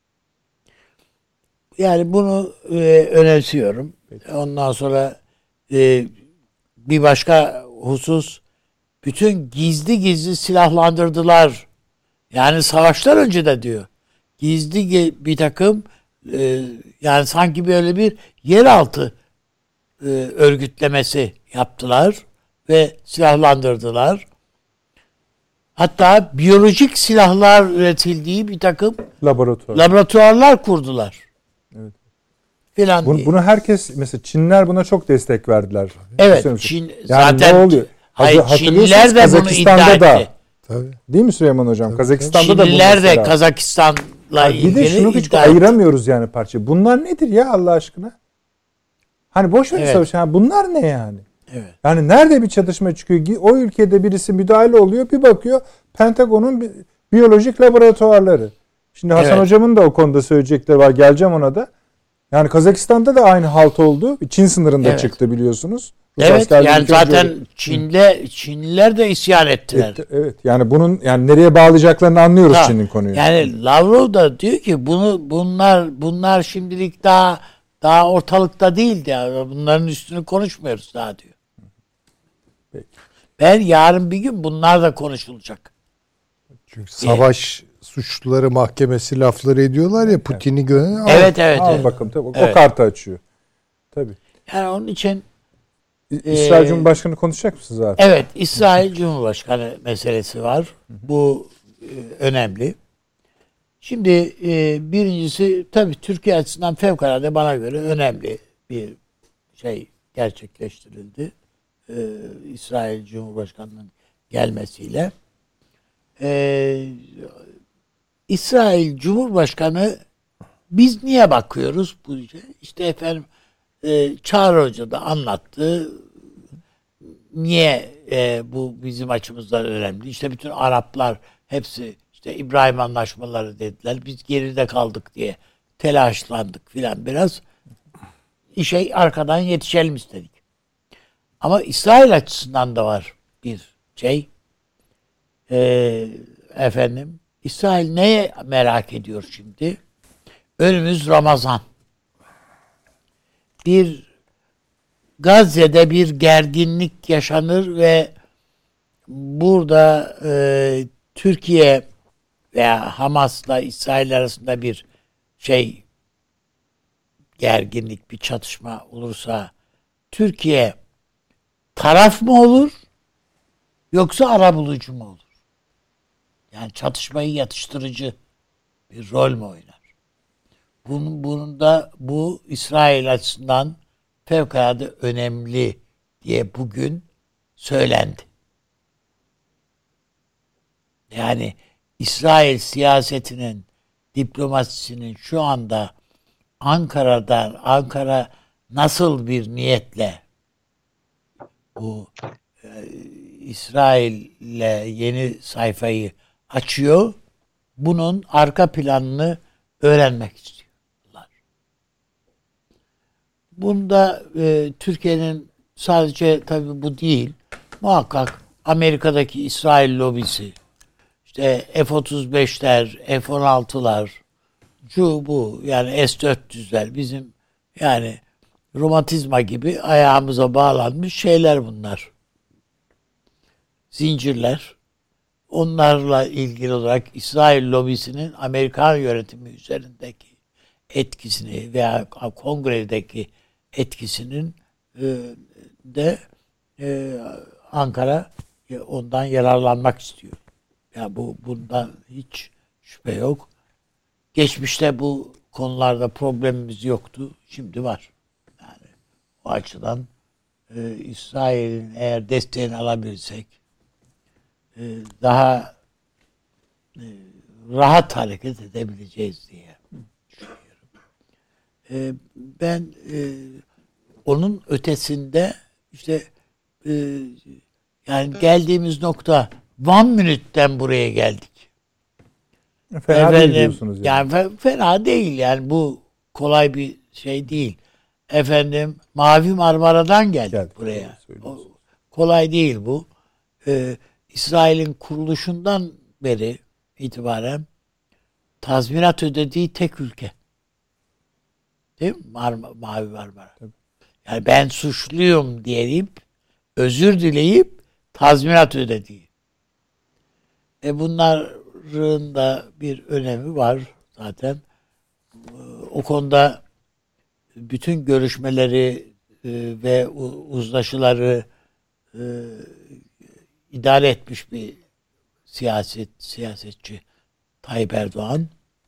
Yani bunu önemsiyorum. Ondan sonra bir başka husus, bütün gizli silahlandırdılar. Yani savaşlar önce de diyor. Gizli bir takım yani sanki böyle bir yeraltı örgütlemesi yaptılar ve silahlandırdılar. Hatta biyolojik silahlar üretildiği bir takım laboratuvarlar kurdular. Evet. Filan bunu herkes, mesela Çinliler buna çok destek verdiler. Evet, Çin yani zaten ne oluyor? Çinliler de bunu iddia etti. Tabii. Değil mi Süleyman Hocam? Tabii. Kazakistan'da da bu Çinliler de mesela. Kazakistan'la ilgili bir de şunu hiç iddia ayıramıyoruz yani parçayı. Bunlar nedir ya Allah aşkına? Hani boş ver savaşı. Yani bunlar ne yani? Evet. Yani nerede bir çatışma çıkıyor? O ülkede birisi müdahale oluyor. Bir bakıyor Pentagon'un biyolojik laboratuvarları. Şimdi Hasan Hocam'ın da o konuda söyleyecekleri var. Geleceğim ona da. Yani Kazakistan'da da aynı halt oldu. Çin sınırında çıktı biliyorsunuz. Evet, yani zaten Çinliler de isyan ettiler. Evet. Yani bunun nereye bağlayacaklarını anlıyoruz Çin'in konuyu. Yani Lavrov da diyor ki bunlar şimdilik daha ortalıkta değil diyor. Bunların üstünü konuşmuyoruz daha diyor. Peki. Ben yarın bir gün bunlar da konuşulacak. Çünkü savaş suçluları mahkemesi lafları ediyorlar ya, Putin'i gören. Evet. Al bakalım tabii. O kartı açıyor. Tabii. Yani onun için İsrail Cumhurbaşkanı konuşacak mısınız zaten? evet, İsrail Cumhurbaşkanı meselesi var. Bu önemli. Şimdi birincisi tabii Türkiye açısından fevkalade bana göre önemli bir şey gerçekleştirildi. İsrail Cumhurbaşkanı'nın gelmesiyle. İsrail Cumhurbaşkanı, biz niye bakıyoruz bu işe? İşte efendim Çağrı Hoca da anlattı. Niye bu bizim açımızdan önemli? İşte bütün Araplar hepsi işte İbrahim Anlaşmaları dediler. Biz geride kaldık diye telaşlandık filan biraz. İşe arkadan yetişelim istedik. Ama İsrail açısından da var bir şey. İsrail neye merak ediyor şimdi? Önümüz Ramazan. Gazze'de bir gerginlik yaşanır ve burada Türkiye veya Hamas'la İsrail arasında bir gerginlik, bir çatışma olursa Türkiye taraf mı olur yoksa arabulucu mu olur? Yani çatışmayı yatıştırıcı bir rol mü oynar? Bunun da bu İsrail açısından fevkalade önemli diye bugün söylendi. Yani İsrail siyasetinin, diplomasisinin şu anda Ankara nasıl bir niyetle bu İsrail'le yeni sayfayı açıyor, bunun arka planını öğrenmek istiyorlar. Bunda Türkiye'nin sadece tabii bu değil, muhakkak Amerika'daki İsrail lobisi, işte F-35'ler, F-16'lar, bu yani S-400'ler bizim yani romatizma gibi ayağımıza bağlanmış şeyler bunlar. Zincirler. Onlarla ilgili olarak İsrail lobisinin Amerikan yönetimi üzerindeki etkisini veya kongredeki etkisinin de Ankara ondan yararlanmak istiyor. Ya bundan hiç şüphe yok. Geçmişte bu konularda problemimiz yoktu. Şimdi var. Yani o açıdan İsrail'in eğer desteğini alabilirsek daha rahat hareket edebileceğiz diye düşünüyorum. Ben onun ötesinde işte yani geldiğimiz nokta one minute'ten buraya geldik. Fena değil diyorsunuz yani. Yani fena değil yani, bu kolay bir şey değil. Efendim Mavi Marmara'dan geldik buraya. Kolay değil bu. İsrail'in kuruluşundan beri itibaren tazminat ödediği tek ülke. Değil mi? Mavi Marmara. Tabii. Yani ben suçluyum diyeyim, özür dileyip tazminat ödediği. Bunların da bir önemi var zaten. O konuda bütün görüşmeleri ve uzlaşıları idare etmiş bir siyasetçi Tayyip Erdoğan.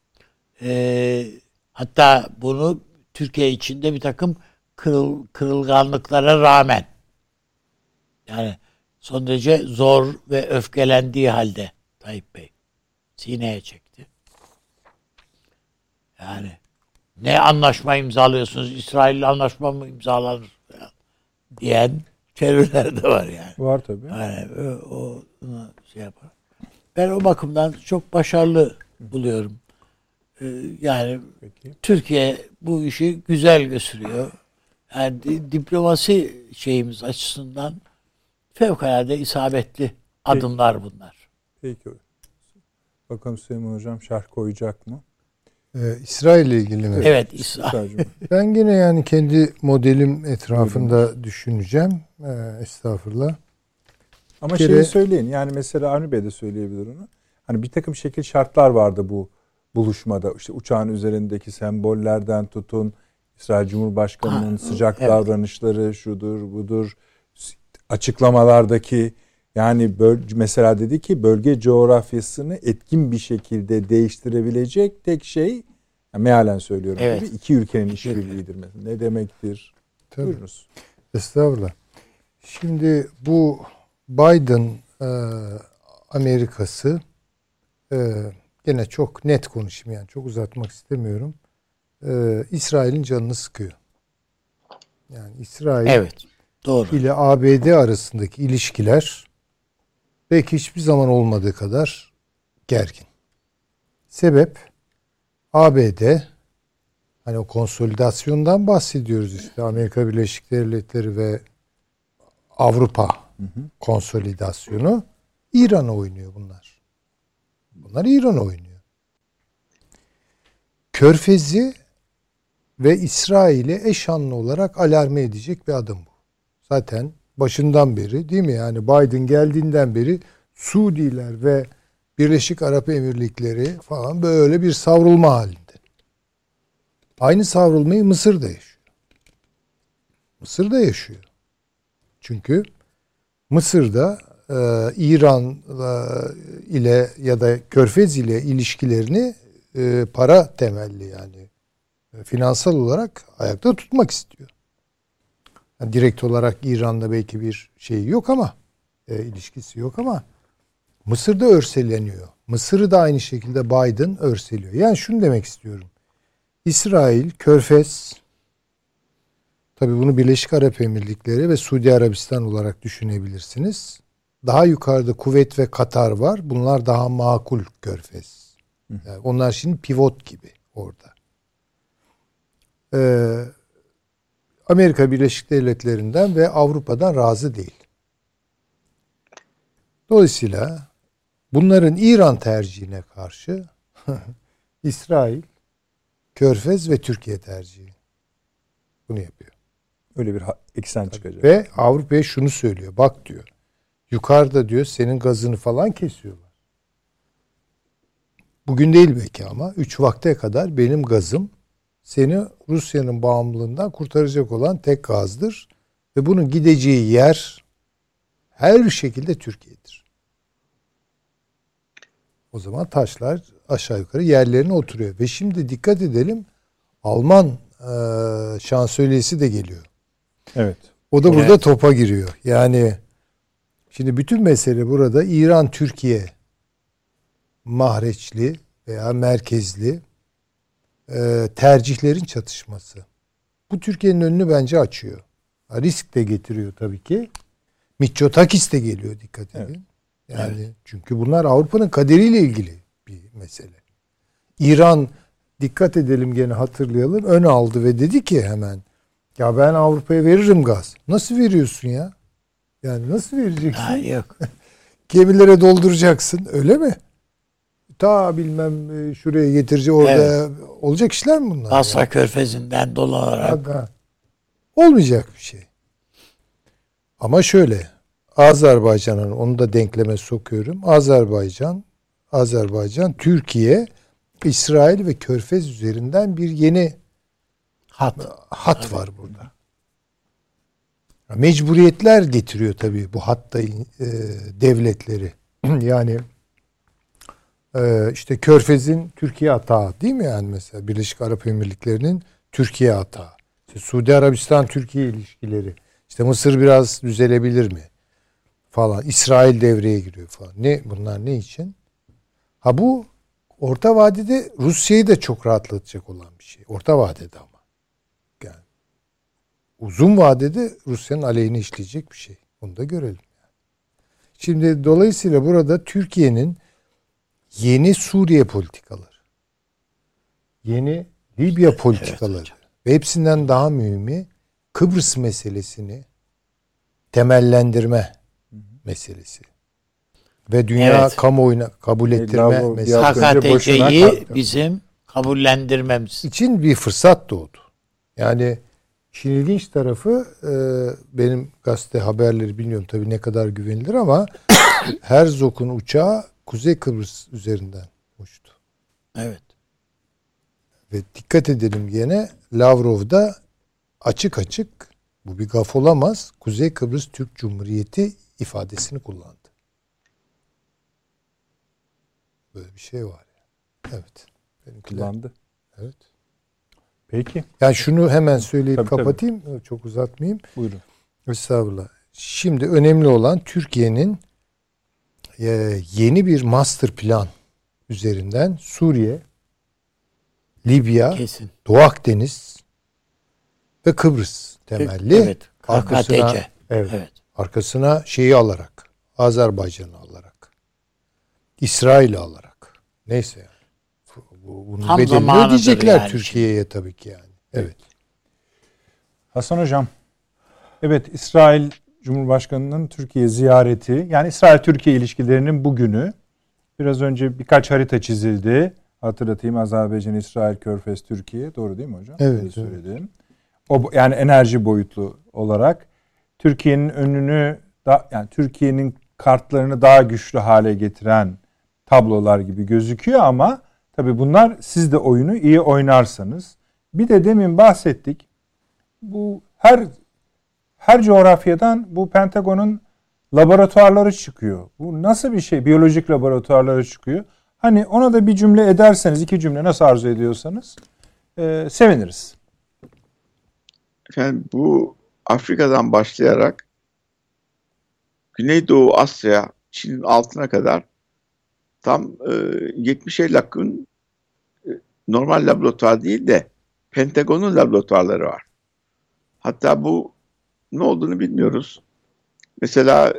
Hatta bunu Türkiye içinde bir takım kırılganlıklara rağmen, yani son derece zor ve öfkelendiği halde Tayyip Bey sineye çekti. Yani ne anlaşma imzalıyorsunuz? İsrail'le anlaşma mı imzalanır diyen çevreler de var yani. Var tabii. Yani o şey yapar. Ben o bakımdan çok başarılı buluyorum. Yani peki, Türkiye bu işi güzel götürüyor. Yani diplomasi şeyimiz açısından fevkalade isabetli adımlar bunlar. Peki. Bakalım Süleyman Hocam şerh koyacak mı? İsrail ile ilgili mi? Evet, İsrail. Ben yine yani kendi modelim etrafında düşüneceğim. Estağfurullah. Ama şeyi söyleyin. Yani mesela Avni Bey de söyleyebilir onu. Hani bir takım şekil şartlar vardı bu buluşmada. İşte uçağın üzerindeki sembollerden tutun, İsrail Cumhurbaşkanı'nın sıcak davranışları, şudur budur, açıklamalardaki, yani mesela dedi ki bölge coğrafyasını etkin bir şekilde değiştirebilecek tek şey, yani mealen söylüyorum, tabii, iki ülkenin işbirliğidir mesela. Ne demektir? Tabii. Buyurunuz. Estağfurullah. Şimdi bu Biden Amerikası, gene çok net konuşayım, yani çok uzatmak istemiyorum. İsrail'in canını sıkıyor. Yani İsrail doğru, ile ABD arasındaki ilişkiler belki hiçbir zaman olmadığı kadar gergin. Sebep, ABD, hani o konsolidasyondan bahsediyoruz işte, Amerika Birleşik Devletleri ve Avrupa konsolidasyonu, İran'a oynuyor bunlar. Bunlar İran'a oynuyor. Körfez'i ve İsrail'e eş anlı olarak alarme edecek bir adım bu. Zaten başından beri, değil mi? Yani Biden geldiğinden beri Suudiler ve Birleşik Arap Emirlikleri falan böyle bir savrulma halinde. Aynı savrulmayı Mısır da yaşıyor. Mısır da yaşıyor. Çünkü Mısır'da İran ile ya da Körfez ile ilişkilerini para temelli, yani finansal olarak ayakta tutmak istiyor. Yani direkt olarak İran'la belki bir şey yok ama ilişkisi yok ama Mısır'da örseleniyor. Mısır'ı da aynı şekilde Biden örseliyor. Yani şunu demek istiyorum. İsrail, Körfez, tabii bunu Birleşik Arap Emirlikleri ve Suudi Arabistan olarak düşünebilirsiniz. Daha yukarıda Kuveyt ve Katar var. Bunlar daha makul Körfez. Yani onlar şimdi pivot gibi orada. Amerika Birleşik Devletleri'nden ve Avrupa'dan razı değil. Dolayısıyla bunların İran tercihine karşı İsrail, Körfez ve Türkiye tercihi bunu yapıyor. Öyle bir eksen çıkacak. Ve Avrupa'ya şunu söylüyor. Bak diyor, yukarıda diyor senin gazını falan kesiyorlar. Bugün değil belki ama 3 vakte kadar benim gazım seni Rusya'nın bağımlılığından kurtaracak olan tek gazdır. Ve bunun gideceği yer her şekilde Türkiye'dir. O zaman taşlar aşağı yukarı yerlerine oturuyor. Ve şimdi dikkat edelim, Alman şansölyesi de geliyor. Evet. O da burada topa giriyor. Yani şimdi bütün mesele burada İran-Türkiye mahreçli veya merkezli tercihlerin çatışması. Bu Türkiye'nin önünü bence açıyor. Risk de getiriyor tabii ki. Mitsotakis de geliyor, dikkat edin. Yani çünkü bunlar Avrupa'nın kaderiyle ilgili bir mesele. İran, dikkat edelim, gene hatırlayalım, ön aldı ve dedi ki hemen, ya ben Avrupa'ya veririm gaz. Nasıl veriyorsun ya? Yani nasıl vereceksin? Ha, yok. Gemilere dolduracaksın, öyle mi? Ta bilmem şuraya getirici, orada olacak işler mi bunlar? Basra yani Körfezi'nden dolanarak. Olmayacak bir şey. Ama şöyle, Azerbaycan'ın, onu da denkleme sokuyorum. Azerbaycan, Türkiye, İsrail ve Körfez üzerinden bir yeni hat var burada. Mecburiyetler getiriyor tabii bu hatta devletleri. Yani işte Körfez'in Türkiye atağı değil mi, yani mesela Birleşik Arap Emirlikleri'nin Türkiye atağı. İşte Suudi Arabistan-Türkiye ilişkileri. İşte Mısır biraz düzelebilir mi? Falan. İsrail devreye giriyor falan. Bunlar ne için? Ha, bu orta vadede Rusya'yı da çok rahatlatacak olan bir şey. Orta vadede ama. Yani uzun vadede Rusya'nın aleyhine işleyecek bir şey. Bunu da görelim. Şimdi dolayısıyla burada Türkiye'nin yeni Suriye politikaları, yeni Libya politikaları ve hepsinden daha mühimi Kıbrıs meselesini temellendirme meselesi ve dünya kamuoyuna kabul ettirme meselesi. KKTC'yi bizim kabullendirmemiz için bir fırsat doğdu. Yani işin ilginç tarafı, benim gazete haberleri bilmiyorum tabii ne kadar güvenilir ama Herzog'un uçağı Kuzey Kıbrıs üzerinden uçtu. Evet. Ve dikkat edelim, yine Lavrov da açık bu bir gaf olamaz, Kuzey Kıbrıs Türk Cumhuriyeti ifadesini kullandı. Böyle bir şey var yani. Evet. Kullandı. Evet. Peki. Yani şunu hemen söyleyip tabii, kapatayım. Tabii. Çok uzatmayayım. Buyurun. Estağfurullah. Şimdi önemli olan Türkiye'nin yeni bir master plan üzerinden Suriye, Libya, Doğu Akdeniz ve Kıbrıs temelli. Evet. KKTC. Arkasına şeyi alarak, Azerbaycan'ı alarak, İsrail'i alarak. Neyse yani. Bunun bedelini ödeyecekler yani Türkiye'ye tabii ki yani. Evet. Hasan Hocam. Evet, İsrail Cumhurbaşkanı'nın Türkiye ziyareti, yani İsrail-Türkiye ilişkilerinin bugünü, biraz önce birkaç harita çizildi. Hatırlatayım, Azerbaycan, İsrail, Körfez, Türkiye. Doğru değil mi hocam? Evet. Söyledim. O, yani enerji boyutlu olarak Türkiye'nin önünü, yani Türkiye'nin kartlarını daha güçlü hale getiren tablolar gibi gözüküyor ama tabii bunlar, siz de oyunu iyi oynarsanız. Bir de demin bahsettik. Bu her coğrafyadan bu Pentagon'un laboratuvarları çıkıyor. Bu nasıl bir şey? Biyolojik laboratuvarları çıkıyor. Hani ona da bir cümle ederseniz, 2 cümle nasıl arzu ediyorsanız seviniriz. Yani bu Afrika'dan başlayarak Güneydoğu Asya, Çin'in altına kadar tam 70'e yakın normal laboratuvar değil de Pentagon'un laboratuvarları var. Hatta bu ne olduğunu bilmiyoruz. Mesela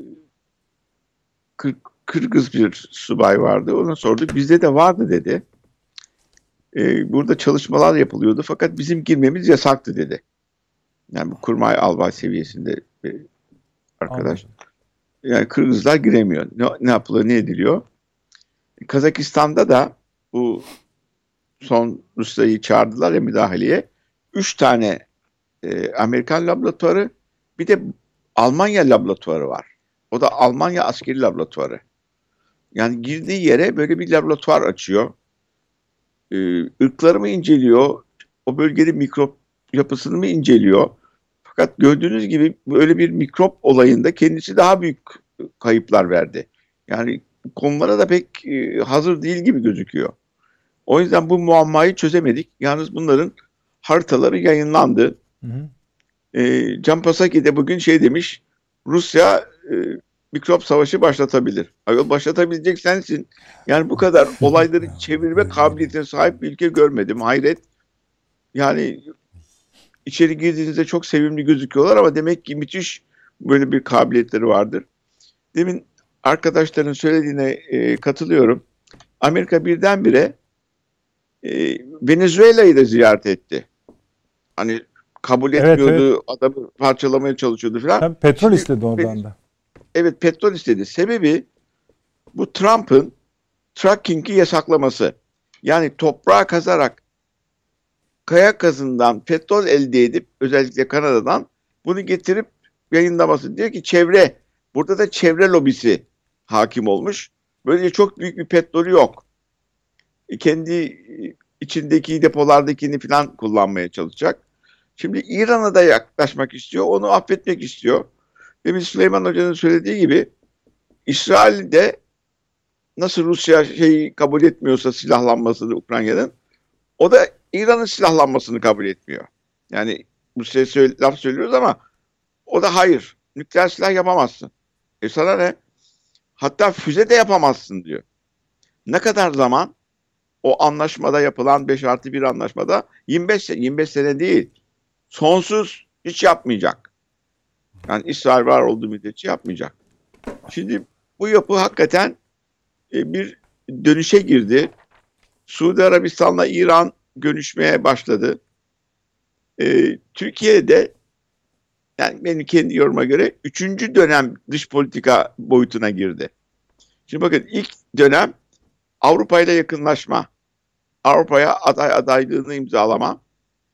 Kırgız bir subay vardı. Ona sorduk. Bizde de vardı dedi. Burada çalışmalar yapılıyordu. Fakat bizim girmemiz yasaktı dedi. Yani bu kurmay albay seviyesinde bir arkadaş. Anladım. Yani Kırgızlar giremiyor. Ne yapılıyor, ne ediliyor? Kazakistan'da da bu son Rusya'yı çağırdılar ya müdahaleye. 3 tane Amerikan laboratuvarı, bir de Almanya laboratuvarı var. O da Almanya askeri laboratuvarı. Yani girdiği yere böyle bir laboratuvar açıyor. Irkları mı inceliyor? O bölgenin mikrop yapısını mı inceliyor? Fakat gördüğünüz gibi böyle bir mikrop olayında kendisi daha büyük kayıplar verdi. Yani konulara da pek hazır değil gibi gözüküyor. O yüzden bu muammayı çözemedik. Yalnız bunların haritaları yayınlandı. Can Psaki de bugün şey demiş, Rusya mikrop savaşı başlatabilir. Ayol, başlatabilecek sensin. Yani bu kadar olayları çevirme kabiliyetine sahip bir ülke görmedim. Hayret. Yani içeri girdiğinizde çok sevimli gözüküyorlar ama demek ki müthiş böyle bir kabiliyetleri vardır. Demin arkadaşların söylediğine katılıyorum. Amerika birdenbire Venezuela'yı da ziyaret etti. Hani kabul etmiyordu, evet. Adamı parçalamaya çalışıyordu falan. Tabii petrol şimdi, istedi oradan da. Evet, petrol istedi. Sebebi bu Trump'ın fracking'i yasaklaması. Yani toprağa kazarak kaya gazından petrol elde edip özellikle Kanada'dan bunu getirip yayınlaması. Diyor ki çevre, burada da çevre lobisi hakim olmuş. Böylece çok büyük bir petrolü yok. Kendi içindeki depolardakini falan kullanmaya çalışacak. Şimdi İran'a da yaklaşmak istiyor. Onu affetmek istiyor. Demin Süleyman Hoca'nın söylediği gibi İsrail'de nasıl Rusya şeyi kabul etmiyorsa silahlanmasını Ukrayna'nın, o da İran'ın silahlanmasını kabul etmiyor. Yani Rusya'ya laf söylüyoruz ama o da hayır. Nükleer silah yapamazsın. Sana ne? Hatta füze de yapamazsın diyor. Ne kadar zaman? O anlaşmada yapılan 5+1 anlaşmada 25 sene değil. Sonsuz hiç yapmayacak. Yani İsrail var olduğu müddetçe yapmayacak. Şimdi bu yapı hakikaten bir dönüşe girdi. Suudi Arabistan'la İran görüşmeye başladı. Türkiye'de, yani benim kendi yoruma göre 3. dönem dış politika boyutuna girdi. Şimdi bakın, ilk dönem Avrupa ile yakınlaşma, Avrupa'ya adaylığını imzalama.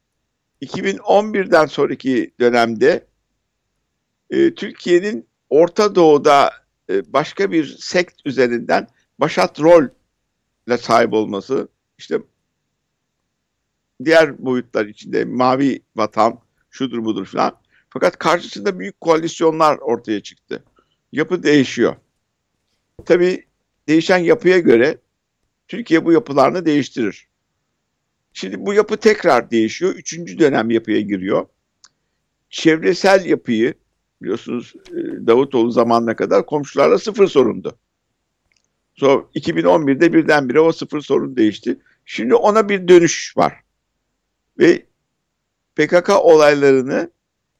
2011'den sonraki dönemde Türkiye'nin Orta Doğu'da başka bir sekt üzerinden başat rol ile sahip olması, işte diğer boyutlar içinde mavi vatan, şudur budur falan. Fakat karşısında büyük koalisyonlar ortaya çıktı. Yapı değişiyor. Tabii değişen yapıya göre Türkiye bu yapılarını değiştirir. Şimdi bu yapı tekrar değişiyor. 3. dönem yapıya giriyor. Çevresel yapıyı biliyorsunuz, Davutoğlu zamanına kadar komşularla sıfır sorundu. Sonra 2011'de birdenbire o sıfır sorun değişti. Şimdi ona bir dönüş var. Ve PKK olaylarını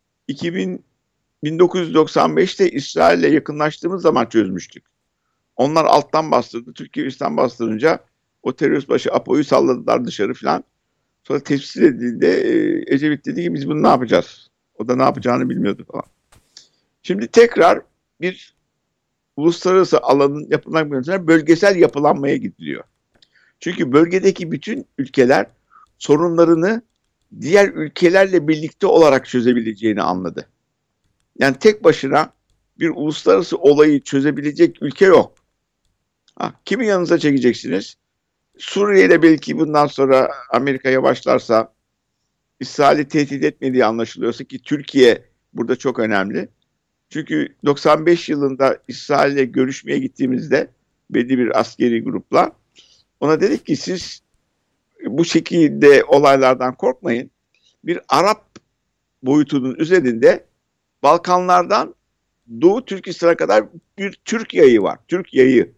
1995'te İsrail'le yakınlaştığımız zaman çözmüştük. Onlar alttan bastırdı. Türkiye üstten bastırınca o terörist başı Apo'yu salladılar dışarı falan. Sonra tefsir edildiğinde Ecevit dedi ki biz bunu ne yapacağız? O da ne yapacağını bilmiyordu falan. Şimdi tekrar bir uluslararası alanın yapılanmasına, bölgesel yapılanmaya gidiliyor. Çünkü bölgedeki bütün ülkeler sorunlarını diğer ülkelerle birlikte olarak çözebileceğini anladı. Yani tek başına bir uluslararası olayı çözebilecek ülke yok. Kimi yanınıza çekeceksiniz? Suriye'yle belki bundan sonra Amerika'ya başlarsa, İsrail'i tehdit etmediği anlaşılıyorsa, ki Türkiye burada çok önemli. Çünkü 95 yılında İsrail'le görüşmeye gittiğimizde belli bir askeri grupla ona dedik ki siz bu şekilde olaylardan korkmayın. Bir Arap boyutunun üzerinde Balkanlardan Doğu Türkistan'a kadar bir Türk yayı var. Türk yayı.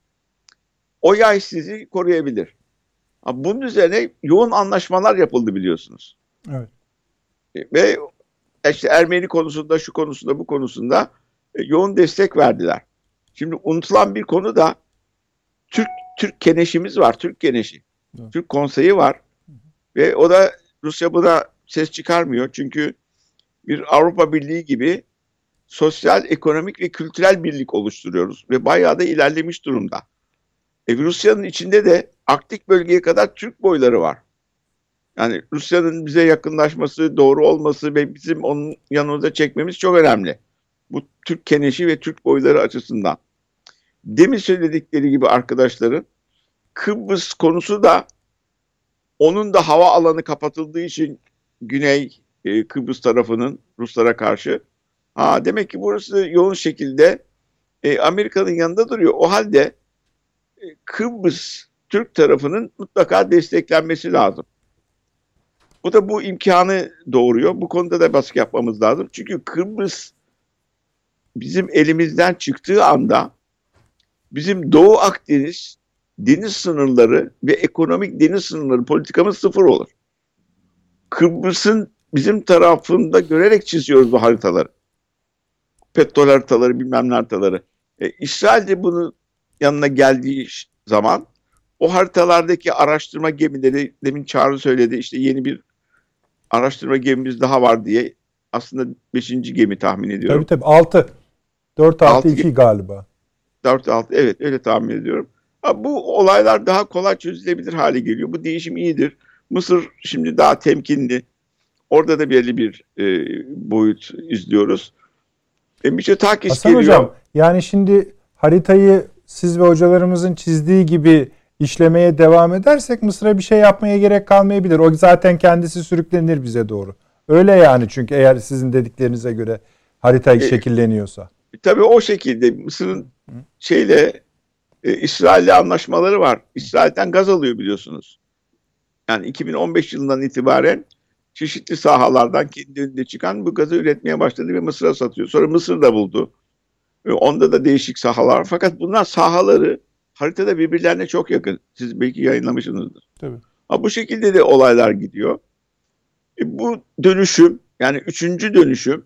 O yay sizi koruyabilir. Bunun üzerine yoğun anlaşmalar yapıldı biliyorsunuz. Evet. Ve işte Ermeni konusunda, şu konusunda, bu konusunda yoğun destek verdiler. Şimdi unutulan bir konu da Türk Keneşimiz var. Türk Keneşi. Evet. Türk Konseyi var. Ve o da, Rusya buna ses çıkarmıyor. Çünkü bir Avrupa Birliği gibi sosyal, ekonomik ve kültürel birlik oluşturuyoruz. Ve bayağı da ilerlemiş durumda. Rusya'nın içinde de Arktik bölgeye kadar Türk boyları var. Yani Rusya'nın bize yakınlaşması, doğru olması ve bizim onun yanımıza çekmemiz çok önemli. Bu Türk Keneşi ve Türk boyları açısından. Demin söyledikleri gibi arkadaşların, Kıbrıs konusu da, onun da hava alanı kapatıldığı için Güney Kıbrıs tarafının Ruslara karşı. Demek ki burası yoğun şekilde Amerika'nın yanında duruyor. O halde Kıbrıs Türk tarafının mutlaka desteklenmesi lazım. O da bu imkanı doğuruyor. Bu konuda da baskı yapmamız lazım. Çünkü Kıbrıs bizim elimizden çıktığı anda bizim Doğu Akdeniz deniz sınırları ve ekonomik deniz sınırları politikamız sıfır olur. Kıbrıs'ın bizim tarafında görerek çiziyoruz bu haritaları. Petrol haritaları, bilmem ne haritaları. İsrail de bunun yanına geldiği zaman o haritalardaki araştırma gemileri, demin Çağrı söyledi, işte yeni bir araştırma gemimiz daha var diye, aslında 5. gemi tahmin ediyorum. Tabii 6. 4-6-2 galiba. 4-6, evet, öyle tahmin ediyorum. Bu olaylar daha kolay çözülebilir hale geliyor. Bu değişim iyidir. Mısır şimdi daha temkinli. Orada da belli bir boyut izliyoruz. Mitsotakis Hasan geliyor. Hocam, yani şimdi haritayı siz ve hocalarımızın çizdiği gibi işlemeye devam edersek Mısır'a bir şey yapmaya gerek kalmayabilir. O zaten kendisi sürüklenir bize doğru. Öyle yani, çünkü eğer sizin dediklerinize göre harita şekilleniyorsa. Tabii o şekilde Mısır'ın İsrail'le anlaşmaları var. İsrail'den gaz alıyor biliyorsunuz. Yani 2015 yılından itibaren çeşitli sahalardan kendi önünde çıkan bu gazı üretmeye başladı ve Mısır'a satıyor. Sonra Mısır da buldu. Onda da değişik sahalar. Fakat bunlar sahaları haritada birbirlerine çok yakın. Siz belki yayınlamışsınızdır. Tabii. Bu şekilde de olaylar gidiyor. Bu dönüşüm, yani 3. dönüşüm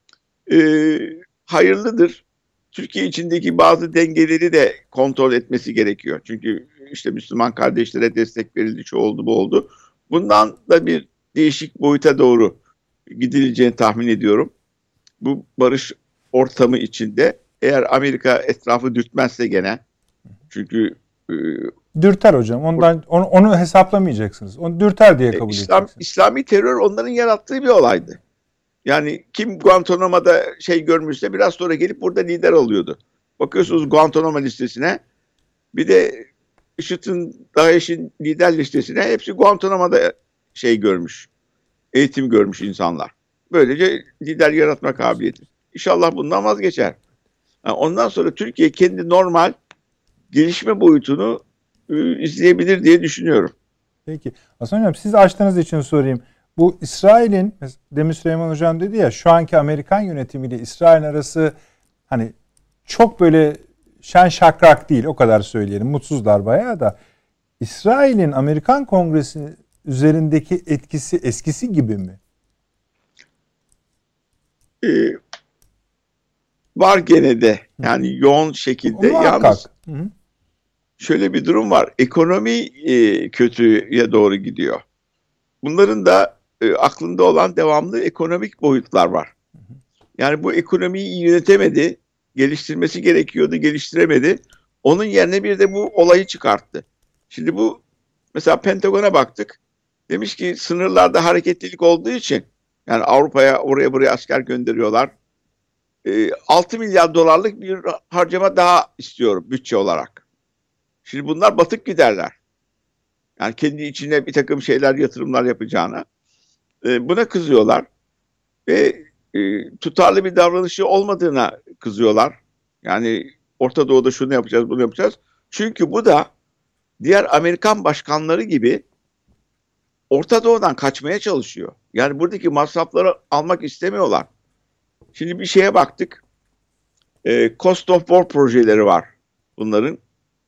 hayırlıdır. Türkiye içindeki bazı dengeleri de kontrol etmesi gerekiyor. Çünkü işte Müslüman kardeşlere destek verildi, şu oldu, bu oldu. Bundan da bir değişik boyuta doğru gidileceğini tahmin ediyorum. Bu barış ortamı içinde, eğer Amerika etrafı dürtmezse gene, çünkü dürter hocam. Onu hesaplamayacaksınız. Onu dürter diye kabul edeceksiniz. İslami terör onların yarattığı bir olaydı. Yani kim Guantanamo'da görmüşse biraz sonra gelip burada lider oluyordu. Bakıyorsunuz Guantanamo listesine, bir de IŞİD'in, DAEŞ'in lider listesine, hepsi Guantanamo'da görmüş. Eğitim görmüş insanlar. Böylece lider yaratma kabiliyeti. İnşallah bundan vazgeçer. Yani ondan sonra Türkiye kendi normal gelişme boyutunu izleyebilir diye düşünüyorum. Peki. Hasan Hocam, siz açtığınız için sorayım. Bu İsrail'in, demin Süleyman Hocam dedi ya, şu anki Amerikan yönetimiyle İsrail arası hani çok böyle şen şakrak değil, o kadar söyleyelim. Mutsuzlar bayağı da. İsrail'in Amerikan Kongresi üzerindeki etkisi eskisi gibi mi? Var gene de, yani yoğun şekilde. Yalnız şöyle bir durum var. Ekonomi kötüye doğru gidiyor. Bunların da aklında olan devamlı ekonomik boyutlar var. Yani bu ekonomiyi iyi yönetemedi. Geliştirmesi gerekiyordu, geliştiremedi. Onun yerine bir de bu olayı çıkarttı. Şimdi bu, mesela Pentagon'a baktık. Demiş ki sınırlarda hareketlilik olduğu için, yani Avrupa'ya oraya buraya asker gönderiyorlar. 6 milyar dolarlık bir harcama daha istiyorum bütçe olarak. Şimdi bunlar batık giderler. Yani kendi içine bir takım yatırımlar yapacağına. Buna kızıyorlar. Ve tutarlı bir davranışı olmadığına kızıyorlar. Yani Orta Doğu'da şunu yapacağız, bunu yapacağız. Çünkü bu da diğer Amerikan başkanları gibi Orta Doğu'dan kaçmaya çalışıyor. Yani buradaki masrafları almak istemiyorlar. Şimdi bir şeye baktık. Cost of War projeleri var bunların.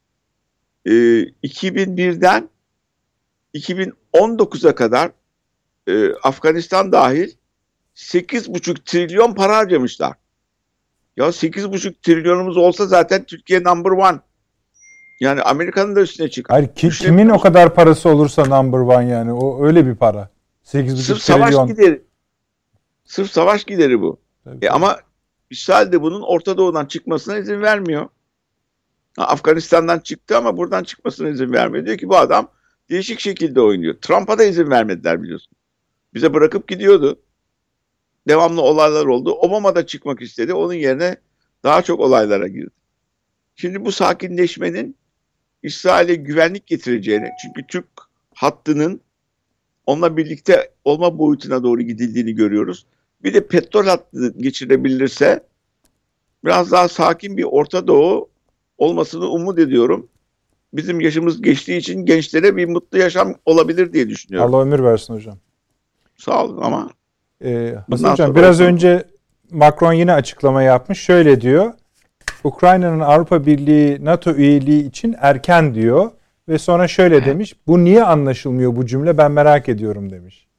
2001'den 2019'a kadar Afganistan dahil 8,5 trilyon para harcamışlar. Ya 8,5 trilyonumuz olsa zaten Türkiye number one. Yani Amerika'nın da üstüne çıkar. Hayır, kimin o kadar parası olursa number one, yani o öyle bir para. 8,5 sırf trilyon. Savaş gideri. Sırf savaş gideri bu. Tabii. Ama İsrail de bunun Orta Doğu'dan çıkmasına izin vermiyor. Afganistan'dan çıktı ama buradan çıkmasına izin vermiyor. Diyor ki bu adam değişik şekilde oynuyor. Trump'a da izin vermediler biliyorsun. Bize bırakıp gidiyordu. Devamlı olaylar oldu. Obama da çıkmak istedi. Onun yerine daha çok olaylara girdi. Şimdi bu sakinleşmenin İsrail'e güvenlik getireceğini, çünkü Türk hattının onunla birlikte olma boyutuna doğru gidildiğini görüyoruz. Bir de petrol hattı geçirebilirse biraz daha sakin bir Orta Doğu olmasını umut ediyorum. Bizim yaşımız geçtiği için gençlere bir mutlu yaşam olabilir diye düşünüyorum. Allah ömür versin hocam. Sağ olun ama Hasan Hocam biraz önce Macron yine açıklama yapmış. Şöyle diyor. Ukrayna'nın Avrupa Birliği NATO üyeliği için erken diyor. Ve sonra şöyle demiş. Bu niye anlaşılmıyor bu cümle, ben merak ediyorum demiş.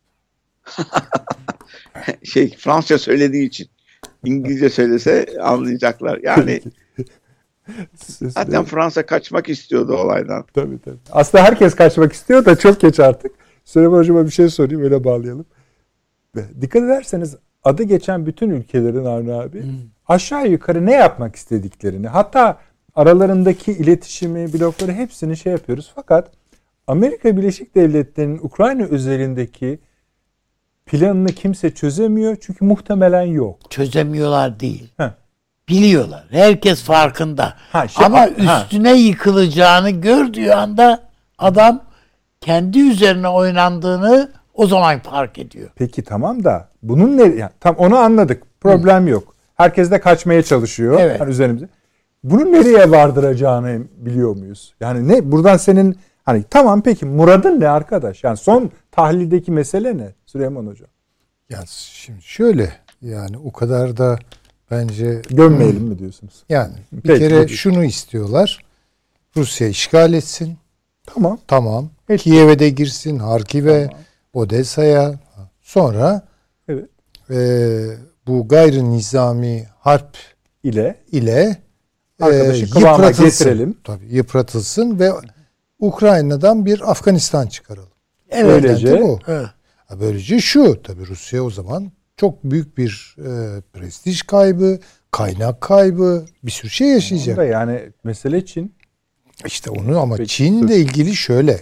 Fransızca söylediği için. İngilizce söylese anlayacaklar. Yani zaten Fransa kaçmak istiyordu olaydan. Tabii. Aslında herkes kaçmak istiyor da çok geç artık. Süleyman Hocam'a bir şey sorayım, öyle bağlayalım. Dikkat ederseniz adı geçen bütün ülkelerin Avni abi aşağı yukarı ne yapmak istediklerini, hatta aralarındaki iletişimi, blokları hepsini şey yapıyoruz. Fakat Amerika Birleşik Devletleri'nin Ukrayna özelindeki planını kimse çözemiyor. Çünkü muhtemelen yok. Çözemiyorlar değil. Biliyorlar. Herkes farkında. Ama üstüne yıkılacağını gördüğü anda adam kendi üzerine oynandığını o zaman fark ediyor. Peki tamam da bunun yani, tam onu anladık. Problem yok. Herkes de kaçmaya çalışıyor. Evet. Hani üzerimize. Bunun nereye vardıracağını biliyor muyuz? Yani ne? Buradan senin hani tamam peki muradın ne arkadaş? Yani son tahlildeki mesele ne Süleyman Hocam? Ya şimdi şöyle, yani o kadar da bence gömmeyelim mi diyorsunuz? Yani bir kere şunu istiyorlar. Rusya işgal etsin. Tamam. Kiev'e de girsin, Harkiv'e, Odessa'ya. Sonra bu gayri nizami harp ile arkadaşı kıvama getirelim. Tabii yıpratılsın ve Ukrayna'dan bir Afganistan çıkaralım. Böylece bu. Böylece şu, tabii Rusya o zaman çok büyük bir prestij kaybı, kaynak kaybı, bir sürü şey yaşayacak. Da yani mesele Çin. İşte onu ama Çin'le ilgili şöyle.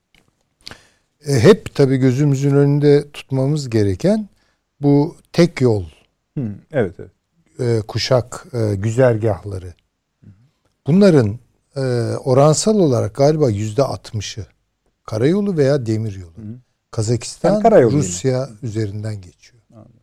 Hep tabii gözümüzün önünde tutmamız gereken bu tek yol. Evet. Kuşak güzergahları. Bunların oransal olarak galiba %60'ı karayolu veya demiryolu. Kazakistan, Rusya üzerinden geçiyor.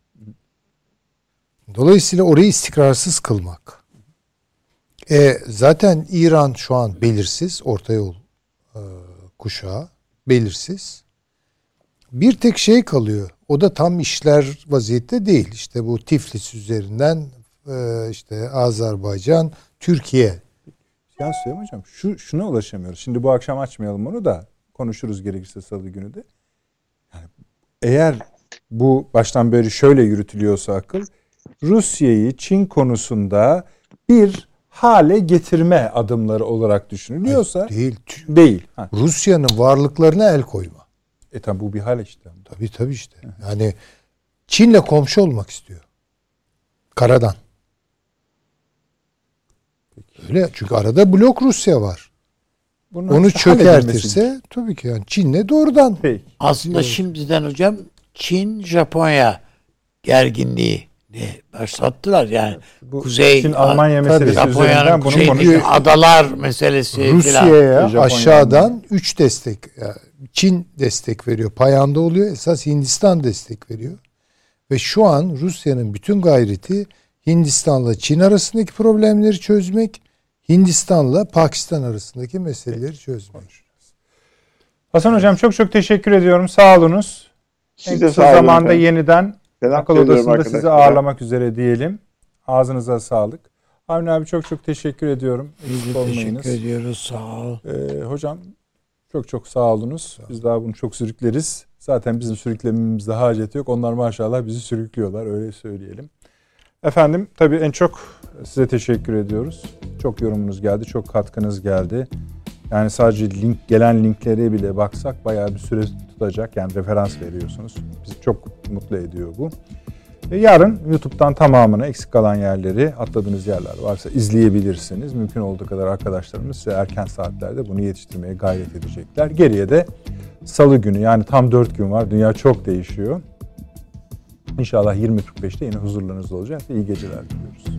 Dolayısıyla orayı istikrarsız kılmak. Zaten İran şu an belirsiz, orta yol kuşağı belirsiz. Bir tek şey kalıyor. O da tam işler vaziyette değil. İşte bu Tiflis üzerinden işte Azerbaycan, Türkiye. Ya Süleyman Hocam şuna ulaşamıyoruz. Şimdi bu akşam açmayalım onu da konuşuruz gerekirse salı günü de. Yani eğer bu baştan beri şöyle yürütülüyorsa akıl, Rusya'yı Çin konusunda bir hale getirme adımları olarak düşünülüyorsa değil. Rusya'nın varlıklarına el koyma. Tabi bu bir hal işte. Tabii işte. Yani Çin'le komşu olmak istiyor. Karadan. Öyle, çünkü arada blok Rusya var. Onu çökertirse tabii ki yani Çin'le doğrudan. Aslında şimdiden hocam Çin-Japonya gerginliği başlattılar yani. Bu Kuzey Çin-Almanya meselesi üzerinden bunu konuşuyor. Adalar meselesi Rusya'ya aşağıdan 3 destek. Yani Çin destek veriyor. Payanda oluyor. Esas Hindistan destek veriyor. Ve şu an Rusya'nın bütün gayreti Hindistan'la Çin arasındaki problemleri çözmek, Hindistan'la Pakistan arasındaki meseleleri çözmek. Hasan Hocam çok teşekkür ediyorum. Sağ olunuz. En kısa zamanda yeniden akıl odasında sizi ağırlamak üzere diyelim. Ağzınıza sağlık. Avni abi çok teşekkür ediyorum. Teşekkür ediyoruz. Sağ ol. Hocam çok sağ olunuz. Biz daha bunu çok sürükleriz. Zaten bizim sürüklememizde hacet yok. Onlar maşallah bizi sürüklüyorlar. Öyle söyleyelim. Efendim tabii en çok size teşekkür ediyoruz. Çok yorumunuz geldi. Çok katkınız geldi. Yani sadece gelen linklere bile baksak bayağı bir süre tutacak. Yani referans veriyorsunuz. Bizi çok mutlu ediyor bu. Yarın YouTube'dan tamamını, eksik kalan yerleri, atladığınız yerler varsa izleyebilirsiniz. Mümkün olduğu kadar arkadaşlarımız size erken saatlerde bunu yetiştirmeye gayret edecekler. Geriye de salı günü, yani tam 4 gün var. Dünya çok değişiyor. İnşallah 20.45'te yine huzurlarınızda olacak. İyi geceler diliyoruz.